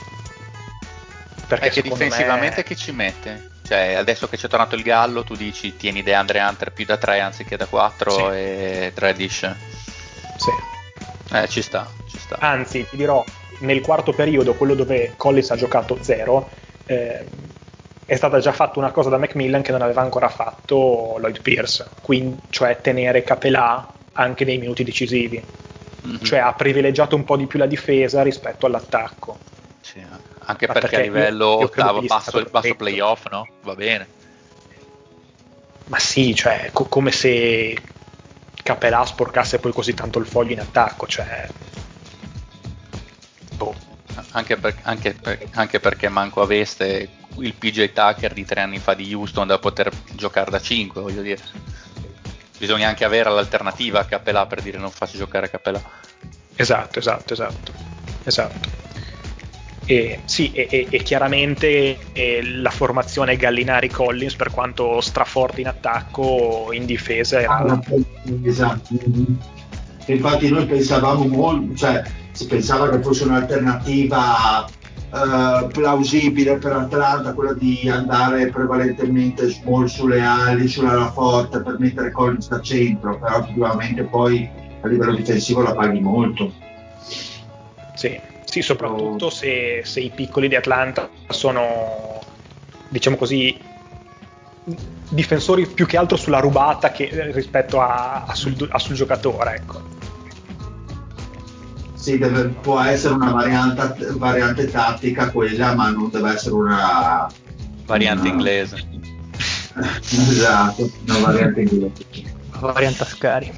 Speaker 7: Perché
Speaker 3: è che difensivamente
Speaker 7: me...
Speaker 3: chi ci mette? Cioè adesso che c'è tornato il Gallo tu dici tieni DeAndre Hunter più da tre anziché da quattro, sì. E Reddish
Speaker 7: sì.
Speaker 3: Eh, ci sta, ci sta.
Speaker 7: Anzi, ti dirò, nel quarto periodo, quello dove Collins ha giocato zero, eh, è stata già fatta una cosa da Macmillan che non aveva ancora fatto Lloyd Pierce, quindi, cioè tenere Capelà anche nei minuti decisivi. Mm-hmm. Cioè ha privilegiato un po' di più la difesa rispetto all'attacco.
Speaker 3: Sì, anche perché,
Speaker 7: perché
Speaker 3: a livello
Speaker 7: io, io
Speaker 3: ottavo, basso, basso playoff, no? Va bene.
Speaker 7: Ma sì, cioè co- come se Capelà sporcasse poi così tanto il foglio in attacco, cioè
Speaker 3: boh. Anche, per, anche, per, anche perché manco aveste il P J Tucker di tre anni fa di Houston da poter giocare da cinque, voglio dire. Bisogna anche avere l'alternativa a Capelà per dire non faccio giocare a Capelà.
Speaker 7: Esatto, esatto, esatto, esatto. E, sì, e, e, e chiaramente e la formazione Gallinari-Collins, per quanto straforte in attacco, in difesa era...
Speaker 2: Ah, esatto. Infatti noi pensavamo molto, cioè si pensava che fosse un'alternativa eh, plausibile per Atlanta, quella di andare prevalentemente small sulle ali, sull'ala forte per mettere Collins da centro, però effettivamente poi a livello difensivo la paghi molto.
Speaker 7: Sì. Sì, soprattutto se, se i piccoli di Atlanta sono, diciamo così, difensori più che altro sulla rubata che rispetto a, a, sul, a sul giocatore, ecco.
Speaker 2: Sì, deve, può essere una variante, variante tattica quella, ma non deve essere una
Speaker 3: variante
Speaker 2: una...
Speaker 3: inglese.
Speaker 2: Esatto, una variante inglese.
Speaker 5: Una variante Ascari.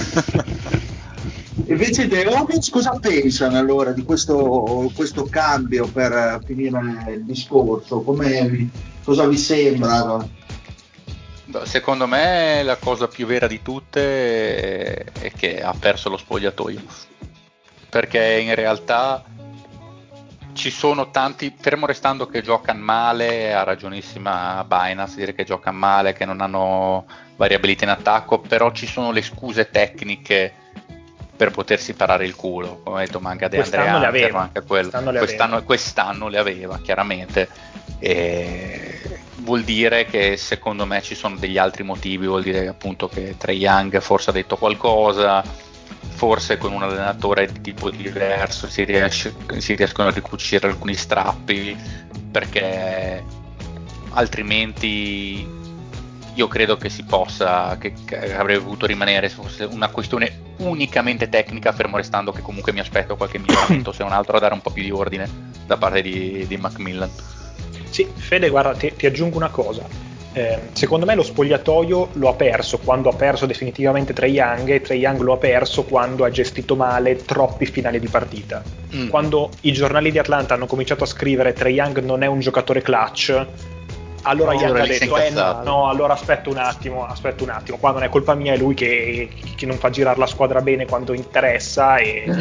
Speaker 2: Invece De Omic cosa pensano allora di questo, questo cambio, per finire il discorso? Come, cosa vi sembra?
Speaker 3: Secondo me la cosa più vera di tutte è che ha perso lo spogliatoio, perché in realtà ci sono tanti, fermo restando che giocano male, ha ragionissima Binance dire che giocano male, che non hanno variabilità in attacco, però ci sono le scuse tecniche per potersi parare il culo, come ha detto manca De Andre Hunter, manca quello.
Speaker 7: Quest'anno le,
Speaker 3: quest'anno, quest'anno le aveva chiaramente, e vuol dire che secondo me ci sono degli altri motivi, vuol dire appunto che Trae Young forse ha detto qualcosa, forse con un allenatore di tipo diverso si, riesce, si riescono a ricucire alcuni strappi, perché altrimenti io credo che si possa, che, che avrebbe voluto rimanere se fosse una questione unicamente tecnica, fermo restando che comunque mi aspetto qualche miglioramento, se non altro a dare un po' più di ordine da parte di, di Macmillan.
Speaker 7: Sì, Fede, guarda, ti, ti aggiungo una cosa. Eh, secondo me lo spogliatoio lo ha perso quando ha perso definitivamente Trae Young, e Trae Young lo ha perso quando ha gestito male troppi finali di partita. Mm. Quando i giornali di Atlanta hanno cominciato a scrivere Trae Young non è un giocatore clutch, allora Young ha detto eh, no, no, allora aspetta un attimo, aspetta un attimo, qua non è colpa mia, è lui che, che non fa girare la squadra bene quando interessa, e,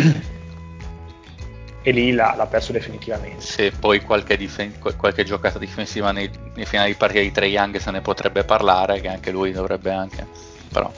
Speaker 7: e lì l'ha, l'ha perso definitivamente.
Speaker 3: Se poi qualche, difen- qualche giocata difensiva nei, nei finali di partita di Trae Young se ne potrebbe parlare, che anche lui dovrebbe anche, però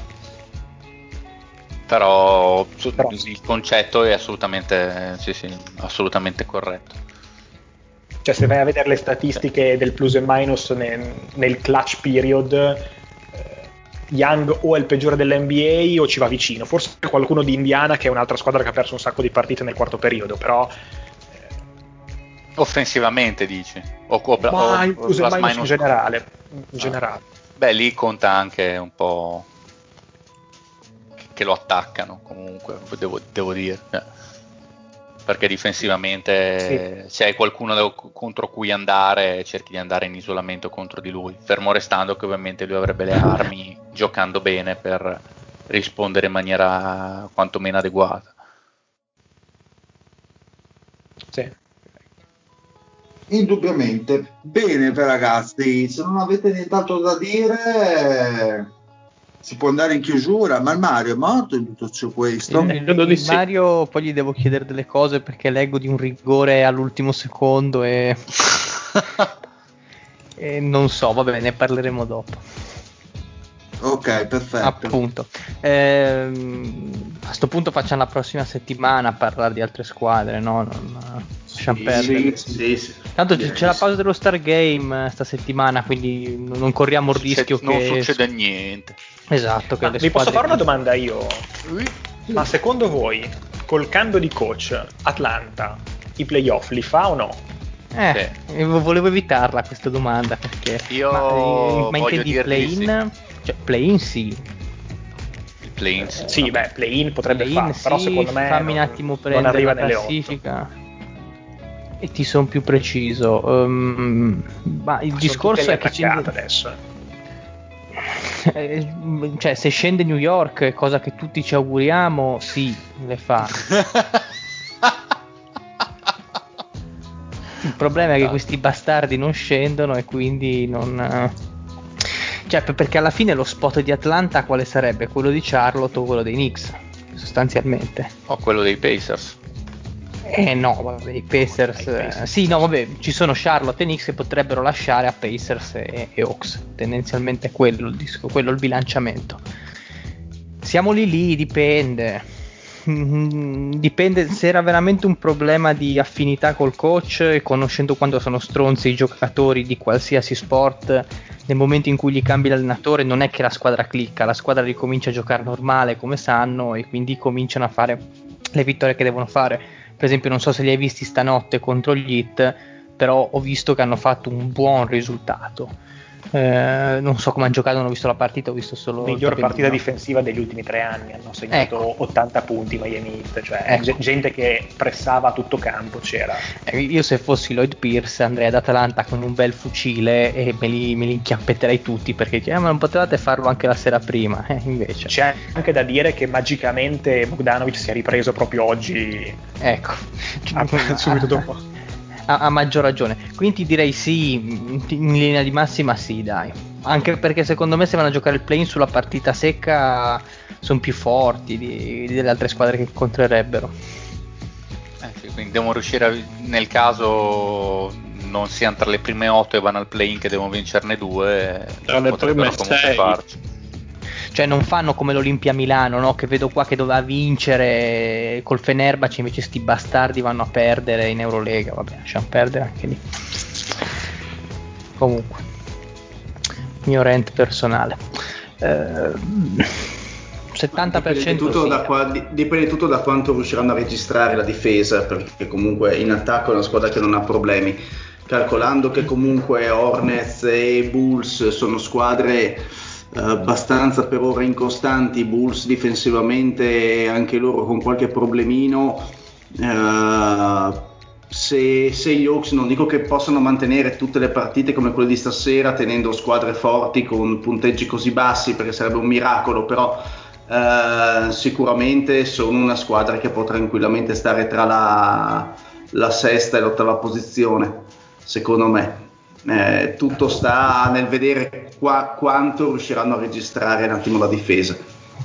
Speaker 3: però, però il concetto è assolutamente sì, sì, assolutamente corretto.
Speaker 7: Cioè, se vai a vedere le statistiche sì. del plus e minus nel, nel clutch period, eh, Young o è il peggiore dell'N B A o ci va vicino. Forse qualcuno di Indiana, che è un'altra squadra che ha perso un sacco di partite nel quarto periodo, però
Speaker 3: eh... offensivamente dici? O, o,
Speaker 7: ma
Speaker 3: o
Speaker 7: il plus, plus e minus in generale, in ah. generale.
Speaker 3: Beh, lì conta anche un po' che lo attaccano comunque, devo, devo dire. Eh. Perché difensivamente sì. se hai qualcuno da, contro cui andare, cerchi di andare in isolamento contro di lui, fermo restando che ovviamente lui avrebbe le armi giocando bene per rispondere in maniera quantomeno adeguata.
Speaker 7: Sì.
Speaker 2: Indubbiamente. Bene ragazzi, se non avete nient'altro da dire si può andare in chiusura. Ma il Mario è morto in tutto ciò questo?
Speaker 5: Il, il, il Mario poi gli devo chiedere delle cose perché leggo di un rigore all'ultimo secondo e, e non so, vabbè, ne parleremo dopo.
Speaker 2: Ok, perfetto.
Speaker 5: Appunto. Ehm, a sto punto facciamo la prossima settimana a parlare di altre squadre, no? Non, lasciamo
Speaker 2: sì,
Speaker 5: perdere.
Speaker 2: Sì, sì, sì.
Speaker 5: Tanto yes. c'è la pausa dello Star Game sta settimana, quindi non corriamo il rischio
Speaker 3: non
Speaker 5: che...
Speaker 3: Non succede niente.
Speaker 5: Esatto. Che
Speaker 7: Ma
Speaker 5: le
Speaker 7: vi posso fare una domanda io?
Speaker 3: Oui.
Speaker 7: Ma secondo voi, col cambio di coach, Atlanta i playoff li fa o no?
Speaker 5: Eh, sì. Volevo evitarla questa domanda perché...
Speaker 3: Io
Speaker 5: ma, ma intendi play-in?
Speaker 3: Sì.
Speaker 5: Cioè, play-in sì.
Speaker 3: Il play-in sì.
Speaker 7: Eh, sì, beh, play-in potrebbe
Speaker 5: play-in
Speaker 7: fare,
Speaker 5: sì,
Speaker 7: però secondo me
Speaker 5: fammi
Speaker 7: non,
Speaker 5: un attimo prendere la classifica e ti sono più preciso. Um, ma il
Speaker 7: ma
Speaker 5: discorso è che
Speaker 7: scende... adesso.
Speaker 5: Eh, cioè, se scende New York, cosa che tutti ci auguriamo, sì, le fa. Il problema è che questi bastardi non scendono e quindi non... Cioè, perché alla fine lo spot di Atlanta quale sarebbe? Quello di Charlotte o quello dei Knicks, sostanzialmente.
Speaker 3: O quello dei Pacers.
Speaker 5: Eh no, vabbè, i Pacers... Pacers. Eh, sì, no, vabbè, ci sono Charlotte e Knicks che potrebbero lasciare a Pacers e, e Hawks. Tendenzialmente è quello il disco, quello il bilanciamento. Siamo lì lì, dipende. Dipende se era veramente un problema di affinità col coach e conoscendo quando sono stronzi i giocatori di qualsiasi sport, nel momento in cui gli cambi l'allenatore non è che la squadra clicca, la squadra ricomincia a giocare normale come sanno e quindi cominciano a fare le vittorie che devono fare. Per esempio, non so se li hai visti stanotte contro gli Heat, però ho visto che hanno fatto un buon risultato. Eh, non so come hanno giocato, non ho visto la partita, ho visto solo
Speaker 7: miglior partita difensiva degli ultimi tre anni, hanno segnato ecco. ottanta punti Miami Heat, cioè ecco. gente che pressava a tutto campo c'era.
Speaker 5: Eh, io se fossi Lloyd Pierce andrei ad Atlanta con un bel fucile e me li, me li inchiappetterei tutti perché eh, ma non potevate farlo anche la sera prima, eh, invece.
Speaker 7: C'è anche da dire che magicamente Bogdanovic si è ripreso proprio oggi,
Speaker 5: ecco,
Speaker 7: subito dopo.
Speaker 5: A, a maggior ragione, quindi direi sì, in linea di massima sì, dai, anche perché secondo me se vanno a giocare il play-in sulla partita secca sono più forti di, delle altre squadre che incontrerebbero.
Speaker 3: Eh sì, quindi devono riuscire a, nel caso non siano tra le prime otto e vanno al play-in che devono vincerne due,
Speaker 10: tra le prime
Speaker 3: comunque
Speaker 10: sei.
Speaker 3: farci.
Speaker 5: Cioè non fanno come l'Olimpia Milano, no? Che vedo qua che doveva vincere col Fenerbahce, invece sti bastardi vanno a perdere in Eurolega. Vabbè, lasciamo perdere anche lì. Comunque, mio rant personale. Eh, settanta per cento
Speaker 8: dipende tutto,
Speaker 5: sì.
Speaker 8: da qua- dipende tutto da quanto riusciranno a registrare la difesa, perché comunque in attacco è una squadra che non ha problemi, calcolando che comunque Hornets e Bulls sono squadre eh, abbastanza per ora incostanti, Bulls difensivamente anche loro con qualche problemino. eh, Se, se gli Hawks, non dico che possano mantenere tutte le partite come quelle di stasera tenendo squadre forti con punteggi così bassi, perché sarebbe un miracolo, però eh, sicuramente sono una squadra che può tranquillamente stare tra la, la sesta e l'ottava posizione, secondo me. Eh, tutto sta nel vedere qua, quanto riusciranno a registrare un attimo la difesa.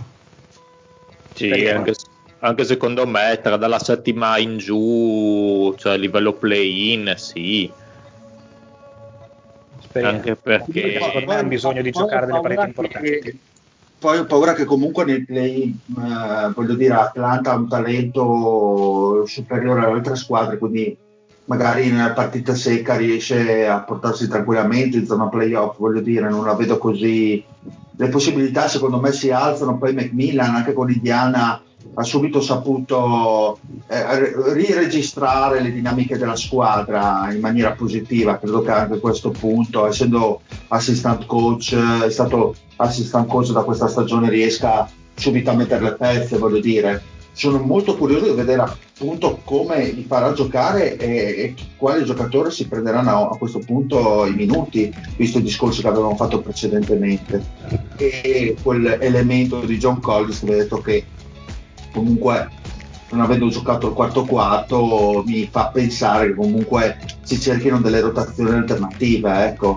Speaker 4: Sì, anche, anche secondo me tra dalla settima in giù, cioè a livello play-in, sì.
Speaker 7: Speriamo.
Speaker 4: Anche perché
Speaker 7: secondo me hanno bisogno di giocare delle partite importanti.
Speaker 2: Poi ho paura che comunque nei play, eh, voglio dire, Atlanta ha un talento superiore alle altre squadre, quindi magari nella partita secca riesce a portarsi tranquillamente in zona playoff, voglio dire, non la vedo così. Le possibilità secondo me si alzano, poi Macmillan anche con Indiana ha subito saputo eh, riregistrare le dinamiche della squadra in maniera positiva. Credo che anche a questo punto, essendo assistant coach, è stato assistant coach da questa stagione, riesca subito a mettere le pezze, voglio dire. Sono molto curioso di vedere appunto come li farà giocare e, e quali giocatori si prenderanno a, a questo punto i minuti, visto il discorso che avevamo fatto precedentemente, e quell'elemento di John Collins che aveva detto che comunque, non avendo giocato il quarto quarto, mi fa pensare che comunque si cerchino delle rotazioni alternative, ecco.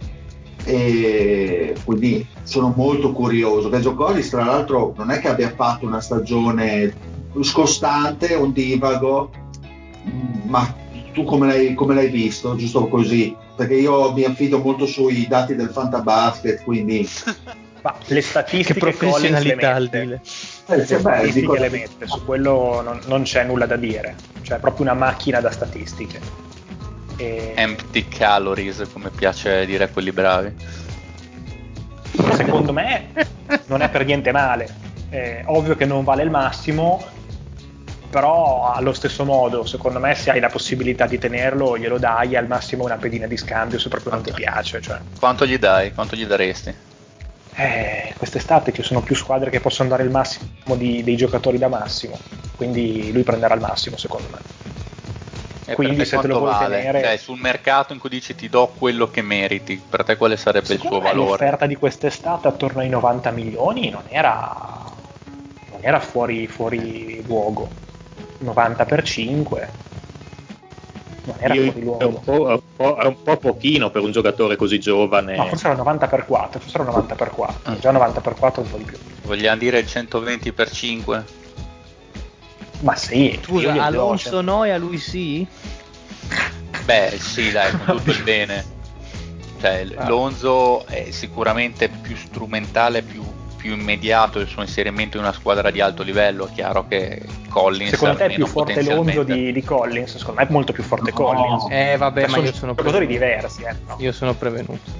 Speaker 2: E quindi sono molto curioso. John Collins tra l'altro non è che abbia fatto una stagione scostante, un divago, ma tu come l'hai, come l'hai visto, giusto così? Perché io mi affido molto sui dati del Fantabasket, quindi
Speaker 7: ma le statistiche
Speaker 5: che professionalità
Speaker 7: Collins
Speaker 5: al
Speaker 7: le
Speaker 5: dire.
Speaker 7: mette, le
Speaker 2: Eh, beh,
Speaker 7: statistiche
Speaker 2: dico-
Speaker 7: le mette, su quello non, non c'è nulla da dire, cioè è proprio una macchina da statistiche. E
Speaker 3: Empty calories, come piace dire a quelli bravi.
Speaker 7: secondo me non è per niente male, è ovvio che non vale il massimo, però allo stesso modo secondo me se hai la possibilità di tenerlo glielo dai, al massimo una pedina di scambio se proprio non ti piace, cioè.
Speaker 3: Quanto gli dai? Quanto gli daresti?
Speaker 7: Eh, quest'estate ci sono più squadre che possono dare il massimo di, dei giocatori da massimo, quindi lui prenderà il massimo secondo me.
Speaker 3: E
Speaker 7: Quindi
Speaker 3: per te
Speaker 7: se te lo
Speaker 3: quanto
Speaker 7: vuoi
Speaker 3: vale?
Speaker 7: tenere,
Speaker 3: Cioè, sul mercato in cui dici ti do quello che meriti, per te quale sarebbe il suo
Speaker 7: secondo me
Speaker 3: valore?
Speaker 7: l'offerta di quest'estate attorno ai novanta milioni non era, non era fuori, fuori luogo. novanta per cinque non era
Speaker 4: io-
Speaker 7: fuori
Speaker 4: è,
Speaker 7: luogo.
Speaker 4: un po', è, un po', è un po' pochino per un giocatore così giovane.
Speaker 7: No, forse era novanta per quattro, forse era novanta per quattro,
Speaker 3: Ah.
Speaker 7: già novanta per quattro un po' di più.
Speaker 3: Vogliamo dire centoventi per cinque?
Speaker 7: Ma sì, io
Speaker 5: Scusa,
Speaker 7: glieli do,
Speaker 5: Alonso
Speaker 7: cioè.
Speaker 5: no e a lui sì?
Speaker 3: Beh, sì, dai, con tutto il bene. Cioè,
Speaker 7: Ah.
Speaker 3: Lonzo è sicuramente più strumentale, più, più immediato il suo inserimento in una squadra di alto livello. È chiaro che Collins
Speaker 7: Secondo te è
Speaker 3: almeno
Speaker 7: più forte Lonzo
Speaker 3: potenzialmente.
Speaker 7: di, di Collins? Secondo me è molto più forte
Speaker 2: No.
Speaker 7: Collins.
Speaker 5: Eh vabbè,
Speaker 7: Cioè,
Speaker 5: ma
Speaker 7: sono
Speaker 5: io sono
Speaker 7: giocatori
Speaker 5: prevenuto.
Speaker 7: diversi, eh, no?
Speaker 5: Io sono prevenuto.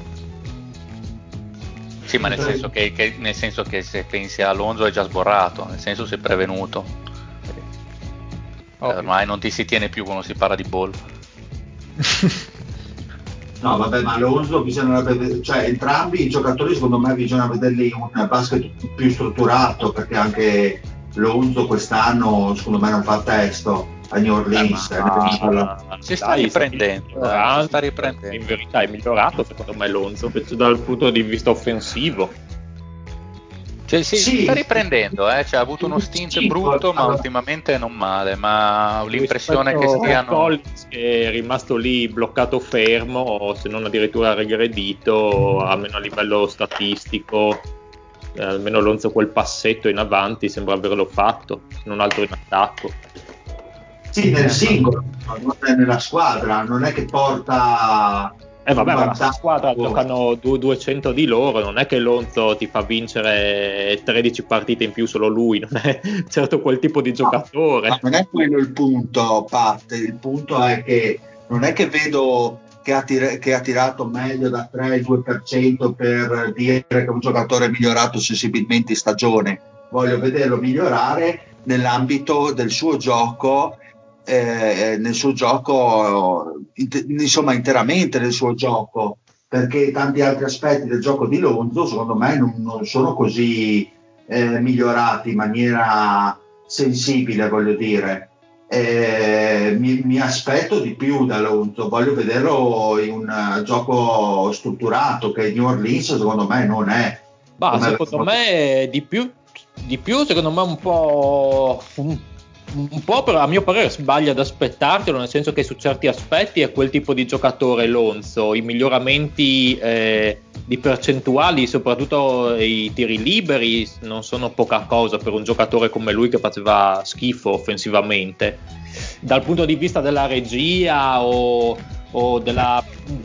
Speaker 3: Sì, ma nel senso che, che- nel senso che se pensi a Lonzo è già sborrato, nel senso sei prevenuto.
Speaker 5: Ovvio.
Speaker 3: Ormai non ti si tiene più quando si parla di ball.
Speaker 2: No, vabbè, ma Alonso bisogna vedere, cioè entrambi i giocatori secondo me bisogna vederli un basket più strutturato, perché anche Alonso quest'anno secondo me non fa testo a New Orleans.
Speaker 4: Eh,
Speaker 2: eh,
Speaker 4: ma-
Speaker 2: parla-
Speaker 3: Si sta
Speaker 4: dai,
Speaker 3: riprendendo,
Speaker 4: sta
Speaker 3: dai, si
Speaker 4: migliorando.
Speaker 3: sta riprendendo.
Speaker 4: In verità è migliorato secondo me Lonzo dal punto di vista offensivo.
Speaker 3: Cioè, sì,
Speaker 2: Sì.
Speaker 3: si sta riprendendo, eh? Cioè, ha avuto uno stint
Speaker 2: Sì,
Speaker 3: brutto, ma
Speaker 2: allora-
Speaker 3: ultimamente non male. Ma ho l'impressione che
Speaker 4: Rispetto a
Speaker 3: stiano.
Speaker 4: Collins, che è rimasto lì bloccato fermo, se non addirittura regredito, almeno a livello statistico, eh, almeno Lonzo quel passetto in avanti sembra averlo fatto, non altro in attacco.
Speaker 2: Sì, nel singolo, non è nella squadra, non è che porta
Speaker 4: Eh vabbè,
Speaker 2: un
Speaker 4: ma la sua
Speaker 2: vantaggio.
Speaker 4: squadra giocano du- duecento di loro, non è che Lonzo ti fa vincere tredici partite in più solo lui, non è certo quel tipo di giocatore.
Speaker 2: Ma non è quello il punto, Pat. Il punto è che non è che vedo che ha, tir- che ha tirato meglio da tre al due per cento per dire che un giocatore è migliorato sensibilmente in stagione. voglio vederlo migliorare nell'ambito del suo gioco, eh, nel suo gioco, int- insomma interamente nel suo gioco, perché tanti altri aspetti del gioco di Lonzo secondo me non, non sono così eh, migliorati in maniera sensibile, voglio dire. Eh, mi, mi aspetto di più da Lonzo, voglio vederlo in un uh, gioco strutturato che New Orleans secondo me non è.
Speaker 4: Ma
Speaker 2: Come
Speaker 4: secondo
Speaker 2: avevo-
Speaker 4: me di più, di più secondo me un po', un, un po' però a mio parere sbaglia ad aspettartelo, nel senso che su certi aspetti è quel tipo di giocatore Lonzo, i miglioramenti eh, di percentuali, soprattutto i tiri liberi, non sono poca cosa per un giocatore come lui che faceva schifo offensivamente. Dal punto di vista della regia o, o della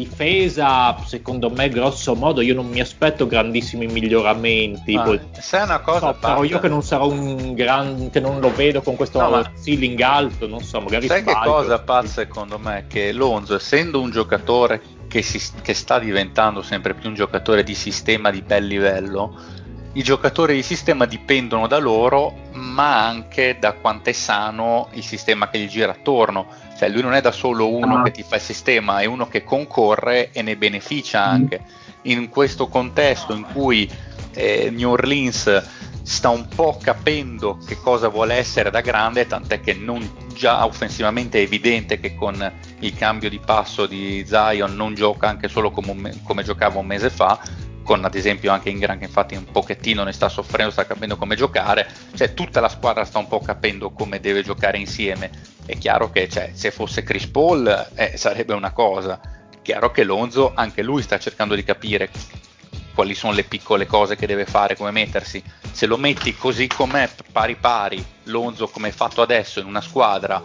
Speaker 4: difesa, secondo me grosso modo io non mi aspetto grandissimi miglioramenti.
Speaker 3: Ah,
Speaker 4: Poi-
Speaker 3: sai una cosa,
Speaker 4: so, però
Speaker 3: basta.
Speaker 4: io che non sarò un gran, che non lo vedo con questo
Speaker 3: No, ma-
Speaker 4: ceiling alto, non so, magari
Speaker 3: Sai che
Speaker 4: sbaglio.
Speaker 3: cosa pazza secondo me? Che Lonzo, essendo un giocatore che, si, che sta diventando sempre più un giocatore di sistema di bel livello, i giocatori di sistema dipendono da loro, ma anche da quanto è sano il sistema che gli gira attorno. Cioè lui non è da solo uno
Speaker 2: Ah.
Speaker 3: che ti fa il sistema, è uno che concorre e ne beneficia anche. In questo contesto in cui eh, New Orleans sta un po' capendo che cosa vuole essere da grande, tant'è che non già offensivamente è evidente che con il cambio di passo di Zion non gioca anche solo come, un me- come giocava un mese fa, con ad esempio anche Ingram che infatti un pochettino ne sta soffrendo, sta capendo come giocare, cioè tutta la squadra sta un po' capendo come deve giocare insieme. È chiaro che cioè, se fosse Chris Paul eh, sarebbe una cosa, chiaro che Lonzo anche lui sta cercando di capire quali sono le piccole cose che deve fare, come mettersi. Se lo metti così com'è, pari pari, Lonzo come è fatto adesso, in una squadra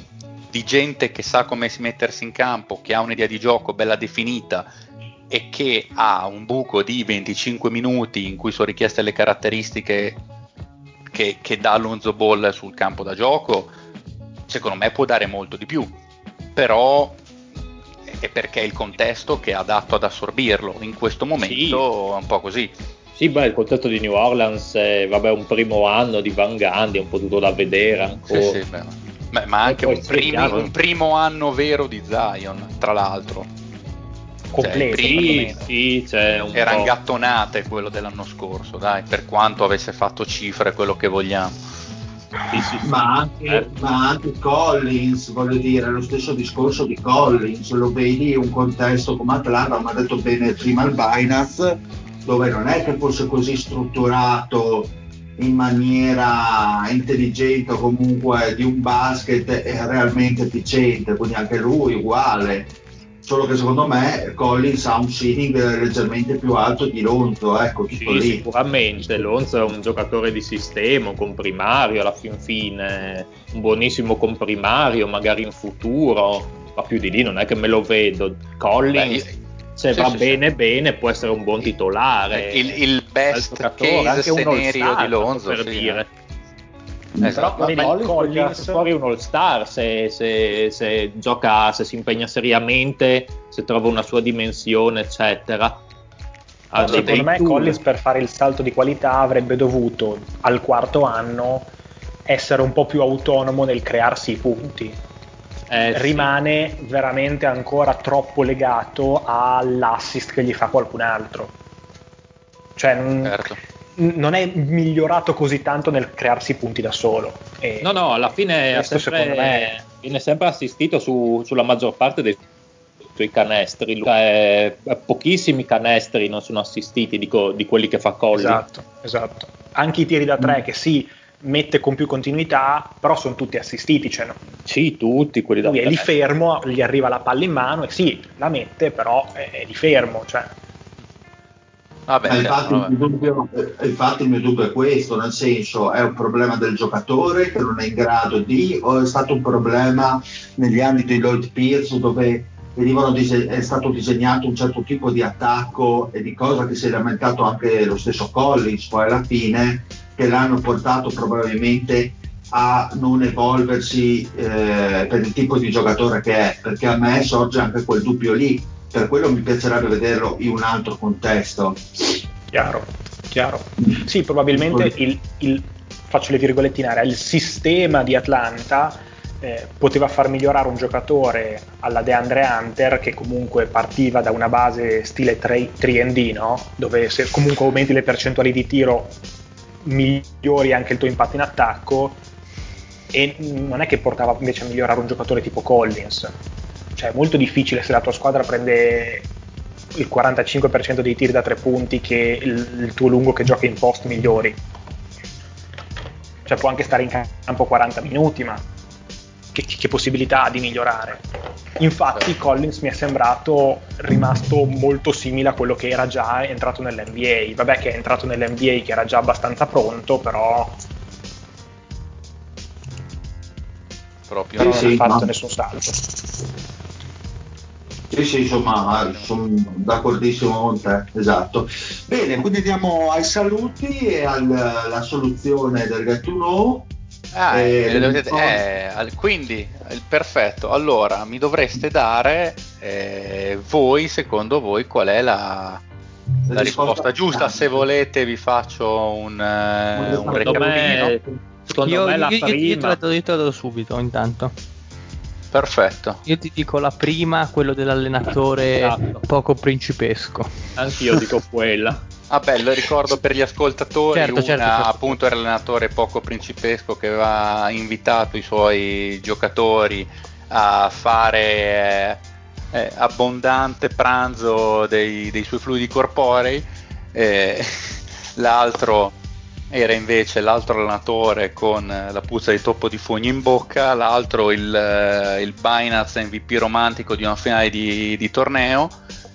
Speaker 3: di gente che sa come mettersi in campo, che ha un'idea di gioco bella definita e che ha un buco di venticinque minuti in cui sono richieste le caratteristiche che, che dà Lonzo Ball sul campo da gioco, secondo me può dare molto di più, però è perché è il contesto che è adatto ad assorbirlo. In questo momento
Speaker 4: Sì.
Speaker 3: è un po' così.
Speaker 4: Sì, beh, il contesto di New Orleans è vabbè, un primo anno di Van Gundy, è un po' tutto da vedere ancora.
Speaker 3: Sì, sì, beh, beh, ma anche
Speaker 4: poi
Speaker 3: un, primi-
Speaker 4: chiaro.
Speaker 3: un primo anno vero di Zion, tra l'altro.
Speaker 7: Completo,
Speaker 3: Cioè, i primi
Speaker 4: Sì, sì, c'è un
Speaker 3: erano
Speaker 4: po'.
Speaker 3: gattonate quello dell'anno scorso, dai, per quanto avesse fatto cifre, quello che vogliamo.
Speaker 4: Sì, sì, sì,
Speaker 2: ma, anche,
Speaker 4: certo.
Speaker 2: ma anche Collins, voglio dire, lo stesso discorso di Collins, lo vedi un contesto come Atlanta, come ha detto bene prima il Binance, dove non è che fosse così strutturato in maniera intelligente o comunque di un basket realmente efficiente, quindi anche lui uguale, solo che secondo me Collins ha un ceiling leggermente più alto di Lonzo, ecco, tutto
Speaker 4: Sì,
Speaker 2: lì.
Speaker 4: sicuramente Lonzo è un giocatore di sistema, un comprimario alla fin fine, un buonissimo comprimario magari in futuro, ma più di lì non è che me lo vedo. Collins,
Speaker 3: Beh, io-
Speaker 4: se
Speaker 3: sì,
Speaker 4: va
Speaker 3: sì,
Speaker 4: bene
Speaker 3: sì.
Speaker 4: bene, può essere un buon titolare.
Speaker 3: Il, il best
Speaker 4: Bel giocatore,
Speaker 3: case
Speaker 4: anche un
Speaker 3: scenario
Speaker 4: all-star,
Speaker 3: di Lonzo,
Speaker 4: per
Speaker 3: sì,
Speaker 4: dire.
Speaker 3: eh. Esatto.
Speaker 7: Però
Speaker 4: Ma
Speaker 7: vedi,
Speaker 4: Collins può tirare
Speaker 7: Collins,
Speaker 4: fuori un all-star se, se, se gioca, se si impegna seriamente, se trova una sua dimensione, eccetera. Ha dei
Speaker 7: secondo
Speaker 4: bei
Speaker 7: me
Speaker 4: tool.
Speaker 7: Collins per fare il salto di qualità avrebbe dovuto al quarto anno essere un po' più autonomo nel crearsi i punti.
Speaker 4: Eh, sì.
Speaker 7: Rimane veramente ancora troppo legato all'assist che gli fa qualcun altro. Cioè non,
Speaker 3: Certo.
Speaker 7: non è migliorato così tanto nel crearsi i punti da solo. E
Speaker 4: No, no, alla fine ha
Speaker 7: questo
Speaker 4: sempre,
Speaker 7: secondo me
Speaker 4: viene sempre assistito su, sulla maggior parte dei suoi canestri. Cioè, pochissimi canestri non sono assistiti dico, di quelli che fa Collins.
Speaker 7: esatto, esatto. Anche i tiri da tre che si mette con più continuità, però sono tutti assistiti, cioè no.
Speaker 4: Sì, tutti quelli da
Speaker 7: Lui è lì
Speaker 4: canestro.
Speaker 7: fermo, gli arriva la palla in mano e sì, la mette, però è, è lì fermo, cioè.
Speaker 3: Vabbè,
Speaker 2: Ma
Speaker 3: certo,
Speaker 2: infatti, il
Speaker 3: vabbè.
Speaker 2: mio dubbio, eh, infatti il mio dubbio è questo, nel senso è un problema del giocatore che non è in grado di, o è stato un problema negli anni di Lloyd Pierce dove venivano dise- è stato disegnato un certo tipo di attacco e di cosa che si è lamentato anche lo stesso Collins poi alla fine, che l'hanno portato probabilmente a non evolversi eh, per il tipo di giocatore che è, perché a me sorge anche quel dubbio lì. Per quello mi piacerebbe vederlo in un altro contesto.
Speaker 7: Chiaro, chiaro. Sì, probabilmente il, il faccio le virgolettinare, al sistema di Atlanta eh, poteva far migliorare un giocatore alla DeAndre Hunter, che comunque partiva da una base stile tre and D, no? Dove se comunque aumenti le percentuali di tiro migliori anche il tuo impatto in attacco, e non è che portava invece a migliorare un giocatore tipo Collins. Cioè è molto difficile se la tua squadra prende il quarantacinque per cento dei tiri da tre punti che il, il tuo lungo che gioca in post migliori. Cioè può anche stare in campo quaranta minuti, ma che, che possibilità ha di migliorare? Infatti Collins mi è sembrato rimasto molto simile a quello che era già entrato nell'N B A. Vabbè che è entrato nell'N B A che era già abbastanza pronto, però
Speaker 3: proprio
Speaker 2: Sì,
Speaker 7: non
Speaker 2: sì,
Speaker 7: ha fatto
Speaker 2: ma-
Speaker 7: nessun salto.
Speaker 2: Sì, sì, insomma, sono d'accordissimo con te, esatto. Bene, quindi andiamo ai saluti e alla alla soluzione del Get to Know.
Speaker 3: Ah,
Speaker 2: Eh,
Speaker 3: eh, dovete-
Speaker 2: poi-
Speaker 3: eh, al- quindi il perfetto. Allora mi dovreste dare eh, voi, secondo voi, qual è la, la risposta giusta. Se volete, vi faccio un, eh, un
Speaker 4: Secondo
Speaker 3: recapino.
Speaker 4: me, secondo
Speaker 5: io,
Speaker 4: me la
Speaker 5: io, io, io te
Speaker 4: prima...
Speaker 5: la do, io te la do subito intanto.
Speaker 3: Perfetto.
Speaker 5: Io ti dico la prima, quello dell'allenatore
Speaker 4: Esatto.
Speaker 5: poco principesco.
Speaker 4: Anch'io dico quella.
Speaker 3: Vabbè, lo ricordo per gli ascoltatori,
Speaker 5: Certo,
Speaker 3: una
Speaker 5: certo, certo.
Speaker 3: appunto era l'allenatore poco principesco che aveva invitato i suoi giocatori a fare eh, eh, abbondante pranzo dei, dei suoi fluidi corporei. Eh, l'altro era invece l'altro allenatore con la puzza di toppo di fogno in bocca, l'altro il, il Binance M V P romantico di una finale di, di torneo.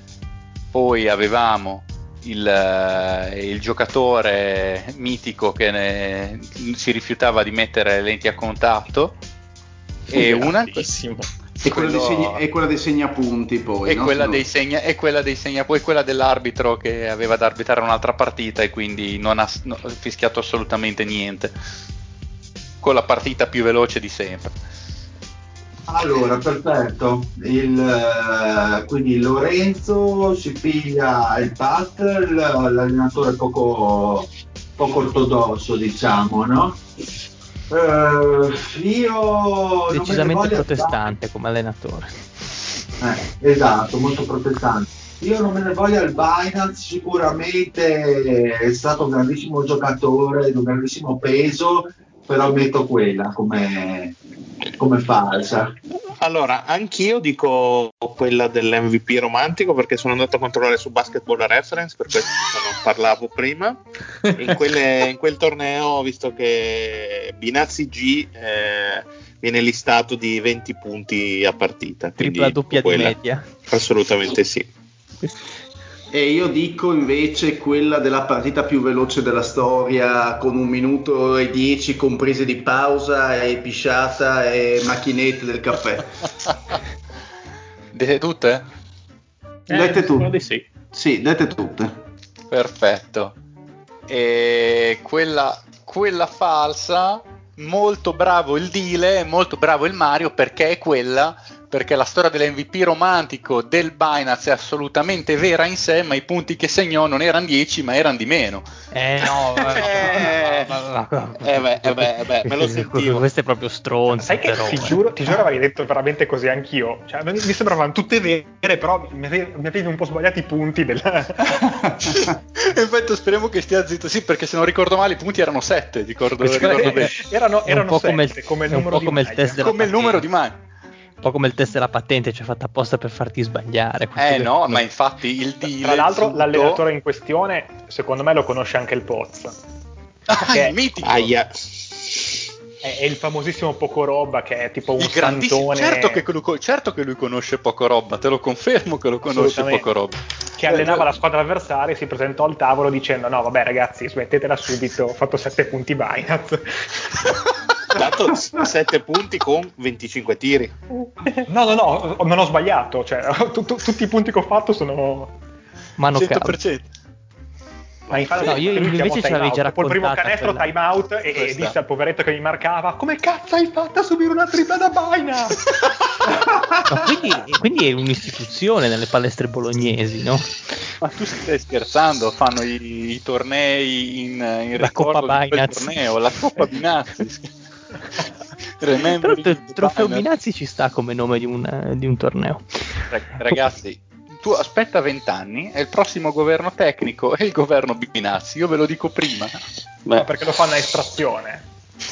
Speaker 3: Poi avevamo il, il giocatore mitico che ne, si rifiutava di mettere lenti a contatto, e una
Speaker 4: Grandissimo.
Speaker 8: E quella, dei
Speaker 3: quello-
Speaker 8: segni- e quella dei segnapunti poi,
Speaker 3: e
Speaker 8: no?
Speaker 3: quella
Speaker 8: Se no-
Speaker 3: dei segna e quella dei segna poi quella dell'arbitro che aveva da arbitrare un'altra partita e quindi non ha no, fischiato assolutamente niente, con la partita più veloce di sempre.
Speaker 2: Allora, perfetto. Il, eh, quindi Lorenzo si piglia il Patel, l'allenatore poco, poco ortodosso, diciamo, no? Eh, io non me ne
Speaker 5: Decisamente
Speaker 2: voglio-
Speaker 5: protestante come allenatore.
Speaker 2: Eh, esatto, molto protestante. Io non me ne voglio al Binance, sicuramente è stato un grandissimo giocatore, di un grandissimo peso, però metto quella come, come falsa.
Speaker 10: Allora, anch'io dico quella dell'M V P romantico perché sono andato a controllare su Basketball Reference, per questo non parlavo prima. In, quelle- in quel torneo ho visto che Binazzi G eh, viene listato di venti punti a partita.
Speaker 5: Tripla
Speaker 10: quindi
Speaker 5: doppia di
Speaker 10: quella.
Speaker 5: media.
Speaker 10: Assolutamente sì.
Speaker 8: E io dico invece quella della partita più veloce della storia, con un minuto e dieci comprese di pausa e pisciata e macchinette del caffè.
Speaker 3: Dite tutte?
Speaker 4: Eh,
Speaker 8: Dette
Speaker 4: spero
Speaker 8: tutte.
Speaker 4: di sì.
Speaker 8: Sì, dette tutte.
Speaker 3: Perfetto. E quella, quella falsa, molto bravo il Dile, molto bravo il Mario, perché è quella, perché la storia dell'M V P romantico del Binance è assolutamente vera in sé, ma i punti che segnò non erano dieci, ma erano di meno.
Speaker 5: Eh no,
Speaker 10: Eh, eh beh, eh beh, eh beh, me lo sentivo.
Speaker 5: Questo è proprio stronzo.
Speaker 7: Sai che
Speaker 5: però,
Speaker 7: ti
Speaker 5: eh.
Speaker 7: giuro, ti giuro avrei detto veramente così anch'io. Cioè, mi mi sembravano tutte vere, però mi ave- mi avevi un po' sbagliati i punti della...
Speaker 3: Infatti speriamo che stia zitto, sì, perché se non ricordo male i punti erano sette, ricordo, ricordo bene.
Speaker 7: erano
Speaker 5: È un
Speaker 7: erano
Speaker 5: po' come il-
Speaker 7: sette, come il
Speaker 5: è un
Speaker 7: numero
Speaker 5: po'
Speaker 7: di
Speaker 5: come il
Speaker 7: maglia.
Speaker 5: test della
Speaker 3: Come il numero di mani.
Speaker 5: Un po' come il test della patente, cioè fatta apposta per farti sbagliare. questo
Speaker 3: Eh
Speaker 5: che-
Speaker 3: no, ma infatti il Dile
Speaker 7: Tra l'altro
Speaker 3: zitto-
Speaker 7: l'allenatore in questione, secondo me lo conosce anche il Pozzo.
Speaker 3: Ah,
Speaker 7: perché-
Speaker 3: il mitico.
Speaker 10: Aia.
Speaker 7: È, è il famosissimo Poco Roba, che è tipo un
Speaker 3: Il grandissimo,
Speaker 7: santone
Speaker 3: certo che, lui, certo che lui conosce poco roba, te lo confermo che lo conosce
Speaker 7: Assolutamente.
Speaker 3: poco roba.
Speaker 7: che allenava la squadra avversaria e si presentò al tavolo dicendo no vabbè ragazzi smettetela subito, ho fatto sette punti Binance.
Speaker 10: Dato sette punti con venticinque tiri.
Speaker 7: No, no, no, non ho sbagliato, cioè tu- tu- tutti i punti che ho fatto sono...
Speaker 5: Mano
Speaker 3: cento
Speaker 5: calda.
Speaker 3: per cento.
Speaker 7: Ma infatti
Speaker 5: No, io
Speaker 7: lui
Speaker 5: invece
Speaker 7: chiamò
Speaker 5: ce
Speaker 7: time
Speaker 5: l'avevi
Speaker 7: out.
Speaker 5: già
Speaker 7: Dopo il primo
Speaker 5: raccontata
Speaker 7: canestro
Speaker 5: quella.
Speaker 7: time out e, e
Speaker 3: Questa.
Speaker 7: disse al poveretto che mi marcava come cazzo hai fatto a subire una tripla da Binance?
Speaker 5: Ma quindi, quindi è un'istituzione nelle palestre bolognesi, no?
Speaker 3: Ma tu stai scherzando? Fanno i, i tornei in, in
Speaker 5: La Coppa
Speaker 3: ricordo di quel
Speaker 5: Binance.
Speaker 3: torneo, la Coppa Binazzi.
Speaker 5: Però
Speaker 3: Remembering
Speaker 5: il
Speaker 3: the
Speaker 5: trofeo
Speaker 3: Binance.
Speaker 5: Binazzi ci sta come nome di un, eh, di un torneo.
Speaker 3: Rag- Ragazzi, tu aspetta vent'anni e il prossimo governo tecnico è il governo Binazzi, io ve lo dico prima.
Speaker 7: No, perché lo fanno a estrazione.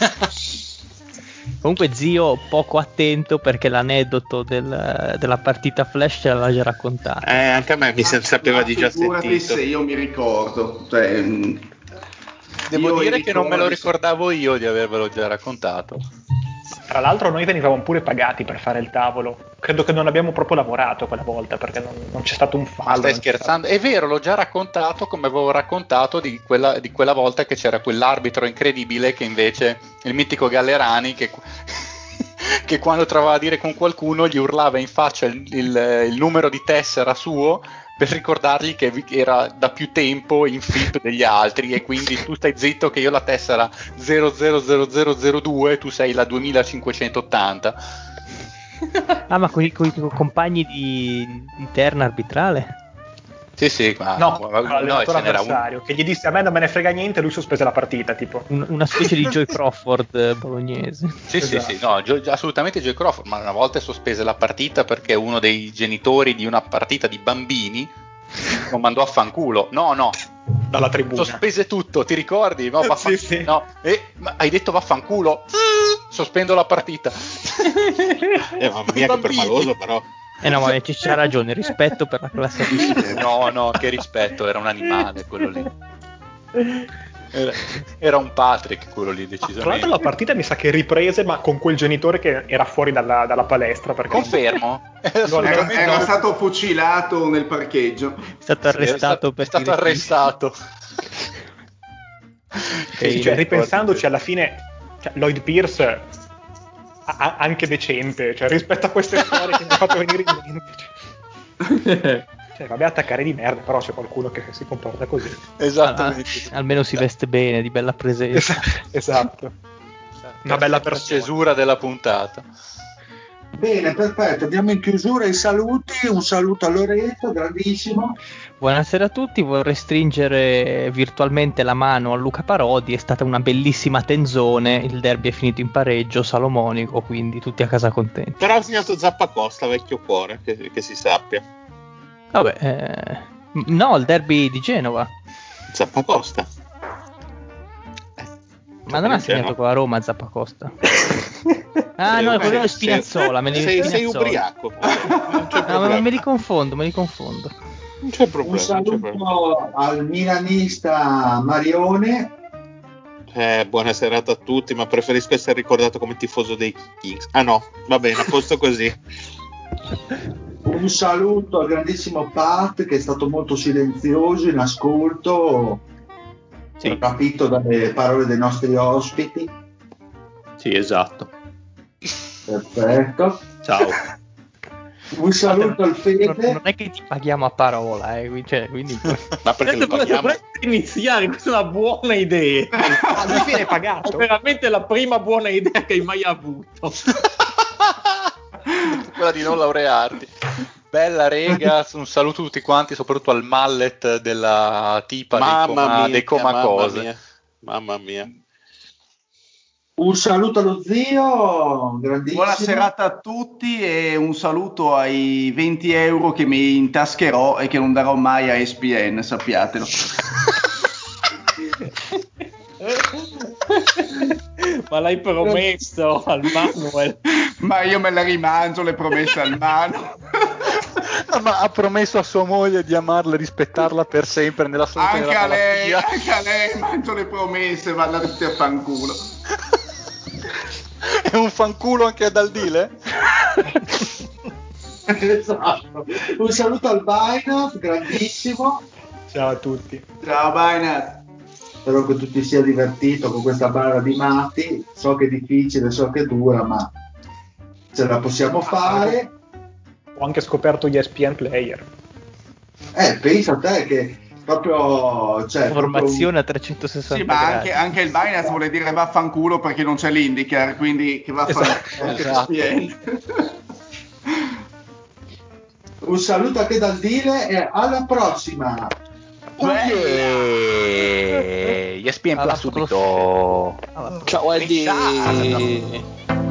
Speaker 5: Comunque zio poco attento perché l'aneddoto del- della partita Flash ce l'aveva già raccontato.
Speaker 10: Eh, anche a me mi se- sapeva di già
Speaker 8: Figurati
Speaker 10: sentito.
Speaker 8: se io mi ricordo. Cioè, mh,
Speaker 3: Devo
Speaker 8: io
Speaker 3: dire
Speaker 8: i
Speaker 3: che non me lo
Speaker 8: ricordi-
Speaker 3: ricordavo io di avervelo già raccontato.
Speaker 7: Tra l'altro noi venivamo pure pagati per fare il tavolo. Credo che non abbiamo proprio lavorato quella volta perché non, non c'è stato un fallo.
Speaker 3: Ma stai
Speaker 7: non c'è
Speaker 3: scherzando? È vero, l'ho già raccontato come avevo raccontato di quella, di quella volta che c'era quell'arbitro incredibile che invece, il mitico Gallerani, che, che quando trovava a dire con qualcuno gli urlava in faccia il, il- il numero di tessera suo per ricordargli che vi- era da più tempo in F I P degli altri e quindi tu stai zitto che io la tessera zero zero zero zero zero due e tu sei la duemilacinquecentottanta.
Speaker 5: Ah, ma con i compagni di, di terna arbitrale?
Speaker 3: Sì, sì, ma
Speaker 7: No,
Speaker 3: no,
Speaker 7: l'allenatore
Speaker 3: ce n'era uno.
Speaker 7: avversario che gli disse a me non me ne frega niente e lui sospese la partita tipo.
Speaker 5: Un- una specie di Joy Crawford eh, bolognese.
Speaker 3: Sì, sì,
Speaker 7: Esatto.
Speaker 3: sì, no, Gio- assolutamente Joe Crawford, ma una volta sospese la partita perché uno dei genitori di una partita di bambini lo mandò a fanculo. No, no,
Speaker 7: Dalla tribuna.
Speaker 3: sospese tutto, ti ricordi? No, vaffan-
Speaker 7: Sì, sì.
Speaker 3: no, eh, ma hai detto vaffanculo? Sospendo la partita.
Speaker 10: Eh, mamma mia, che permaloso, però.
Speaker 5: Eh no, ma ci- c'ha ragione, rispetto per la classe avversaria.
Speaker 3: No, no, che rispetto, era un animale quello lì. Era, era un Patrick quello lì,
Speaker 7: Ah, tra l'altro
Speaker 3: decisamente.
Speaker 7: la partita mi sa che riprese ma con quel genitore che era fuori dalla, dalla palestra perché
Speaker 3: Confermo.
Speaker 8: Era,
Speaker 3: Assolutamente
Speaker 8: era
Speaker 3: no.
Speaker 8: stato fucilato nel parcheggio.
Speaker 5: È stato
Speaker 3: Sì, è
Speaker 5: arrestato
Speaker 3: stato,
Speaker 5: per
Speaker 3: è stato
Speaker 5: dire-
Speaker 3: arrestato.
Speaker 7: Sì, sì, cioè, ripensandoci alla fine cioè, Lloyd Pierce a- a- anche decente cioè, rispetto a queste storie che mi ha fatto venire in mente cioè. Cioè, vabbè, attaccare di merda, però c'è qualcuno che si comporta così.
Speaker 3: Esattamente.
Speaker 5: Ah, almeno si veste bene, di bella presenza.
Speaker 7: Esatto. Una bella
Speaker 3: La
Speaker 7: persona.
Speaker 3: cesura della puntata.
Speaker 2: Bene, perfetto, andiamo in chiusura i saluti, un saluto a Lorenzo, grandissimo.
Speaker 5: Buonasera a tutti, vorrei stringere virtualmente la mano a Luca Parodi, è stata una bellissima tenzone, il derby è finito in pareggio salomonico, quindi tutti a casa contenti.
Speaker 10: Però ha segnato Zappacosta, vecchio cuore, che, che si sappia.
Speaker 5: Vabbè, eh, no, il derby di Genova,
Speaker 10: Zappacosta.
Speaker 5: ma non ha
Speaker 10: di
Speaker 5: segnato
Speaker 10: Genova.
Speaker 5: con la Roma Zappacosta. Ah
Speaker 10: Sei-
Speaker 5: no, quello è
Speaker 10: sei-
Speaker 5: Spinazzola, me ne
Speaker 10: sei, sei
Speaker 5: Spinazzola.
Speaker 10: ubriaco. Non c'è
Speaker 5: No, ma
Speaker 10: problema.
Speaker 5: me li confondo, me li confondo.
Speaker 10: Non c'è
Speaker 2: Un
Speaker 10: problema. Non c'è problema.
Speaker 2: saluto al milanista Marione.
Speaker 10: Eh, buona serata a tutti, ma preferisco essere ricordato come tifoso dei Kings. Ah no, va bene, a posto così.
Speaker 2: Un saluto al grandissimo Pat che è stato molto silenzioso in ascolto,
Speaker 4: Sì.
Speaker 2: capito dalle parole dei nostri ospiti.
Speaker 4: Sì, esatto.
Speaker 2: Perfetto.
Speaker 4: Ciao.
Speaker 2: Un saluto al
Speaker 5: Non,
Speaker 2: Fede.
Speaker 5: non è che ti paghiamo a parola, eh, qui- cioè, quindi
Speaker 10: Ma perché lo paghiamo?
Speaker 4: Dovreste iniziare, questa è una buona idea.
Speaker 7: Ah, lui viene
Speaker 4: È
Speaker 7: pagato?
Speaker 4: veramente la prima buona idea che hai mai avuto.
Speaker 3: Quella di non laurearti. Bella Regas, un saluto a tutti quanti, soprattutto al mallet della tipa dei
Speaker 10: Mamma
Speaker 3: coma,
Speaker 10: mia,
Speaker 3: dei coma
Speaker 10: mamma
Speaker 3: cose.
Speaker 10: mia, mamma mia.
Speaker 2: Un saluto allo zio, grandissimo.
Speaker 8: Buona serata a tutti e un saluto ai venti euro che mi intascherò e che non darò mai a E S P N, sappiatelo.
Speaker 4: Ma l'hai promesso al Manuel.
Speaker 8: Ma io me la rimangio le promesse al mano.
Speaker 3: Ah, ma ha promesso a sua moglie di amarla e rispettarla per sempre nella salute e
Speaker 8: Anche
Speaker 3: nella
Speaker 8: a lei,
Speaker 3: malattia.
Speaker 8: anche a lei mangio le promesse, vanno tutti a fanculo.
Speaker 3: È un fanculo anche ad Aldile?
Speaker 2: Esatto. Un saluto al Bainaf, grandissimo.
Speaker 7: Ciao a tutti.
Speaker 8: Ciao Bainat.
Speaker 2: Spero che tu ti sia divertito con questa barra di matti. So che è difficile, so che è dura, ma ce la possiamo fare.
Speaker 7: Ho anche scoperto gli E S P N player.
Speaker 2: Eh, pensa a te che proprio, cioè,
Speaker 5: formazione a trecentosessanta
Speaker 8: Sì, ma
Speaker 5: gradi.
Speaker 8: anche, anche il Binance vuole dire vaffanculo perché non c'è l'IndyCar, quindi che vaffanculo.
Speaker 3: Esatto.
Speaker 2: Un saluto anche dal Dile e alla prossima.
Speaker 3: Uè, E S P N Plus subito.
Speaker 5: Alla
Speaker 10: Ciao Eddie.